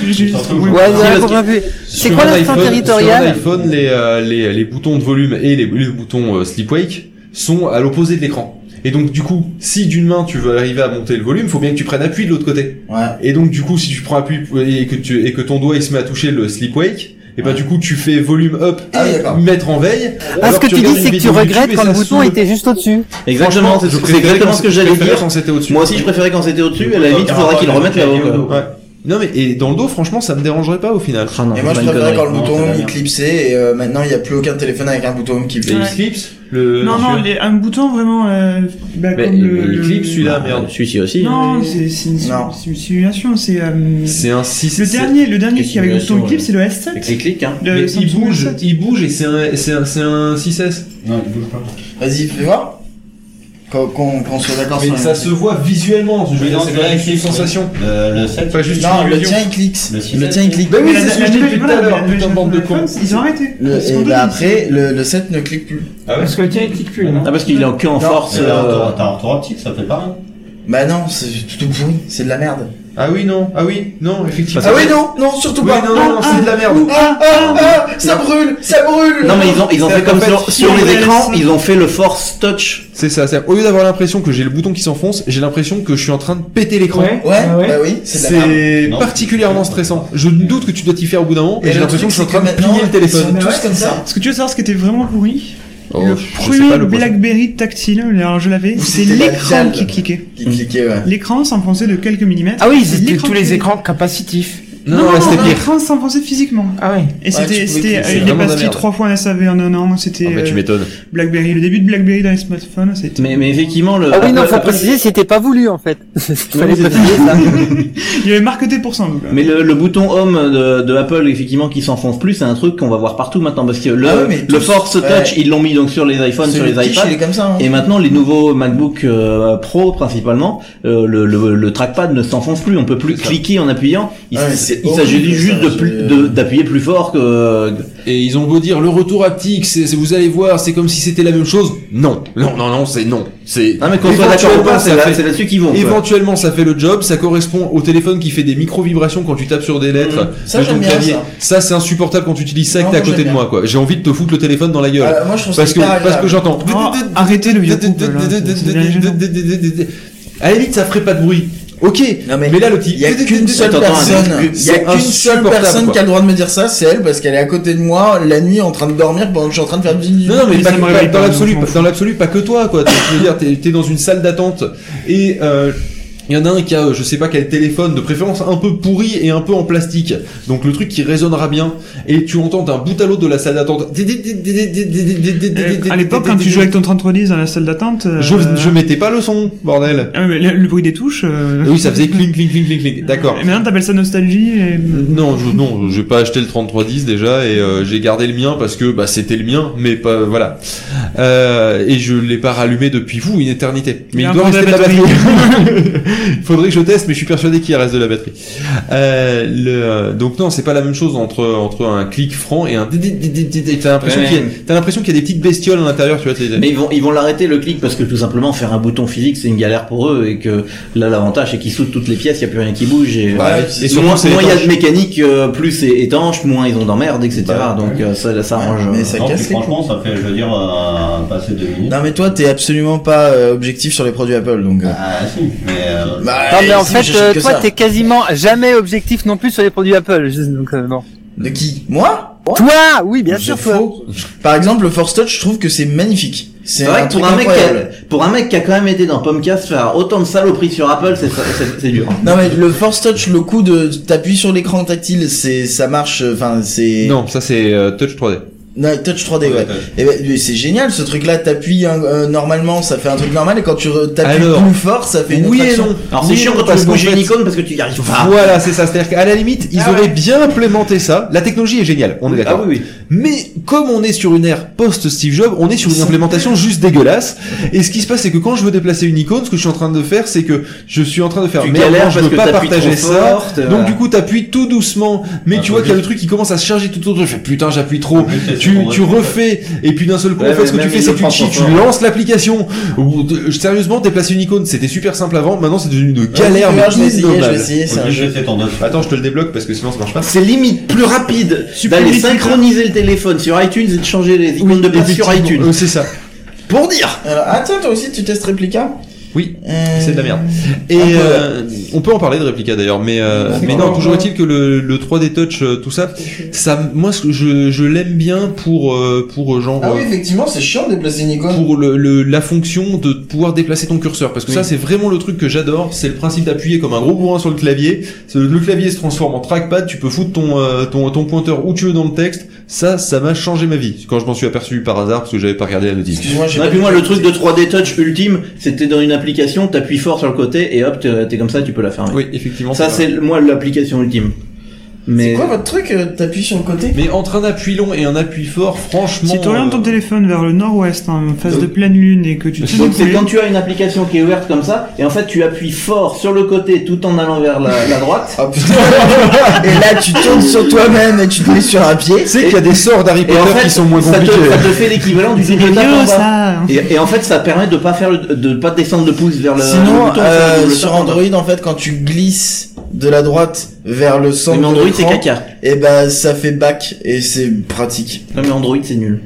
Ouais, j'ai rien compris. C'est quoi l'accent territorial? Sur l'iPhone, les, euh, les, les boutons de volume et les, les boutons euh, Sleepwake sont à l'opposé de l'écran. Et donc du coup, si d'une main tu veux arriver à monter le volume, faut bien que tu prennes appui de l'autre côté. Ouais. Et donc du coup, si tu prends appui et que tu et que ton doigt il se met à toucher le Sleepwake, et bah ouais. du coup tu fais volume up et ah, mettre en veille. Ah, ce que tu, tu dis c'est que tu regrettes quand le bouton était juste au-dessus. Exactement, c'est, c'est exactement ce que j'allais dire. Quand c'était au-dessus. Moi aussi je préférais quand c'était au-dessus, et à la limite il faudra qu'il le remette là-haut. Ouais. Non mais et dans le dos franchement ça me dérangerait pas au final. Ah non, et moi je préférais quand le bouton home il clipsait et euh, maintenant il y a plus aucun téléphone avec un bouton home qui clipse. Il clipse le Non non, les, un bouton vraiment euh, bah, mais, comme le, il clipse celui-là merde. Celui-ci aussi. Non, c'est c'est une, c'est une simulation, c'est euh, c'est un six. Le dernier le dernier qui avait le bouton clip c'est le S sept. C'est clic hein. Mais il bouge, il bouge et c'est un c'est un c'est un six S. Non, il bouge pas. Vas-y, fais voir. Qu'on, qu'on, qu'on soit d'accord Mais sur ça la- se voit visuellement, je veux Oui, dire, non, c'est c'est vrai, une oui. sensation. Le, le sept. Pas juste Non, une le illusion. tien il clique. Le six. Le tien il clique. Bah oui, Mais c'est la- ce que la- je dis la- depuis tout voilà, à l'heure, la- putain de la- bande de la- cons. Ils ont arrêté. Le- Parce et qu'on bah dit- après, le, le sept ne clique plus. Ah ouais. Parce que le tien il clique plus. non Ah, parce qu'il est en que en force. Mais t'as un euh, retour- t'as un retour optique, ça fait pareil. Bah non, c'est tout pourri, c'est de la merde. Ah oui, non, ah oui, non, effectivement. Ah oui, non, non, surtout Oui, pas. non, non, non, c'est de la merde. Ah, ah, ah, ça brûle, ça brûle. Non mais ils ont ils ont C'est fait comme en fait, sur, sur si on les laisse- écrans, ils ont fait le force touch. C'est ça, c'est au lieu d'avoir l'impression que j'ai le bouton qui s'enfonce, j'ai l'impression que je suis en train de péter l'écran. Ouais. Ouais, Ah ouais. bah oui, c'est de la merde. C'est Non. particulièrement stressant. Je doute que tu dois t'y faire au bout d'un moment, et, Et j'ai le l'impression que je suis en truc, train de c'est que plier le maintenant, téléphone. ils sont Mais tous ouais, comme ça. Est-ce que tu veux savoir ce qui était vraiment pourri? Oh, Le je sais premier pas, le boîtier. BlackBerry tactile, alors je l'avais, Ou c'est c'était la l'écran dalle. qui cliquait. Qui cliquait, ouais. L'écran s'enfonçait de quelques millimètres. Ah oui, C'est c'était l'écran tous les qui- écrans capacitifs. Non, non, là, c'était pire. l'écran s'enfonçait physiquement. Ah ouais. Et c'était, tu pouvais c'était, cliquer, euh, c'est il est vraiment de la passé merde. trois fois en S A V en un an, c'était, Ah bah, tu euh, m'étonnes. BlackBerry, le début de BlackBerry dans les smartphones, c'était... Mais mais effectivement le. Ah oui, non, Apple- faut Apple- préciser, c'était pas voulu, en fait. Il fallait c'est préciser ça. Il y avait marqué pour cent, donc. Mais le, le bouton home de, de Apple effectivement qui s'enfonce plus, c'est un truc qu'on va voir partout maintenant parce que le, Ah ouais, mais le tous- Force ouais. Touch ils l'ont mis donc sur les iPhones, sur Celui les de Quiche, iPads. il est comme ça, hein. Et maintenant les nouveaux MacBook euh, Pro principalement, euh, le, le, le trackpad ne s'enfonce plus, on peut plus cliquer en appuyant. Il, Ah ouais, s- c'est il horrible, s'agit juste ça, de je- plus de- d'appuyer plus fort que. Et ils ont beau dire le retour haptique, c'est, c'est- vous allez voir, c'est comme si c'était la même chose. Non, non, non, non, c'est non. C'est. Ah mais qu'on soit d'accord ou pas, c'est ça là- fait- c'est là-dessus qu'ils vont. quoi. Éventuellement, ça fait le job, ça correspond au téléphone qui fait des micro-vibrations quand tu tapes sur des lettres. Mmh. Ça, de j'aime ton bien, clavier. ça. Ça, c'est insupportable quand tu utilises ça et que Non, t'es à moi, côté j'aime de bien. moi, quoi. J'ai envie de te foutre le téléphone dans la gueule. Ah, moi, je trouve ça parce que, hyper parce agréable. que j'entends. Oh, arrêtez le vieux couple, là. C'est bien gênant. À la limite, ça ferait pas de bruit. Ok. Non, mais Mais là, le petit. il y a qu'une seule Attends, attends, personne, attends, il y a c'est qu'une seule insupportable, personne quoi. qui a le droit de me dire ça, c'est elle, parce qu'elle est à côté de moi la nuit en train de dormir pendant que je suis en train de faire du. Non, non, mais Mais pas, ça me pas- réveille dans pas, l'absolu, donc je m'en dans l'absolu, pas que toi, quoi. Je veux dire, t'es, t'es dans une salle d'attente et euh, il y en a un qui a, euh, je sais pas quel téléphone, de préférence un peu pourri et un peu en plastique. Donc le truc qui résonnera bien et tu entends d'un bout à l'autre de la salle d'attente. À l'époque, quand tu jouais avec ton trente-trois dix dans la salle d'attente, euh, Je, je mettais pas le son, bordel. ah, mais le, le bruit des touches, euh... Oui, ça faisait cling, cling, cling, cling, cling. D'accord. Et maintenant, t'appelles ça nostalgie et... Non, je, non, j'ai pas acheté le trente-trois dix déjà et euh, j'ai gardé le mien parce que bah c'était le mien, mais pas voilà. Euh, et je l'ai pas rallumé depuis vous une éternité. Mais Il y a il doit encore de rester de la la batterie. batterie. Il faudrait que je teste, mais je suis persuadé qu'il reste de la batterie. Euh, le, euh, donc non, c'est pas la même chose entre entre un clic franc et un. T'as l'impression Ouais, qu'il y a, ouais. t'as l'impression qu'il y a des petites bestioles à l'intérieur, tu vois. t'es- Mais ils vont ils vont l'arrêter le clic parce que tout simplement faire un bouton physique c'est une galère pour eux et que là l'avantage c'est qu'ils soudent toutes les pièces, il y a plus rien qui bouge et, Bah, euh, et et surtout, moins c'est moins il y a étanche. de mécanique, euh, plus c'est étanche, moins ils ont d'emmerdes, et cetera. Bah, Donc euh, ça ça arrange. mais euh, ça Non, casse puis les franchement, ça fait, je veux dire, euh, passer deux minutes. Non mais toi t'es absolument pas euh, objectif sur les produits Apple donc. euh, Ah, si, mais, euh, Bah, Non, mais en si, fait, j'achète euh, que toi, ça. t'es quasiment jamais objectif non plus sur les produits Apple. Je- Donc, euh, non. De qui? Moi? Toi, oui, bien C'est sûr, toi. faux. Par exemple, le Force Touch, je trouve que c'est magnifique. C'est vrai que pour un, mec qui a, pour un mec qui a quand même été dans Pomcast, faire autant de saloperies sur Apple, c'est c'est- c'est dur. Non mais le Force Touch, le coup de t'appuies sur l'écran tactile, c'est ça marche. Enfin c'est. Non, ça c'est euh, Touch trois D. Non, Touch trois D, ouais. Et ben, mais c'est génial ce truc-là. T'appuies hein, euh, normalement, ça fait un truc normal, et quand tu re- t'appuies Alors, plus fort, ça fait une oui autre et action. non. Alors c'est Oui, chiant non, quand tu parce veux qu'en bouger fait- une icône parce que tu y arrives pas. Voilà, c'est ça. C'est-à-dire qu'à la limite, ils Ah auraient ouais. bien implémenté ça. La technologie est géniale, on est d'accord. Ah oui, oui. Mais comme on est sur une ère post-Steve Jobs, on est sur une implémentation juste dégueulasse. Et ce qui se passe, c'est que quand je veux déplacer une icône, ce que je suis en train de faire, c'est que je suis en train de faire Tu merde, galères non, je parce veux que pas t'appuies partager trop ça. fort, euh, Donc du coup, t'appuies tout doucement. Mais Ah, tu vois faut qu'il y a le juste- truc qui commence à se charger tout autour. Je fais putain, j'appuie trop. Oui, c'est Tu, sûr, tu on va- refais. Et puis d'un seul coup, Ouais, en fait, mais ce que tu même fais, il c'est le que tu prend cheats, trop tu fort. lances l'application. Au bout de- Sérieusement, déplacer une icône, c'était super simple avant. Maintenant, c'est devenu une galère. Ouais, mais je vais essayer, je innommable. vais essayer, c'est un Ok, jeu. c'est ton dos. Attends, je te le débloque parce que sinon ça marche pas. C'est limite plus rapide d'aller vite, synchroniser le téléphone sur iTunes et de changer les icônes de place sur Effectivement, iTunes. euh, c'est ça. Pour dire. Alors, attends, toi aussi tu testes Replica? Oui, Euh, c'est de la merde. Et un peu, euh, on peut en parler de réplica d'ailleurs, mais euh, C'est mais quoi, non, toujours ouais. est-il que le, le trois D touch, euh, tout ça, ça, moi, ce que je, je l'aime bien pour euh, pour genre Ah oui, euh, effectivement, c'est chiant de déplacer une icône. pour le, le la fonction de pouvoir déplacer ton curseur, parce que ça c'est vraiment le truc que j'adore, c'est le principe d'appuyer comme un gros bourrin sur le clavier. Ce- Le clavier se transforme en trackpad, tu peux foutre ton euh, ton ton pointeur où tu veux dans le texte. Ça, ça m'a changé ma vie quand je m'en suis aperçu par hasard parce que j'avais pas regardé la notice. Excuse-moi, j'ai Non, pas et puis moi, vu. le truc de trois D Touch ultime, c'était dans une application, t'appuies fort sur le côté et hop, t'es t'es comme ça, tu peux la fermer. Oui, effectivement. Ça, c'est c'est moi l'application ultime. Mais C'est quoi votre truc euh, T'appuies sur le côté Mais entre un appui long et un appui fort, franchement. Si tu orientes ton euh, téléphone vers le nord-ouest, en phase de pleine lune, et que tu te donc c'est quand tu as une application qui est ouverte comme ça, et en fait tu appuies fort sur le côté tout en allant vers la, la droite. Oh putain. Et là tu tournes sur toi-même et tu te mets sur un pied. Tu sais qu'il y a des sorts d'Harry Et Potter en fait, qui sont moins ça te, compliqués. ça te fait l'équivalent du double tap vieux, en bas. ça. Et, et en fait, ça permet de pas faire le, de pas descendre le pouce vers le. Sinon, le bouton, euh, faire le double sur tap en bas. Android, en fait, quand tu glisses de la droite vers le centre Mais Android, de l'écran, c'est caca. et ben ça fait back et c'est pratique. Non, mais Android, c'est nul.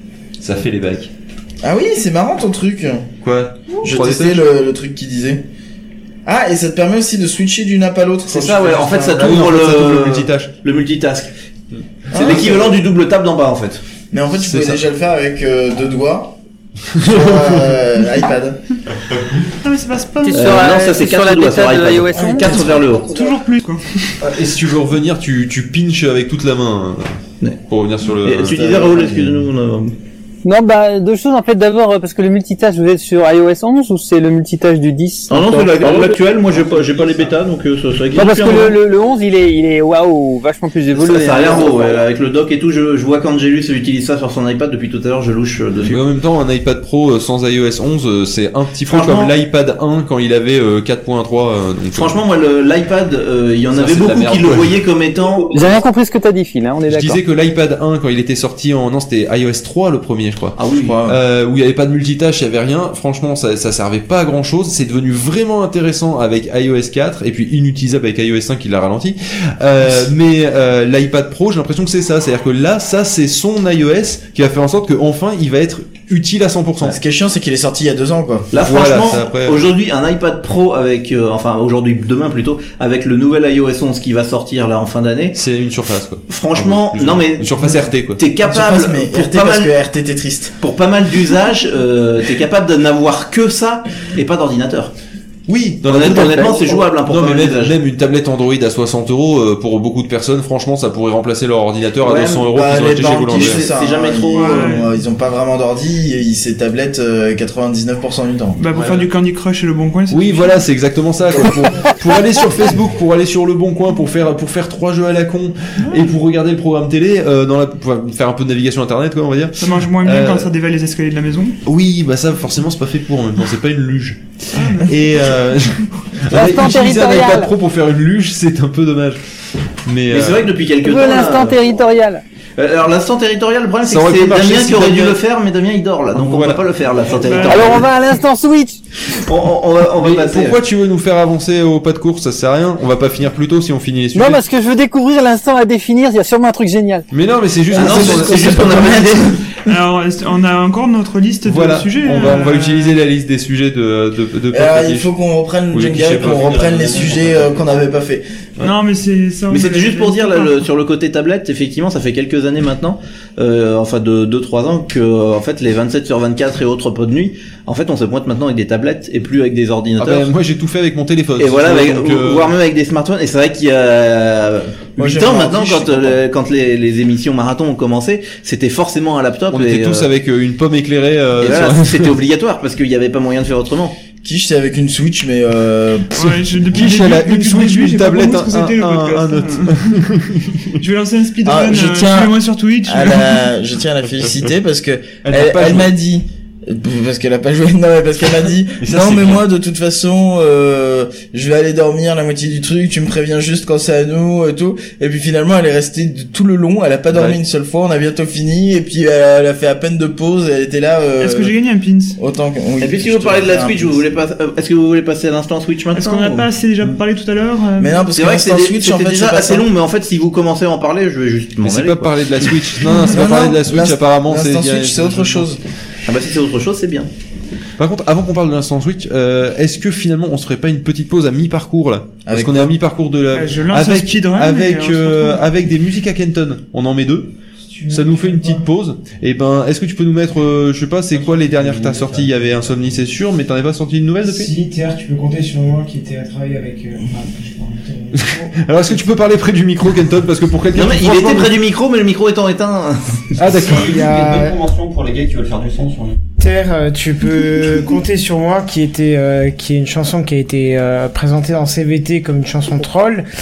Ça fait les bacs. Ah oui, c'est marrant ton truc. Quoi Je trois D testais touch le, le truc qu'il disait. Ah, et ça te permet aussi de switcher d'une app à l'autre. C'est quand ça, tu ouais. fais En fait, ça un- t'ouvre en fait, ça t'ouvre le, le multitâche. le multitask. C'est Ah, l'équivalent du double tap d'en bas, en fait. Mais en fait, tu C'est pouvais ça. déjà le faire avec euh, deux doigts sur euh, iPad. Non, mais c'est pas spam. T'es Euh, sur, non, euh, ça, c'est sur quatre la doigts bêta sur de iPad. iOS onze. quatre vers le haut. Toujours plus, quoi. Et si tu veux revenir, tu, tu pinches avec toute la main. euh, Ouais. Pour revenir sur le. Et tu disais, Raoul, excuse-nous, on a- Non, bah, deux choses, en fait. D'abord, euh, parce que le multitâche, vous êtes sur iOS onze ou c'est le multitâche du dix? Ah non, c'est la- l'actuel, moi j'ai pas, j'ai pas les bêtas, donc euh, ça, ça existe Non, parce que plus, hein. le, le, le onze, il est, il est, waouh, vachement plus évolué. Ça, ça a hein. l'air beau, ouais, avec le dock et tout. Je, je vois qu'Angelus utilise ça sur son iPad depuis tout à l'heure, je louche euh, dessus. Mais en même temps, un iPad Pro euh, sans iOS onze, euh, c'est un petit peu Franchement- comme l'iPad un quand il avait euh, quatre point trois. euh, donc, Franchement, moi, le- l'iPad, euh, il y en Ça, avait c'est de la beaucoup merde, qui le ouais. voyaient comme étant. J'ai rien compris ce que t'as dit, Phil, hein, on est Je d'accord. disais que l'iPad un, quand il était sorti en... Non, c'était iOS trois le premier, je crois. Ah oui, Euh, où il n'y avait pas de multitâche, il n'y avait rien. Franchement, ça, ça servait pas à grand chose. C'est devenu vraiment intéressant avec iOS quatre et puis inutilisable avec iOS cinq qui l'a ralenti. Euh, mais euh, l'iPad Pro, j'ai l'impression que c'est ça. C'est-à-dire que là, ça, c'est son iOS qui va faire en sorte que enfin, il va être utile à cent pour cent. Ce qui est chiant, c'est qu'il est sorti il y a deux ans, quoi. Là, Voilà, franchement, ça, après- aujourd'hui, un iPad Pro avec, euh, enfin, aujourd'hui, demain plutôt, avec le nouvel iOS onze qui va sortir là en fin d'année. C'est une surface, quoi. Franchement, Ah, oui, non mais une surface R T, quoi. t'es capable Surface, mais pour R T pas parce mal, que R T t'es triste. pour pas mal d'usages, euh, t'es capable de n'avoir que ça et pas d'ordinateur. Oui, Dans honnêtement, honnêtement, c'est jouable hein, pour non, pas mais mal même, d'usages. même une tablette Android à soixante euros, euh, pour beaucoup de personnes, franchement, ça pourrait remplacer leur ordinateur Ouais, à deux cents euros Bah, qu'ils ont les acheté chez banques, Boulanger. c'est ça, c'est jamais hein, trop, Ils, euh, ont- ils ont pas vraiment d'ordi, ils ces tablettes euh, quatre-vingt-dix-neuf pour cent du temps. Bah, pour Ouais, faire ouais. du Candy Crush et le Bon Coin, c'est Oui, suffisant. voilà, c'est exactement ça. Quoi. Pour, pour aller sur Facebook, pour aller sur Le Bon Coin, pour faire pour faire trois jeux à la con et pour regarder le programme télé, euh, dans la, pour faire un peu de navigation internet, quoi, on va dire. Ça marche moins bien Euh, quand ça dévale les escaliers de la maison. Oui, bah ça, forcément, c'est pas fait pour. En même temps, c'est pas une luge. Et euh, L'instant utiliser un territorial. iPad Pro pour faire une luge, c'est un peu dommage. Mais, Mais euh, c'est vrai que depuis quelques Je temps. veux là, l'instant territorial. euh, alors l'instant territorial, le problème c'est Ça que aurait c'est pu marcher Damien si qui aurait dû Damien- le faire, mais Damien il dort là, donc on Voilà. peut pas le faire l'instant Bah, territorial. Alors on va à l'instant Switch. on, on- on va, on va mais passer. pourquoi tu veux nous faire avancer au pas de course? Ça sert à rien. On va pas finir plus tôt si on finit les sujets. Non, parce que je veux découvrir l'instant à définir, il y a sûrement un truc génial. Mais non, mais c'est juste. Ah non, on- c'est- on- c'est juste qu'on a rien dit. Alors, on a encore notre liste Voilà, de sujets. on va, on va euh, utiliser la liste des sujets de, de, de, de Alors, Patrick. il faut qu'on reprenne Ou les Jenga, clichés qu'on pas reprenne finis. les sujets euh, qu'on n'avait pas fait. Non, mais c'est ça. Mais on c'était avait- juste pour dire là, le- sur le côté tablette, effectivement, ça fait quelques années maintenant, euh, enfin de deux trois ans que euh, en fait les vingt-sept sur vingt-quatre et autres pots de nuit, en fait on se pointe maintenant avec des tablettes et plus avec des Ah ordinateurs. ben, moi j'ai tout fait avec mon téléphone. Et si voilà, tu veux, avec, donc, euh, voire même avec des smartphones. Et c'est vrai qu'il y a Moi, huit j'ai ans un maintenant, ordi, quand, je sais pas euh, quand les, les émissions marathon ont commencé, c'était forcément un laptop. on et, était tous euh, avec euh, une pomme éclairée. euh, et voilà, sur- c'était obligatoire parce qu'il n'y avait pas moyen de faire autrement. Quiche, c'est avec une Switch, mais euh... Ouais, je, depuis Quiche, le elle a début- une depuis le Switch, début, une j'ai pas tablette, compris ce que un- c'était, le un- podcast, un autre. hein. Je vais lancer un speedrun. Ah, je euh, tiens- suivez-moi sur Twitch. à la... je tiens à la féliciter parce que Elle n'a elle, pas elle joué. m'a dit, parce qu'elle a pas joué, non mais parce qu'elle m'a dit, Mais ça, non c'est mais bien. moi de toute façon, euh, je vais aller dormir la moitié du truc, tu me préviens juste quand c'est à nous et tout. Et puis finalement elle est restée de- tout le long, elle a pas dormi Ouais. une seule fois, on a bientôt fini et puis elle, elle a fait à peine de pause, elle était là. Euh, Est-ce que j'ai gagné un pins? Autant que. Oui, Et puis si je vous te parlez de la fais un Switch, peu. vous voulez pas, euh, est-ce que vous voulez passer à l'instant Switch maintenant Est-ce qu'on n'a ou- pas assez déjà parlé tout à l'heure euh, Mais non parce C'est que vrai que l'instant c'était Switch en c'était fait déjà c'est pas assez ça. long, mais en fait si vous commencez à en parler, je vais juste m'en Mais c'est aller. pas quoi. parler de la Switch. Non, non, c'est Non, pas parler non, de la Switch. l'inst- Apparemment, c'est. L'instant il y a- Switch c'est autre chose. Ah bah si c'est autre chose, c'est bien. Par contre, avant qu'on parle de l'instant Switch, euh, est-ce que finalement on se ferait pas une petite pause à mi-parcours là? Parce Avec qu'on est à mi-parcours de la. Euh, je lance un avec speedrun, avec et on se euh, retrouve. avec des musiques à Kenton. On en met deux. Ça nous fait une petite pause. Et ben, est-ce que tu peux nous mettre, euh, je sais pas, c'est quoi les dernières que t'as sorties? Il y avait Insomnie, c'est sûr, mais t'en avais pas sorti une nouvelle depuis? Si, Terre, tu peux compter sur moi qui était à travailler avec. Euh, enfin, je sais pas, euh, Alors, est-ce que tu peux parler près du micro, Kenton? Parce que pour quelqu'un Non mais qui, il franchement, était près du micro, mais le micro étant éteint. Ah, d'accord. Il y a- une bonne convention pour les gars qui veulent faire du son sur Terre, euh, tu peux compter sur moi, qui était, euh, qui est une chanson qui a été euh, présentée dans C V T comme une chanson troll.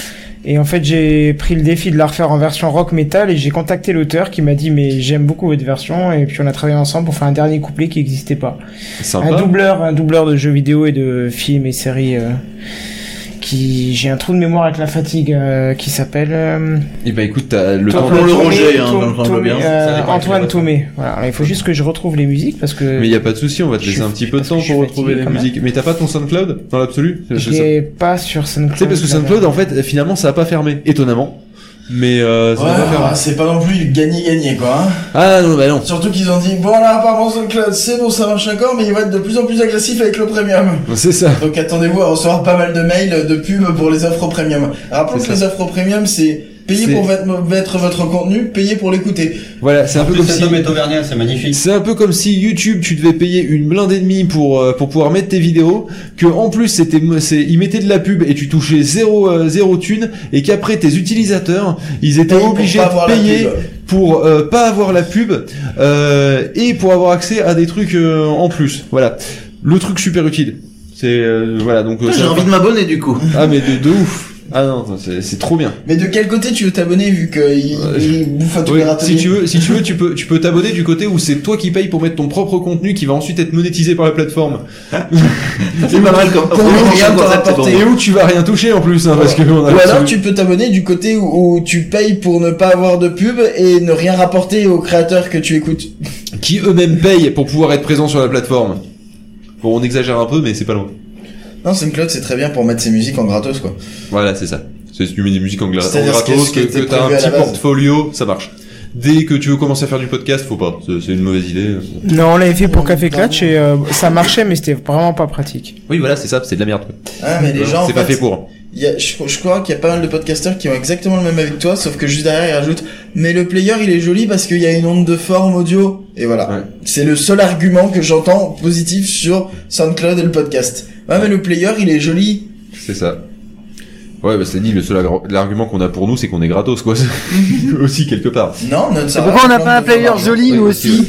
Et en fait, j'ai pris le défi de la refaire en version rock metal et j'ai contacté l'auteur qui m'a dit mais j'aime beaucoup votre version et puis on a travaillé ensemble pour faire un dernier couplet qui n'existait pas. Sympa. Un doubleur, un doubleur de jeux vidéo et de films et séries. Euh, qui j'ai un trou de mémoire avec la fatigue euh, qui s'appelle euh... et bah écoute t'as le temps pour le Roger hein, Tom, quand je vois bien euh, Antoine Thomé. Voilà, alors, il faut juste que je retrouve les musiques parce que mais il y a pas de souci, on va te laisser un petit peu de temps pour retrouver les musiques. Mais t'as pas ton SoundCloud dans l'absolu? Je l'ai pas sur SoundCloud. C'est parce que SoundCloud en fait finalement ça a pas fermé étonnamment. Mais euh, ça ouais, va pas faire. C'est pas non plus gagné-gagné quoi. Hein. Ah non bah non. Surtout qu'ils ont dit bon là apparemment SoundCloud c'est bon ça marche encore mais il va être de plus en plus agressif avec le premium. C'est ça. Donc attendez-vous à recevoir pas mal de mails de pubs pour les offres premium. Rappelons que les offres premium c'est payer pour mettre votre contenu, payer pour l'écouter. Voilà, c'est un peu comme si c'est magnifique. C'est un peu comme si YouTube, tu devais payer une blinde et demie pour euh, pour pouvoir mettre tes vidéos, que en plus c'était c'est ils mettaient de la pub et tu touchais zéro euh, zéro thune et qu'après tes utilisateurs, ils étaient Paye obligés pour de payer pour euh, pas avoir la pub euh, et pour avoir accès à des trucs euh, en plus. Voilà. Le truc super utile. C'est euh, voilà donc j'ai envie de m'abonner du coup. Ah mais de, de ouf. Ah non, c'est, c'est trop bien. Mais de quel côté tu veux t'abonner vu qu'il euh, il bouffe à tous ouais, les râteliers? Si tu veux, si tu veux, tu peux, tu peux t'abonner du côté où c'est toi qui payes pour mettre ton propre contenu qui va ensuite être monétisé par la plateforme. C'est pas mal comme. Rien te rapporter. Et où tu vas rien toucher en plus, hein, parce que on a. Ou alors tu peux t'abonner du côté où, où tu payes pour ne pas avoir de pub et ne rien rapporter aux créateurs que tu écoutes. Qui eux-mêmes payent pour pouvoir être présents sur la plateforme. Bon, on exagère un peu, mais c'est pas loin. Non, SoundCloud c'est très bien pour mettre ses musiques en gratos quoi. Voilà, c'est ça. C'est tu mets des musiques en, gla- en que, gratos, que, que, que t'as un petit portfolio, ça marche. Dès que tu veux commencer à faire du podcast, faut pas. C'est, c'est une mauvaise idée. Non, on l'avait fait pour Café Clutch et euh, ça marchait, mais c'était vraiment pas pratique. Oui, voilà, c'est ça, c'est de la merde. Ah, mais les non, gens. C'est en pas fait, fait pour. Il y a, je, je crois qu'il y a pas mal de podcasteurs qui ont exactement le même avec toi, sauf que juste derrière ils rajoutent mais le player il est joli parce qu'il y a une onde de forme audio. Et voilà. Ouais. C'est le seul argument que j'entends positif sur SoundCloud et le podcast. Ouais, mais le player il est joli. C'est ça. Ouais, bah c'est dit, le seul agr- l'argument qu'on a pour nous, c'est qu'on est gratos, quoi. Aussi, quelque part. Non, notre c'est pourquoi on n'a pas un player joli, nous aussi.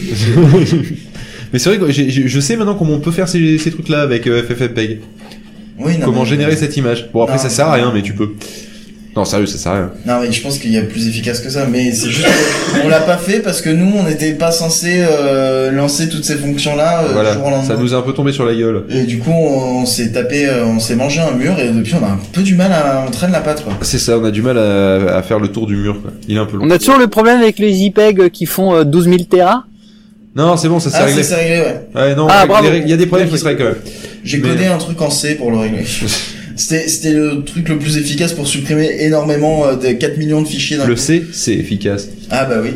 Mais c'est vrai que j'ai, j'ai, je sais maintenant comment on peut faire ces, ces trucs-là avec euh, F F M P E G. Oui, non, comment mais générer mais... cette image. Bon, après, non, ça sert à rien, mais tu peux. Non, sérieux, ça sert à rien. Non, mais je pense qu'il y a plus efficace que ça. Mais c'est juste on l'a pas fait parce que nous, on n'était pas censé euh, lancer toutes ces fonctions-là euh, voilà, jour au lendemain. Ça nous a un peu tombé sur la gueule. Et du coup, on, on s'est tapé, euh, on s'est mangé un mur et depuis, on a un peu du mal à, on traîne la patte, quoi. C'est ça, on a du mal à, à faire le tour du mur, quoi. Il est un peu long. On a toujours le problème avec les JPEG qui font euh, douze mille téra. Non, c'est bon, ça s'est ah, réglé. Ça s'est réglé, ouais. Ouais, non, ah, il y a des problèmes qui se règlent quand même. J'ai codé Mais... un truc en C pour le régler. C'était, c'était le truc le plus efficace pour supprimer énormément euh, de quatre millions de fichiers d'un Le coup. C, c'est efficace. Ah bah oui.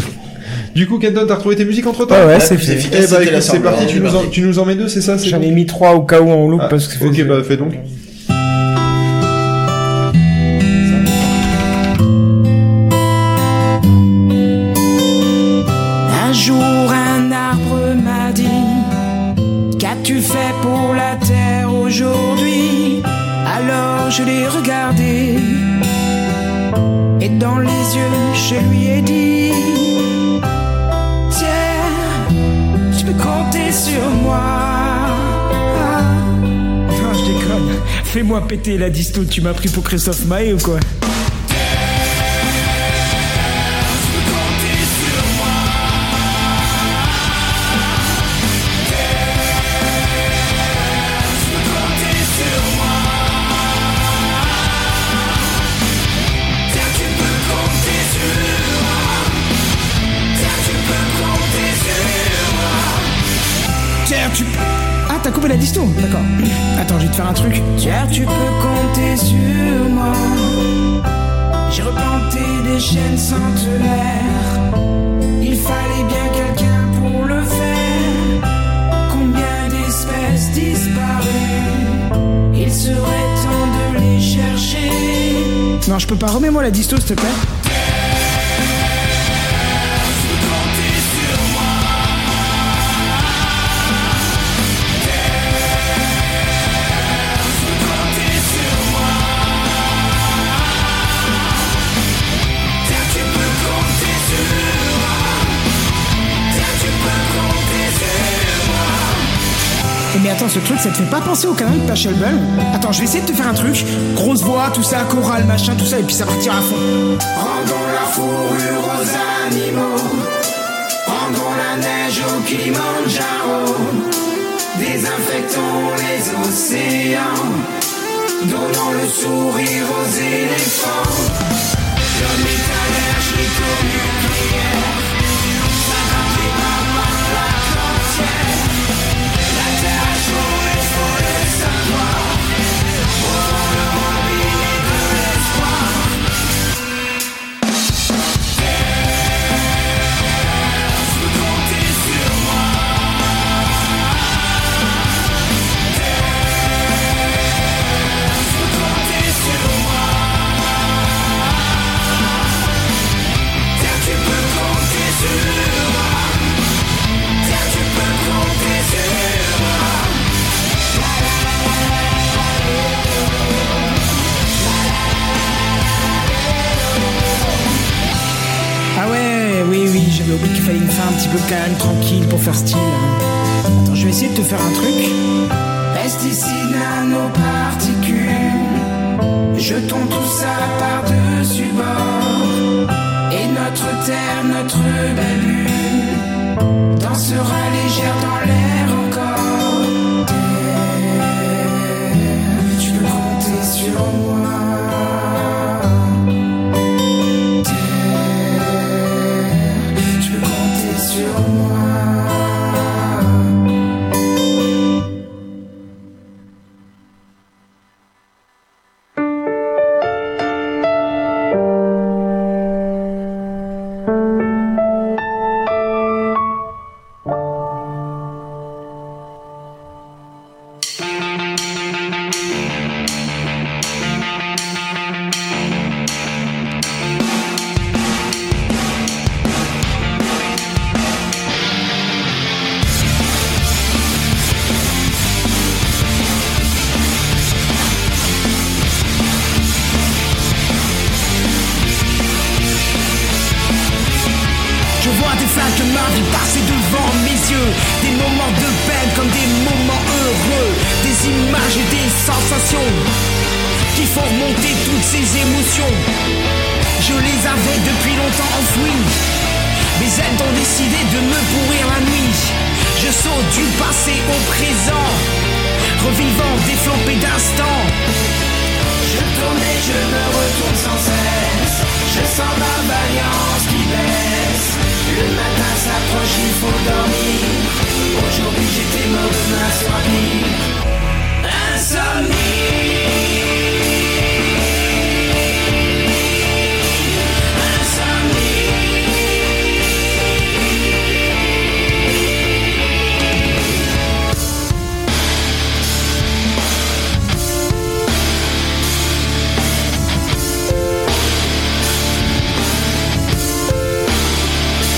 Du coup, Kenton, t'as retrouvé tes musiques entre temps? Ouais, ouais, ah, c'est fait. efficace. Eh bah écoute, c'est parti, tu nous, en, tu nous en mets deux, c'est ça? C'est J'en bon. ai mis trois au cas où on loupe ah, parce que. Ok, fait... bah fais donc. Un jour, un arbre m'a dit: qu'as-tu fait pour la terre aujourd'hui? Alors je l'ai regardé et dans les yeux je lui ai dit: tiens, tu peux compter sur moi. Non, je déconne. Fais-moi péter la disto, tu m'as pris pour Christophe Maé ou quoi? Tu... Ah, t'as coupé la disto, d'accord. Attends, je vais te faire un truc. Tiens, tu peux compter sur moi. J'ai replanté des chênes centenaires. Il fallait bien quelqu'un pour le faire. Combien d'espèces disparues? Il serait temps de les chercher. Non, je peux pas. Remets-moi la disto, s'il te plaît. Mais attends, ce truc, ça te fait pas penser au canal de Pachelbel? Attends, je vais essayer de te faire un truc. Grosse voix, tout ça, chorale, machin, tout ça, et puis ça partira à fond. Rendons la fourrure aux animaux, rendons la neige au Kilimandjaro, désinfectons les océans, donnons le sourire aux éléphants. L'homme est allergique au nucléaire, ça n'en pas par la entière. La terre a chaud, il faut le savoir. Ouvrons le robinet de l'espoir. Terre, vous comptez sur moi. Terre, vous comptez sur moi. Terre, tu peux compter sur moi. Terre, tu peux compter sur moi. Ah ouais, oui, oui, j'avais oublié qu'il fallait me faire un petit peu calme, tranquille pour faire style. Attends, je vais essayer de te faire un truc. Pesticides, nanoparticules, jetons tout ça par-dessus bord. Et notre terre, notre belle lune, dansera légère dans l'air encore. Terre, tu peux compter sur moi. Sur moi.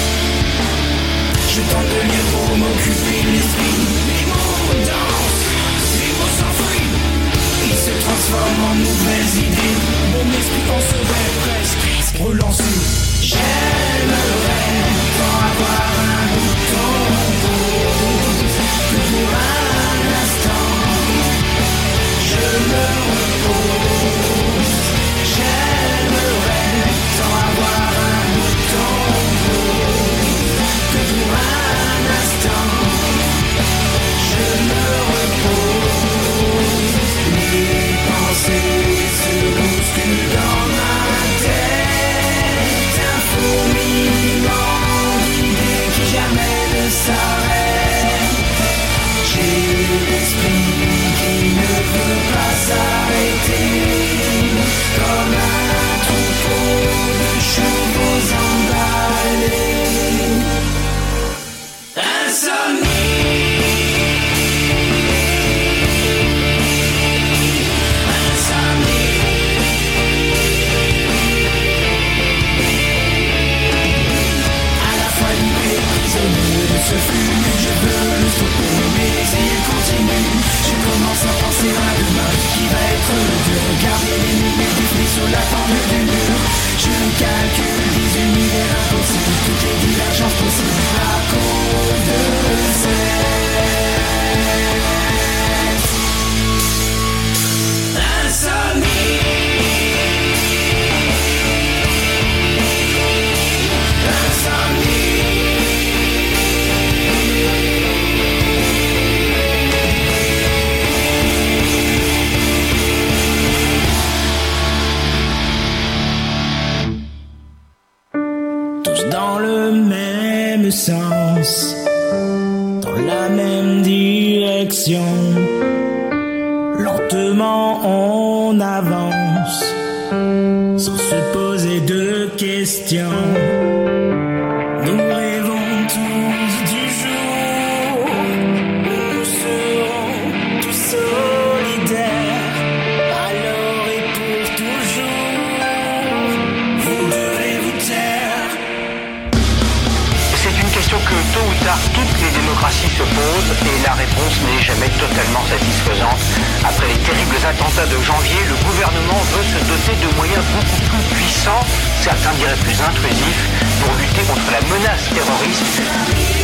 Je tente de lire pour m'occuper l'esprit. Les mots dansent. sens dans la même direction. Lentement on avance sans se poser de questions. Nous rêvons tous du jour où nous serons tous solidaires. Alors et pour toujours, vous devez vous taire. C'est une question que tôt ou tard toutes les démocraties se posent et la réponse n'est jamais totalement satisfaisante. Après les terribles attentats de janvier, le gouvernement veut se doter de moyens beaucoup plus puissants, certains diraient plus intrusifs, pour lutter contre la menace terroriste.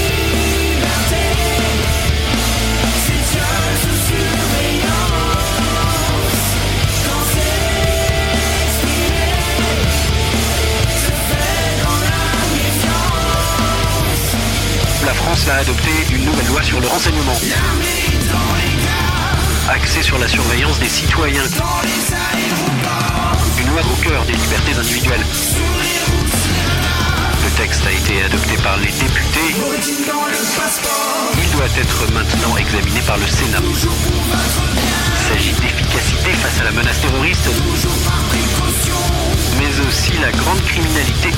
La France a adopté une nouvelle loi sur le renseignement, axée sur la surveillance des citoyens. Une loi au cœur des libertés individuelles. Le texte a été adopté par les députés. Il doit être maintenant examiné par le Sénat. Il s'agit d'efficacité face à la menace terroriste, mais aussi la grande criminalité.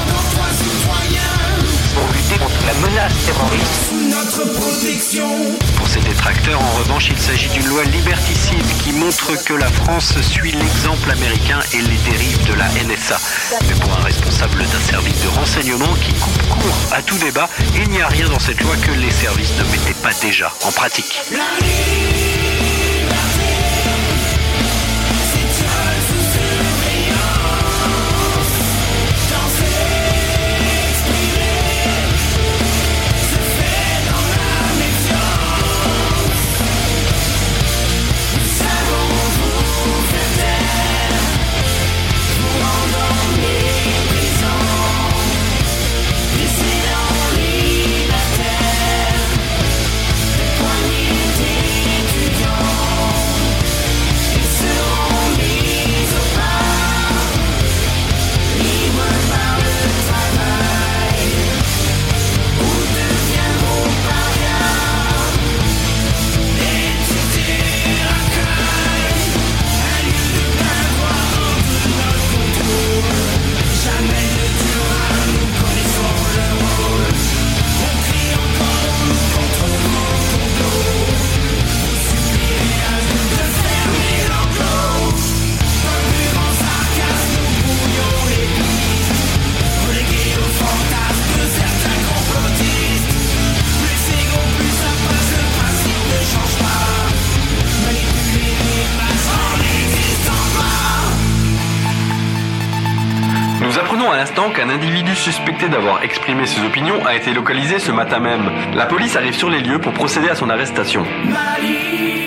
Pour lutter contre la menace terroriste. Notre protection. Pour ces détracteurs, en revanche, il s'agit d'une loi liberticide qui montre que la France suit l'exemple américain et les dérives de la N S A. Mais pour un responsable d'un service de renseignement qui coupe court à tout débat, il n'y a rien dans cette loi que les services ne mettaient pas déjà en pratique. Nous apprenons à l'instant qu'un individu suspecté d'avoir exprimé ses opinions a été localisé ce matin même. La police arrive sur les lieux pour procéder à son arrestation. Mali.